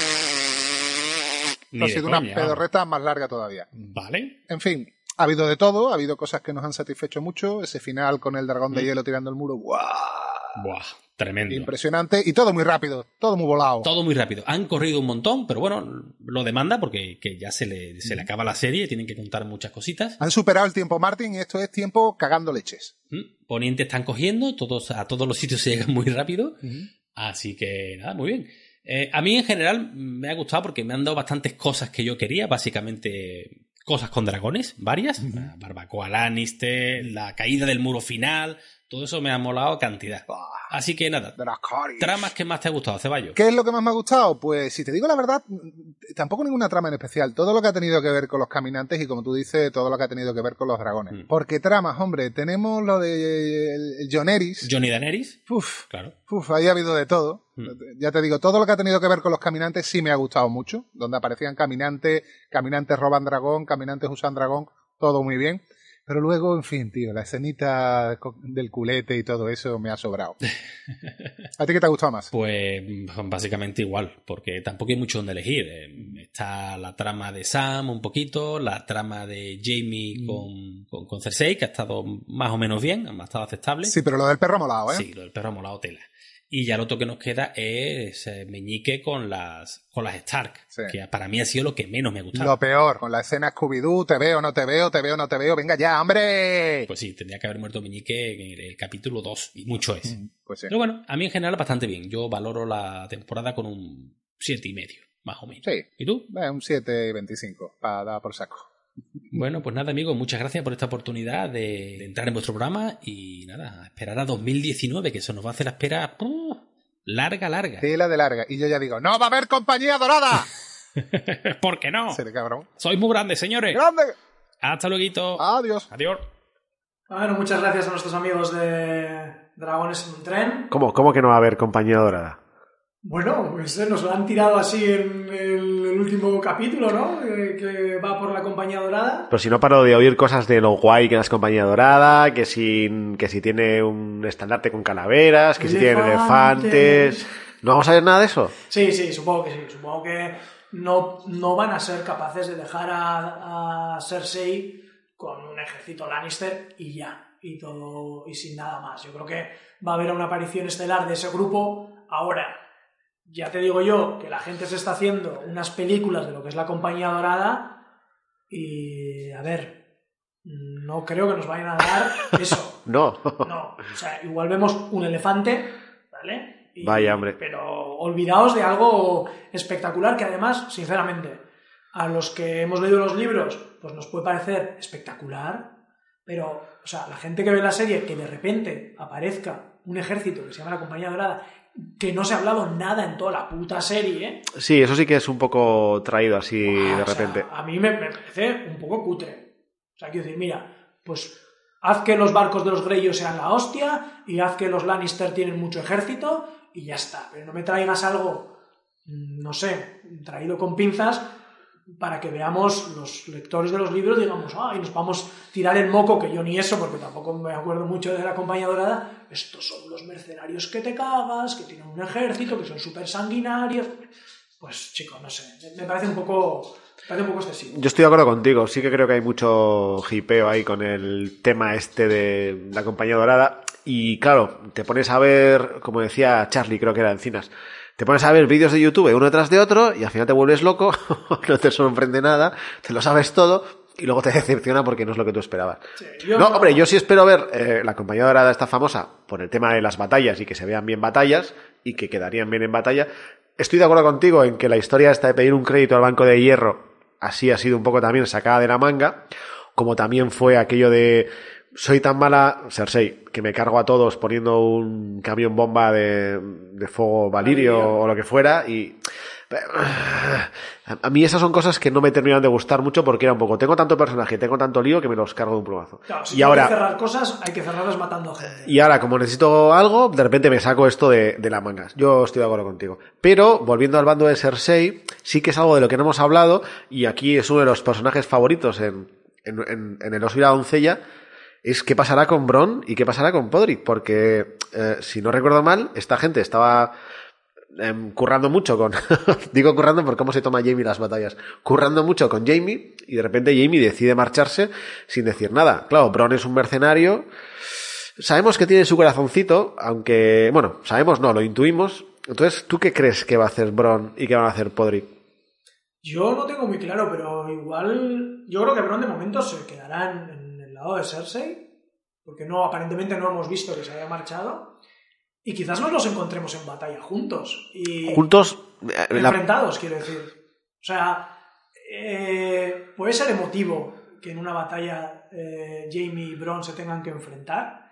Ha sido una pedorreta más larga todavía. Vale. En fin. Ha habido de todo, ha habido cosas que nos han satisfecho mucho. Ese final con el dragón de mm. hielo tirando el muro. ¡Guau! ¡Buah! Tremendo. Impresionante y todo muy rápido, todo muy volado. Todo muy rápido. Han corrido un montón, pero bueno, lo demanda porque que ya se le, se le acaba la serie, tienen que contar muchas cositas. Han superado el tiempo Martin y esto es tiempo cagando leches. Mm. Poniente están cogiendo, todos a todos los sitios se llegan muy rápido. Mm. Así que nada, muy bien. Eh, a mí en general me ha gustado porque me han dado bastantes cosas que yo quería, básicamente... Cosas con dragones, varias. Uh-huh. La barbacoa Lannister, la caída del muro final. Todo eso me ha molado cantidad. Oh, Así que nada. Dracarys. ¿Tramas que más te ha gustado, Ceballos? ¿Qué es lo que más me ha gustado? Pues si te digo la verdad, tampoco ninguna trama en especial. Todo lo que ha tenido que ver con los caminantes y, como tú dices, todo lo que ha tenido que ver con los dragones. Mm. Porque tramas, hombre, tenemos lo de el Joneris. Johnny Daenerys. Uf, claro. Uf, ahí ha habido de todo. Mm. Ya te digo, todo lo que ha tenido que ver con los caminantes sí me ha gustado mucho. Donde aparecían caminantes, caminantes roban dragón, caminantes usan dragón, todo muy bien. Pero luego, en fin, tío, la escenita del culete y todo eso me ha sobrado. ¿A ti qué te ha gustado más? Pues básicamente igual, porque tampoco hay mucho donde elegir. Está la trama de Sam un poquito, la trama de Jaime mm. con, con, con Cersei, que ha estado más o menos bien, ha estado aceptable. Sí, pero lo del perro ha molado, ¿eh? Sí, lo del perro ha molado tela. Y ya lo otro que nos queda es eh, Meñique con las con las Stark, sí. Que para mí ha sido lo que menos me ha gustado. Lo peor, con la escena Scooby-Doo, te veo, no te veo, te veo, no te veo, venga ya, hombre. Pues sí, tendría que haber muerto Meñique en el, el capítulo dos, y mucho es. Mm, pues sí. Pero bueno, a mí en general bastante bien. Yo valoro la temporada con un siete y medio. Más o menos. Sí. ¿Y tú? Eh, un siete y veinticinco, para dar por saco. Bueno, pues nada, amigos, muchas gracias por esta oportunidad de, de entrar en vuestro programa y nada, a esperar a dos mil diecinueve, que eso nos va a hacer la espera uh, larga, larga. Tela de larga. Y yo ya digo, ¡no va a haber compañía dorada! ¿Por qué no? Seré cabrón. Sois muy grandes, señores. ¡Grande! Hasta luego. Adiós. Adiós. Bueno, muchas gracias a nuestros amigos de Dragones en un tren. ¿Cómo, cómo que no va a haber compañía dorada? Bueno, pues nos lo han tirado así en el, el último capítulo, ¿no? Que, que va por la compañía dorada. Pero si no paro de oír cosas de lo guay que es compañía dorada, que si, que si tiene un estandarte con calaveras, que Elefantes. si tiene elefantes... ¿No vamos a ver nada de eso? Sí, sí, supongo que sí. Supongo que no, no van a ser capaces de dejar a, a Cersei con un ejército Lannister y ya. Y todo, y sin nada más. Yo creo que va a haber una aparición estelar de ese grupo ahora. Ya te digo yo que la gente se está haciendo unas películas de lo que es la compañía dorada y, a ver, no creo que nos vayan a dar eso. No. No, o sea, igual vemos un elefante, ¿vale? Y, Vaya, hombre. Pero olvidaos de algo espectacular que además, sinceramente, a los que hemos leído los libros, pues nos puede parecer espectacular, pero, o sea, la gente que ve la serie, que de repente aparezca un ejército que se llama la compañía dorada, que no se ha hablado nada en toda la puta serie, ¿eh? Sí, eso sí que es un poco traído así Ah, de o sea, repente. a mí me, me parece un poco cutre. O sea, quiero decir, mira, pues haz que los barcos de los Greyjoy sean la hostia y haz que los Lannister tienen mucho ejército y ya está. Pero no me traigas algo, no sé, traído con pinzas para que veamos los lectores de los libros, digamos, ah, y nos vamos a tirar el moco, que yo ni eso, porque tampoco me acuerdo mucho de la compañía dorada. Estos son los mercenarios que te cagas, que tienen un ejército, que son súper sanguinarios. Pues, chico, no sé, me parece un poco, me parece un poco excesivo. Yo estoy de acuerdo contigo, sí que creo que hay mucho hipeo ahí con el tema este de la compañía dorada. Y claro, te pones a ver, como decía Charlie, creo que era Encinas, te pones a ver vídeos de YouTube uno detrás de otro y al final te vuelves loco, no te sorprende nada, te lo sabes todo y luego te decepciona porque no es lo que tú esperabas. Sí, No, no, hombre, yo sí espero ver eh, la compañía dorada esta famosa por el tema de las batallas y que se vean bien batallas y que quedarían bien en batalla. Estoy de acuerdo contigo en que la historia esta de pedir un crédito al Banco de Hierro así ha sido un poco también sacada de la manga, como también fue aquello de soy tan mala, Cersei, que me cargo a todos poniendo un camión bomba de, de fuego valirio o lo que fuera y a mí esas son cosas que no me terminan de gustar mucho porque era un poco, tengo tanto personaje, tengo tanto lío que me los cargo de un plumazo. Claro, si y ahora, hay que cerrar cosas, hay que cerrarlas matando gente. y ahora, como necesito algo, de repente me saco esto de, de las mangas. Yo estoy de acuerdo contigo. Pero, volviendo al bando de Cersei, sí que es algo de lo que no hemos hablado y aquí es uno de los personajes favoritos en, en, en, en el Oso y la Doncella, es qué pasará con Bronn y qué pasará con Podrick, porque eh, si no recuerdo mal, esta gente estaba eh, currando mucho con... digo currando por cómo se toma Jaime las batallas. Currando mucho con Jaime y de repente Jaime decide marcharse sin decir nada. Claro, Bronn es un mercenario, sabemos que tiene su corazoncito, aunque... Bueno, sabemos no, lo intuimos. Entonces, ¿tú qué crees que va a hacer Bronn y qué van a hacer Podrick? Yo no tengo muy claro, pero igual... Yo creo que Bronn de momento se quedará en de Cersei, porque no, aparentemente no hemos visto que se haya marchado, y quizás nos los encontremos en batalla juntos y juntos enfrentados, la... quiero decir, o sea, eh, puede ser emotivo que en una batalla eh, Jaime y Bronn se tengan que enfrentar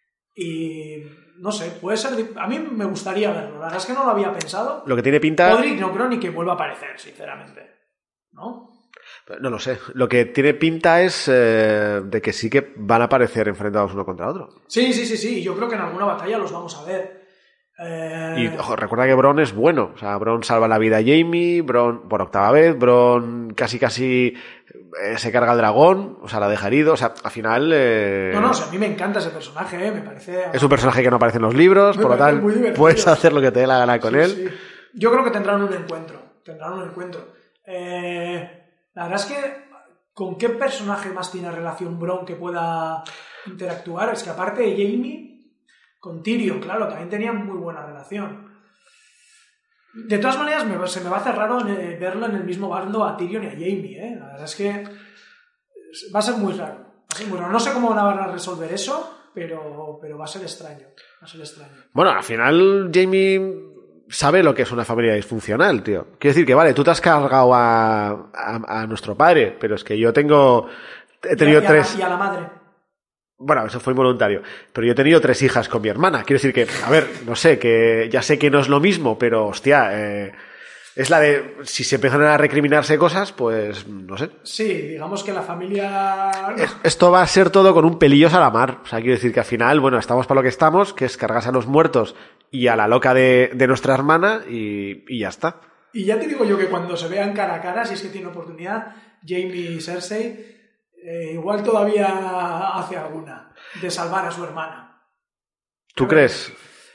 y no sé, puede ser, a mí me gustaría verlo, la verdad es que no lo había pensado. Lo que tiene pinta... Podrick no creo ni que vuelva a aparecer, sinceramente, ¿no? No lo sé. Lo que tiene pinta es eh, de que sí que van a aparecer enfrentados uno contra otro. Sí, sí, sí, sí. Yo creo que en alguna batalla los vamos a ver. Eh... Y ojo, recuerda que Bronn es bueno. O sea, Bronn salva la vida a Jaime, Bronn por octava vez, Bronn casi casi eh, se carga al dragón, o sea, la deja herido. O sea, al final... Eh... No, no, o sea, a mí me encanta ese personaje, ¿eh? Me parece... Es un personaje que no aparece en los libros, me por lo tal puedes hacer lo que te dé la gana con sí, él. Sí. Yo creo que tendrán un encuentro. Tendrán un encuentro. Eh... La verdad es que ¿con qué personaje más tiene relación Bronn que pueda interactuar? Es que aparte de Jaime, con Tyrion, claro, también tenían muy buena relación. De todas maneras, me, se me va a hacer raro verlo en el mismo bando a Tyrion y a Jaime, ¿eh? La verdad es que va a ser muy raro. Va a ser muy raro. No sé cómo van a resolver eso, pero, pero va a ser extraño. Va a ser extraño. Bueno, al final Jaime sabe lo que es una familia disfuncional, tío. Quiero decir que, vale, tú te has cargado a, a, a nuestro padre, pero es que yo tengo... He tenido y a, y a tres... La, y a la madre. Bueno, eso fue involuntario. Pero yo he tenido tres hijas con mi hermana. Quiero decir que, a ver, no sé, que ya sé que no es lo mismo, pero, hostia, eh, es la de... Si se empiezan a recriminarse cosas, pues, no sé. Sí, digamos que la familia... Es, esto va a ser todo con un pelillos a la mar. O sea, quiero decir que al final, bueno, estamos para lo que estamos, que es cargarse a los muertos y a la loca de, de nuestra hermana y, y ya está. Y ya te digo yo que cuando se vean cara a cara, si es que tiene oportunidad, Jaime y Cersei, eh, igual todavía hace alguna de salvar a su hermana. ¿Tú crees?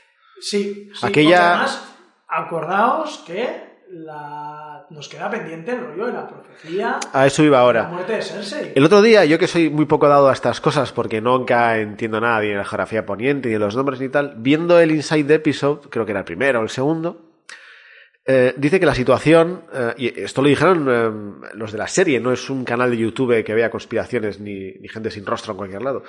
Sí, sí. Aquella... Además, acordaos que la... nos queda pendiente el rollo de la profecía. A eso iba ahora. La muerte de Cersei. El otro día, yo que soy muy poco dado a estas cosas porque nunca entiendo nada ni de la geografía poniente ni de los nombres ni tal, viendo el Inside Episode, creo que era el primero o el segundo, eh, dice que la situación, eh, y esto lo dijeron eh, los de la serie, no es un canal de YouTube que vea conspiraciones ni, ni gente sin rostro en cualquier lado.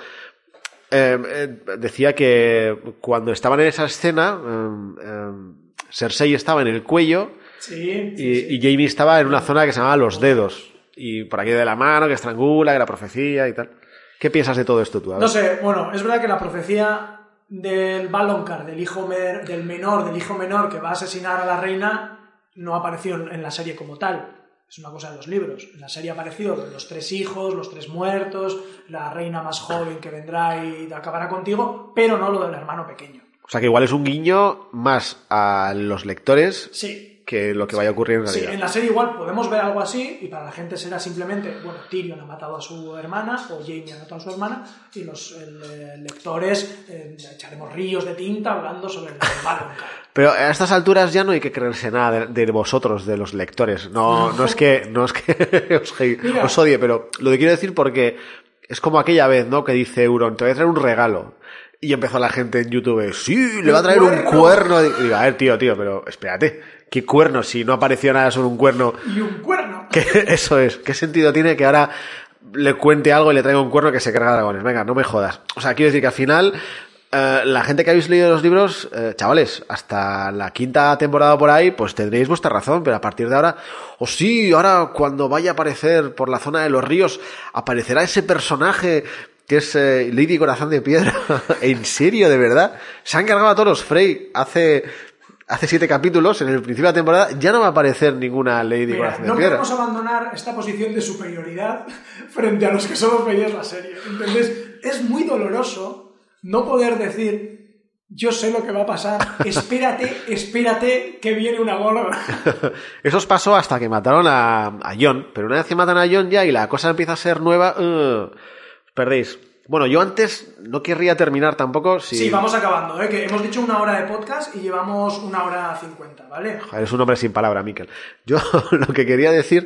Eh, eh, decía que cuando estaban en esa escena, eh, eh, Cersei estaba en el cuello. Sí, sí, y, sí. y Jaime estaba en una zona que se llamaba los dedos. Y por aquí de la mano, que estrangula, que la profecía y tal. ¿Qué piensas de todo esto tú? A ver. No sé, bueno, es verdad que la profecía del Valonqar, del hijo mer, del menor, del hijo menor que va a asesinar a la reina, no apareció en la serie como tal. Es una cosa de los libros. En la serie ha aparecido los tres hijos, los tres muertos, la reina más joven que vendrá y acabará contigo, pero no lo del hermano pequeño. O sea que igual es un guiño más a los lectores. Sí. Que lo que vaya a ocurrir en realidad. Sí, en la serie igual podemos ver algo así y para la gente será simplemente, bueno, Tyrion ha matado a su hermana o Jaime ha matado a su hermana y los eh, lectores eh, echaremos ríos de tinta hablando sobre el Valonqar. Pero a estas alturas ya no hay que creerse nada de, de vosotros, de los lectores. No, no. no es que, no es que os, os odie, pero lo que quiero decir porque es como aquella vez, ¿no? Que dice Euron, te voy a traer un regalo. Y empezó la gente en YouTube, sí, le va a traer un cuerno. Y digo, a ver, tío, tío, pero espérate, ¿qué cuerno? Si no apareció nada sobre un cuerno. Y un cuerno. ¿Qué, eso es, ¿qué sentido tiene que ahora le cuente algo y le traiga un cuerno que se carga dragones? Venga, no me jodas. O sea, quiero decir que al final, eh, la gente que habéis leído los libros, eh, chavales, hasta la quinta temporada por ahí, pues tendréis vuestra razón, pero a partir de ahora, o oh, sí, ahora cuando vaya a aparecer por la zona de los ríos, aparecerá ese personaje que es eh, Lady Corazón de Piedra. ¿En serio, de verdad? Se han cargado a todos los Frey hace, hace siete capítulos, en el principio de la temporada, ya no va a aparecer ninguna Lady Mira, Corazón no de Piedra. No podemos abandonar esta posición de superioridad frente a los que solo veíais la serie. Entonces, es muy doloroso no poder decir, yo sé lo que va a pasar, espérate, espérate, que viene una gorda. Eso os pasó hasta que mataron a, a Jon, pero una vez que matan a Jon ya y la cosa empieza a ser nueva... Uh, perdéis. Bueno, yo antes no querría terminar tampoco si... Sí, vamos acabando, ¿eh? Que hemos dicho una hora de podcast y llevamos una hora cincuenta, ¿vale? Joder, es un hombre sin palabra, Miquel. Yo lo que quería decir...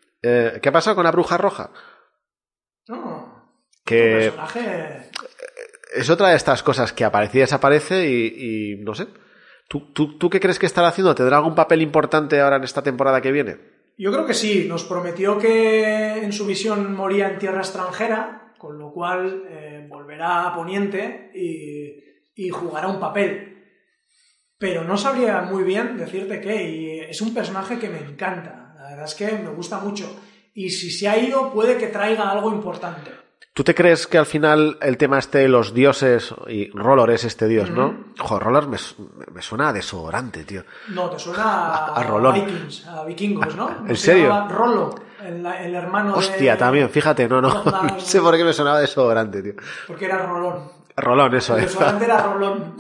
Eh, ¿Qué ha pasado con la bruja roja? No, que un personaje... Es otra de estas cosas que aparece y desaparece y, y no sé. ¿Tú, tú, ¿Tú qué crees que estará haciendo? ¿Tendrá algún papel importante ahora en esta temporada que viene? Yo creo que sí. Nos prometió que en su visión moría en tierra extranjera, con lo cual eh, volverá a Poniente y, y jugará un papel. Pero no sabría muy bien decirte qué, y es un personaje que me encanta. La verdad es que me gusta mucho. Y si se ha ido, puede que traiga algo importante. ¿Tú te crees que al final el tema este de los dioses, y Rolor es este dios, ¿no? Mm-hmm. Joder, Rolor me, me suena a desodorante, tío. No, te suena a, a, a Rolón. Vikings, a vikingos, ¿no? ¿En serio? Rolo, el, el hermano Hostia, de... Hostia, también, fíjate, no, no, no, no sé por qué me sonaba desodorante, tío. Porque era Rolón. Rolón, eso es. El desodorante era Rolón.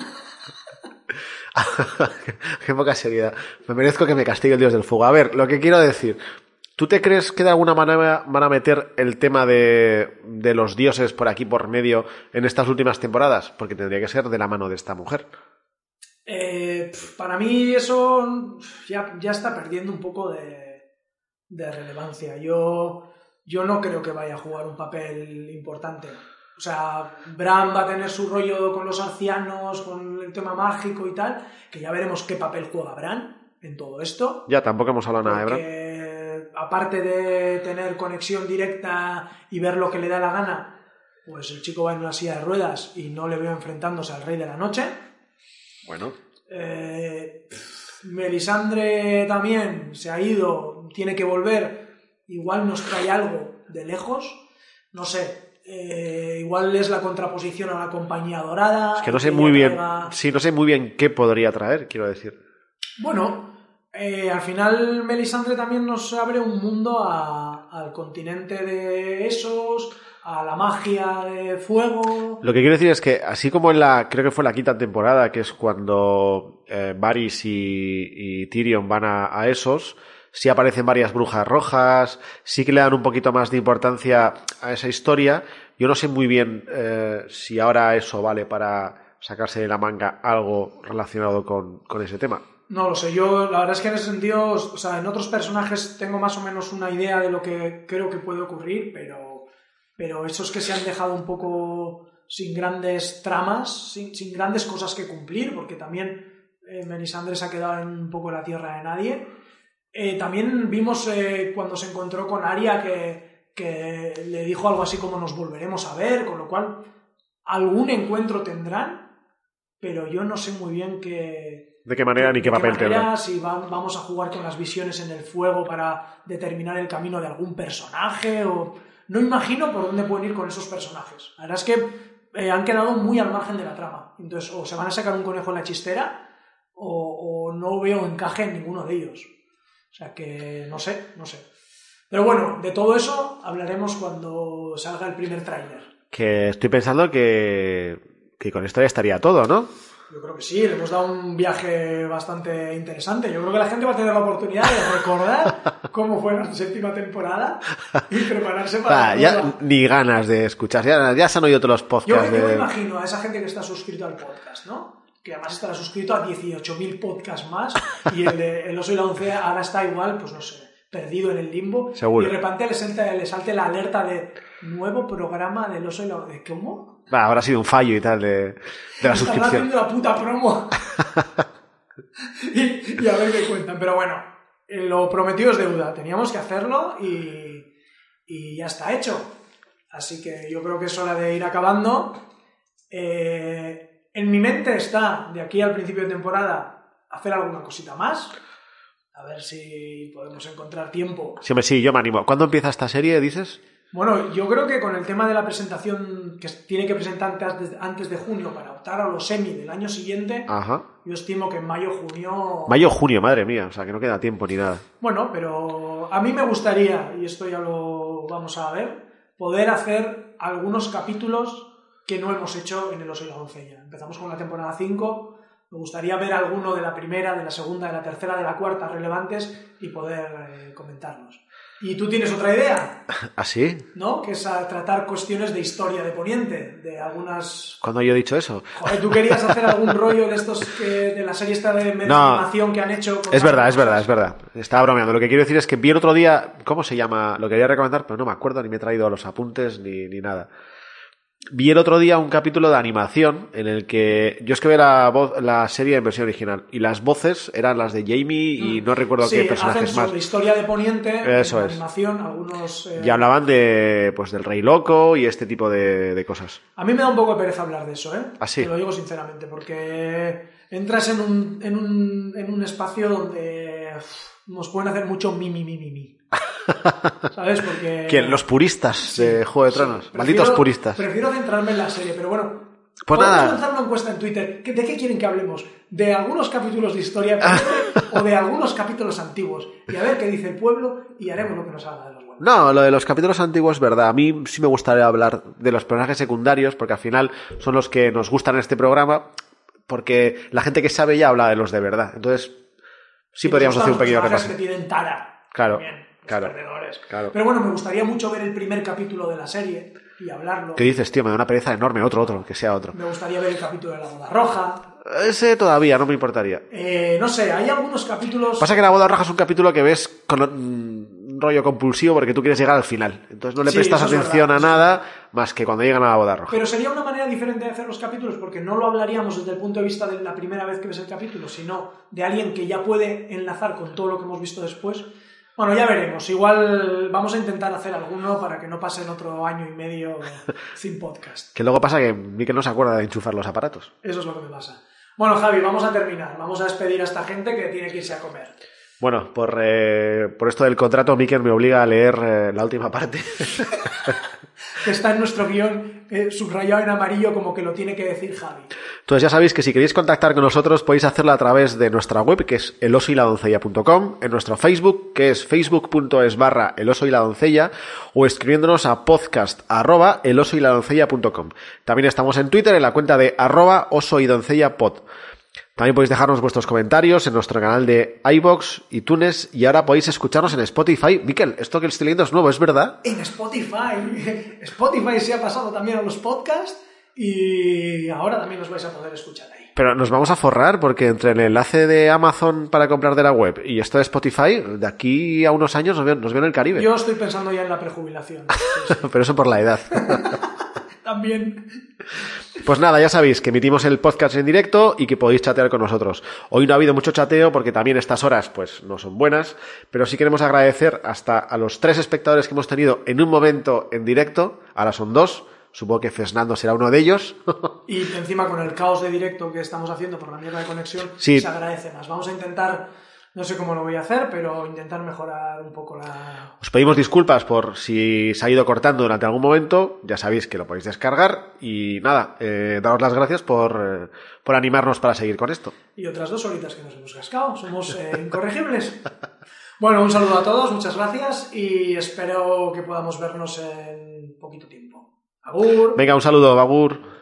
Qué poca seriedad. Me merezco que me castigue el dios del fuego. A ver, lo que quiero decir... ¿Tú te crees que de alguna manera van a meter el tema de, de los dioses por aquí, por medio, en estas últimas temporadas? Porque tendría que ser de la mano de esta mujer. Eh, para mí eso ya, ya está perdiendo un poco de, de relevancia. Yo, yo no creo que vaya a jugar un papel importante. O sea, Bran va a tener su rollo con los ancianos, con el tema mágico y tal, que ya veremos qué papel juega Bran en todo esto. Ya, tampoco hemos hablado nada de Bran. Aparte de tener conexión directa y ver lo que le da la gana, pues el chico va en una silla de ruedas y no le veo enfrentándose al Rey de la Noche. Bueno. Eh, Melisandre también se ha ido, tiene que volver, igual nos trae algo de lejos, no sé. Eh, igual es la contraposición a la Compañía Dorada. Es que no sé muy bien. Traiga... Sí, no sé muy bien qué podría traer, quiero decir. Bueno, eh, al final Melisandre también nos abre un mundo a, al continente de esos, a la magia de fuego. Lo que quiero decir es que, así como en la, creo que fue la quinta temporada, que es cuando eh, Varys y, y Tyrion van a, a esos. Sí aparecen varias brujas rojas, sí que le dan un poquito más de importancia a esa historia. Yo no sé muy bien eh, si ahora eso vale para sacarse de la manga algo relacionado con, con ese tema. No lo sé, yo la verdad es que en ese sentido, o sea, en otros personajes tengo más o menos una idea de lo que creo que puede ocurrir, pero, pero esos que se han dejado un poco sin grandes tramas, sin, sin grandes cosas que cumplir, porque también eh, Melisandre se ha quedado en un poco la tierra de nadie. Eh, también vimos eh, cuando se encontró con Arya que, que le dijo algo así como nos volveremos a ver, con lo cual algún encuentro tendrán, pero yo no sé muy bien qué, de qué manera ni qué papel tendrán. Si va, vamos a jugar con las visiones en el fuego para determinar el camino de algún personaje, o no imagino por dónde pueden ir con esos personajes. La verdad es que eh, han quedado muy al margen de la trama, entonces o se van a sacar un conejo en la chistera o, o no veo encaje en ninguno de ellos. O sea que no sé, no sé. Pero bueno, de todo eso hablaremos cuando salga el primer tráiler. Que estoy pensando que, que con esto ya estaría todo, ¿no? Yo creo que sí, le hemos dado un viaje bastante interesante. Yo creo que la gente va a tener la oportunidad de recordar cómo fue la séptima temporada y prepararse para... Ah, ya ni ganas de escuchar, ya, ya se han oído todos los podcasts. Yo, yo de... me imagino a esa gente que está suscrito al podcast, ¿no? Que además estará suscrito a dieciocho mil podcasts más y el de El Oso y la Doncella ahora está igual, pues no sé, perdido en el limbo. Seguro. Y de repente le salte, le salte la alerta de nuevo programa del Oso y la Doncella. ¿Cómo? Va, habrá sido un fallo y tal de, de la suscripción. Están haciendo la puta promo. y, y a ver qué cuentan. Pero bueno, lo prometido es deuda. Teníamos que hacerlo y, y ya está hecho. Así que yo creo que es hora de ir acabando. Eh... En mi mente está, de aquí al principio de temporada, hacer alguna cosita más. A ver si podemos encontrar tiempo. Sí, hombre, sí, yo me animo. ¿Cuándo empieza esta serie, dices? Bueno, yo creo que con el tema de la presentación que tiene que presentar antes de, antes de junio para optar a los Emmy del año siguiente, ajá, yo estimo que en mayo, junio... Mayo, junio, madre mía, o sea, que no queda tiempo ni nada. Bueno, pero a mí me gustaría, y esto ya lo vamos a ver, poder hacer algunos capítulos que no hemos hecho en El Oso y la Doncella. Empezamos con la temporada cinco, me gustaría ver alguno de la primera, de la segunda, de la tercera, de la cuarta relevantes y poder eh, comentarlos. ¿Y tú tienes otra idea? ¿Ah, sí? ¿No? Que es a tratar cuestiones de historia de Poniente, de algunas... ¿Cuándo yo he dicho eso? Joder, ¿tú querías hacer algún rollo de estos que, de la serie esta de no, animación que han hecho? Es verdad, es verdad, es verdad. Estaba bromeando. Lo que quiero decir es que vi el otro día, ¿cómo se llama? Lo quería recomendar, pero no me acuerdo, ni me he traído los apuntes, ni, ni nada. Vi el otro día un capítulo de animación en el que yo es que veo la, voz, la serie en versión original y las voces eran las de Jamie y no recuerdo sí, qué personajes hacen más. Sobre historia de Poniente, eso en es. Animación, algunos... Eh... Y hablaban de, pues, del Rey Loco y este tipo de, de cosas. A mí me da un poco de pereza hablar de eso, ¿eh? ¿Ah, sí? Te lo digo sinceramente, porque entras en un, en un, en un espacio donde uf, nos pueden hacer mucho mi, mi, mi, mi, mi. ¿Sabes? Porque... ¿Quién? Los puristas sí, de Juego de Tronos. Sí. Malditos prefiero, puristas. Prefiero centrarme en la serie, pero bueno. Pues podemos nada. lanzar una encuesta en Twitter. ¿De qué quieren que hablemos? ¿De algunos capítulos de historia o de algunos capítulos antiguos? Y a ver qué dice el pueblo y haremos lo que nos haga de los buenos. No, lo de los capítulos antiguos es verdad. A mí sí me gustaría hablar de los personajes secundarios porque al final son los que nos gustan en este programa porque la gente que sabe ya habla de los de verdad. Entonces sí, sí podríamos hacer un pequeño repaso. Que tienen tara. Claro. También. Claro, claro. Pero bueno, me gustaría mucho ver el primer capítulo de la serie y hablarlo. ¿Qué dices, tío? Me da una pereza enorme. Otro, otro, que sea otro. Me gustaría ver el capítulo de la boda roja. Ese todavía no me importaría. Eh, no sé, hay algunos capítulos... Pasa que la boda roja es un capítulo que ves con un rollo compulsivo porque tú quieres llegar al final. Entonces no le sí, prestas atención verdad, a nada más que cuando llegan a la boda roja. Pero sería una manera diferente de hacer los capítulos porque no lo hablaríamos desde el punto de vista de la primera vez que ves el capítulo, sino de alguien que ya puede enlazar con todo lo que hemos visto después. Bueno, ya veremos. Igual vamos a intentar hacer alguno para que no pasen otro año y medio sin podcast. Que luego pasa que Mikel no se acuerda de enchufar los aparatos. Eso es lo que me pasa. Bueno, Javi, vamos a terminar. Vamos a despedir a esta gente que tiene que irse a comer. Bueno, por, eh, por esto del contrato, Mikel me obliga a leer eh, la última parte. Que está en nuestro guión eh, subrayado en amarillo como que lo tiene que decir Javi. Entonces ya sabéis que si queréis contactar con nosotros podéis hacerlo a través de nuestra web, que es elosoyladoncella punto com, en nuestro Facebook, que es facebook.es barra elosoyladoncella, o escribiéndonos a podcast arroba elosoyladoncella punto com. También estamos en Twitter en la cuenta de arroba osoydoncellepod. También podéis dejarnos vuestros comentarios en nuestro canal de iVoox, iTunes, y ahora podéis escucharnos en Spotify. Mikel, esto que estoy leyendo es nuevo, ¿es verdad? En Spotify. Spotify se ha pasado también a los podcasts y ahora también los vais a poder escuchar ahí. Pero nos vamos a forrar porque entre el enlace de Amazon para comprar de la web y esto de Spotify, de aquí a unos años nos viene, nos viene el Caribe. Yo estoy pensando ya en la prejubilación. Sí, sí. Pero eso por la edad. También. Pues nada, ya sabéis que emitimos el podcast en directo y que podéis chatear con nosotros. Hoy no ha habido mucho chateo porque también estas horas pues no son buenas, pero sí queremos agradecer hasta a los tres espectadores que hemos tenido en un momento en directo. Ahora son dos, supongo que Fernando será uno de ellos. Y encima con el caos de directo que estamos haciendo por la mierda de conexión, sí. Se agradece más. Vamos a intentar... No sé cómo lo voy a hacer, pero intentar mejorar un poco la... Os pedimos disculpas por si se ha ido cortando durante algún momento. Ya sabéis que lo podéis descargar. Y nada, eh, daros las gracias por, eh, por animarnos para seguir con esto. Y otras dos horitas que nos hemos cascado. Somos eh, incorregibles. Bueno, un saludo a todos, muchas gracias. Y espero que podamos vernos en poquito tiempo. Agur. Venga, un saludo, agur.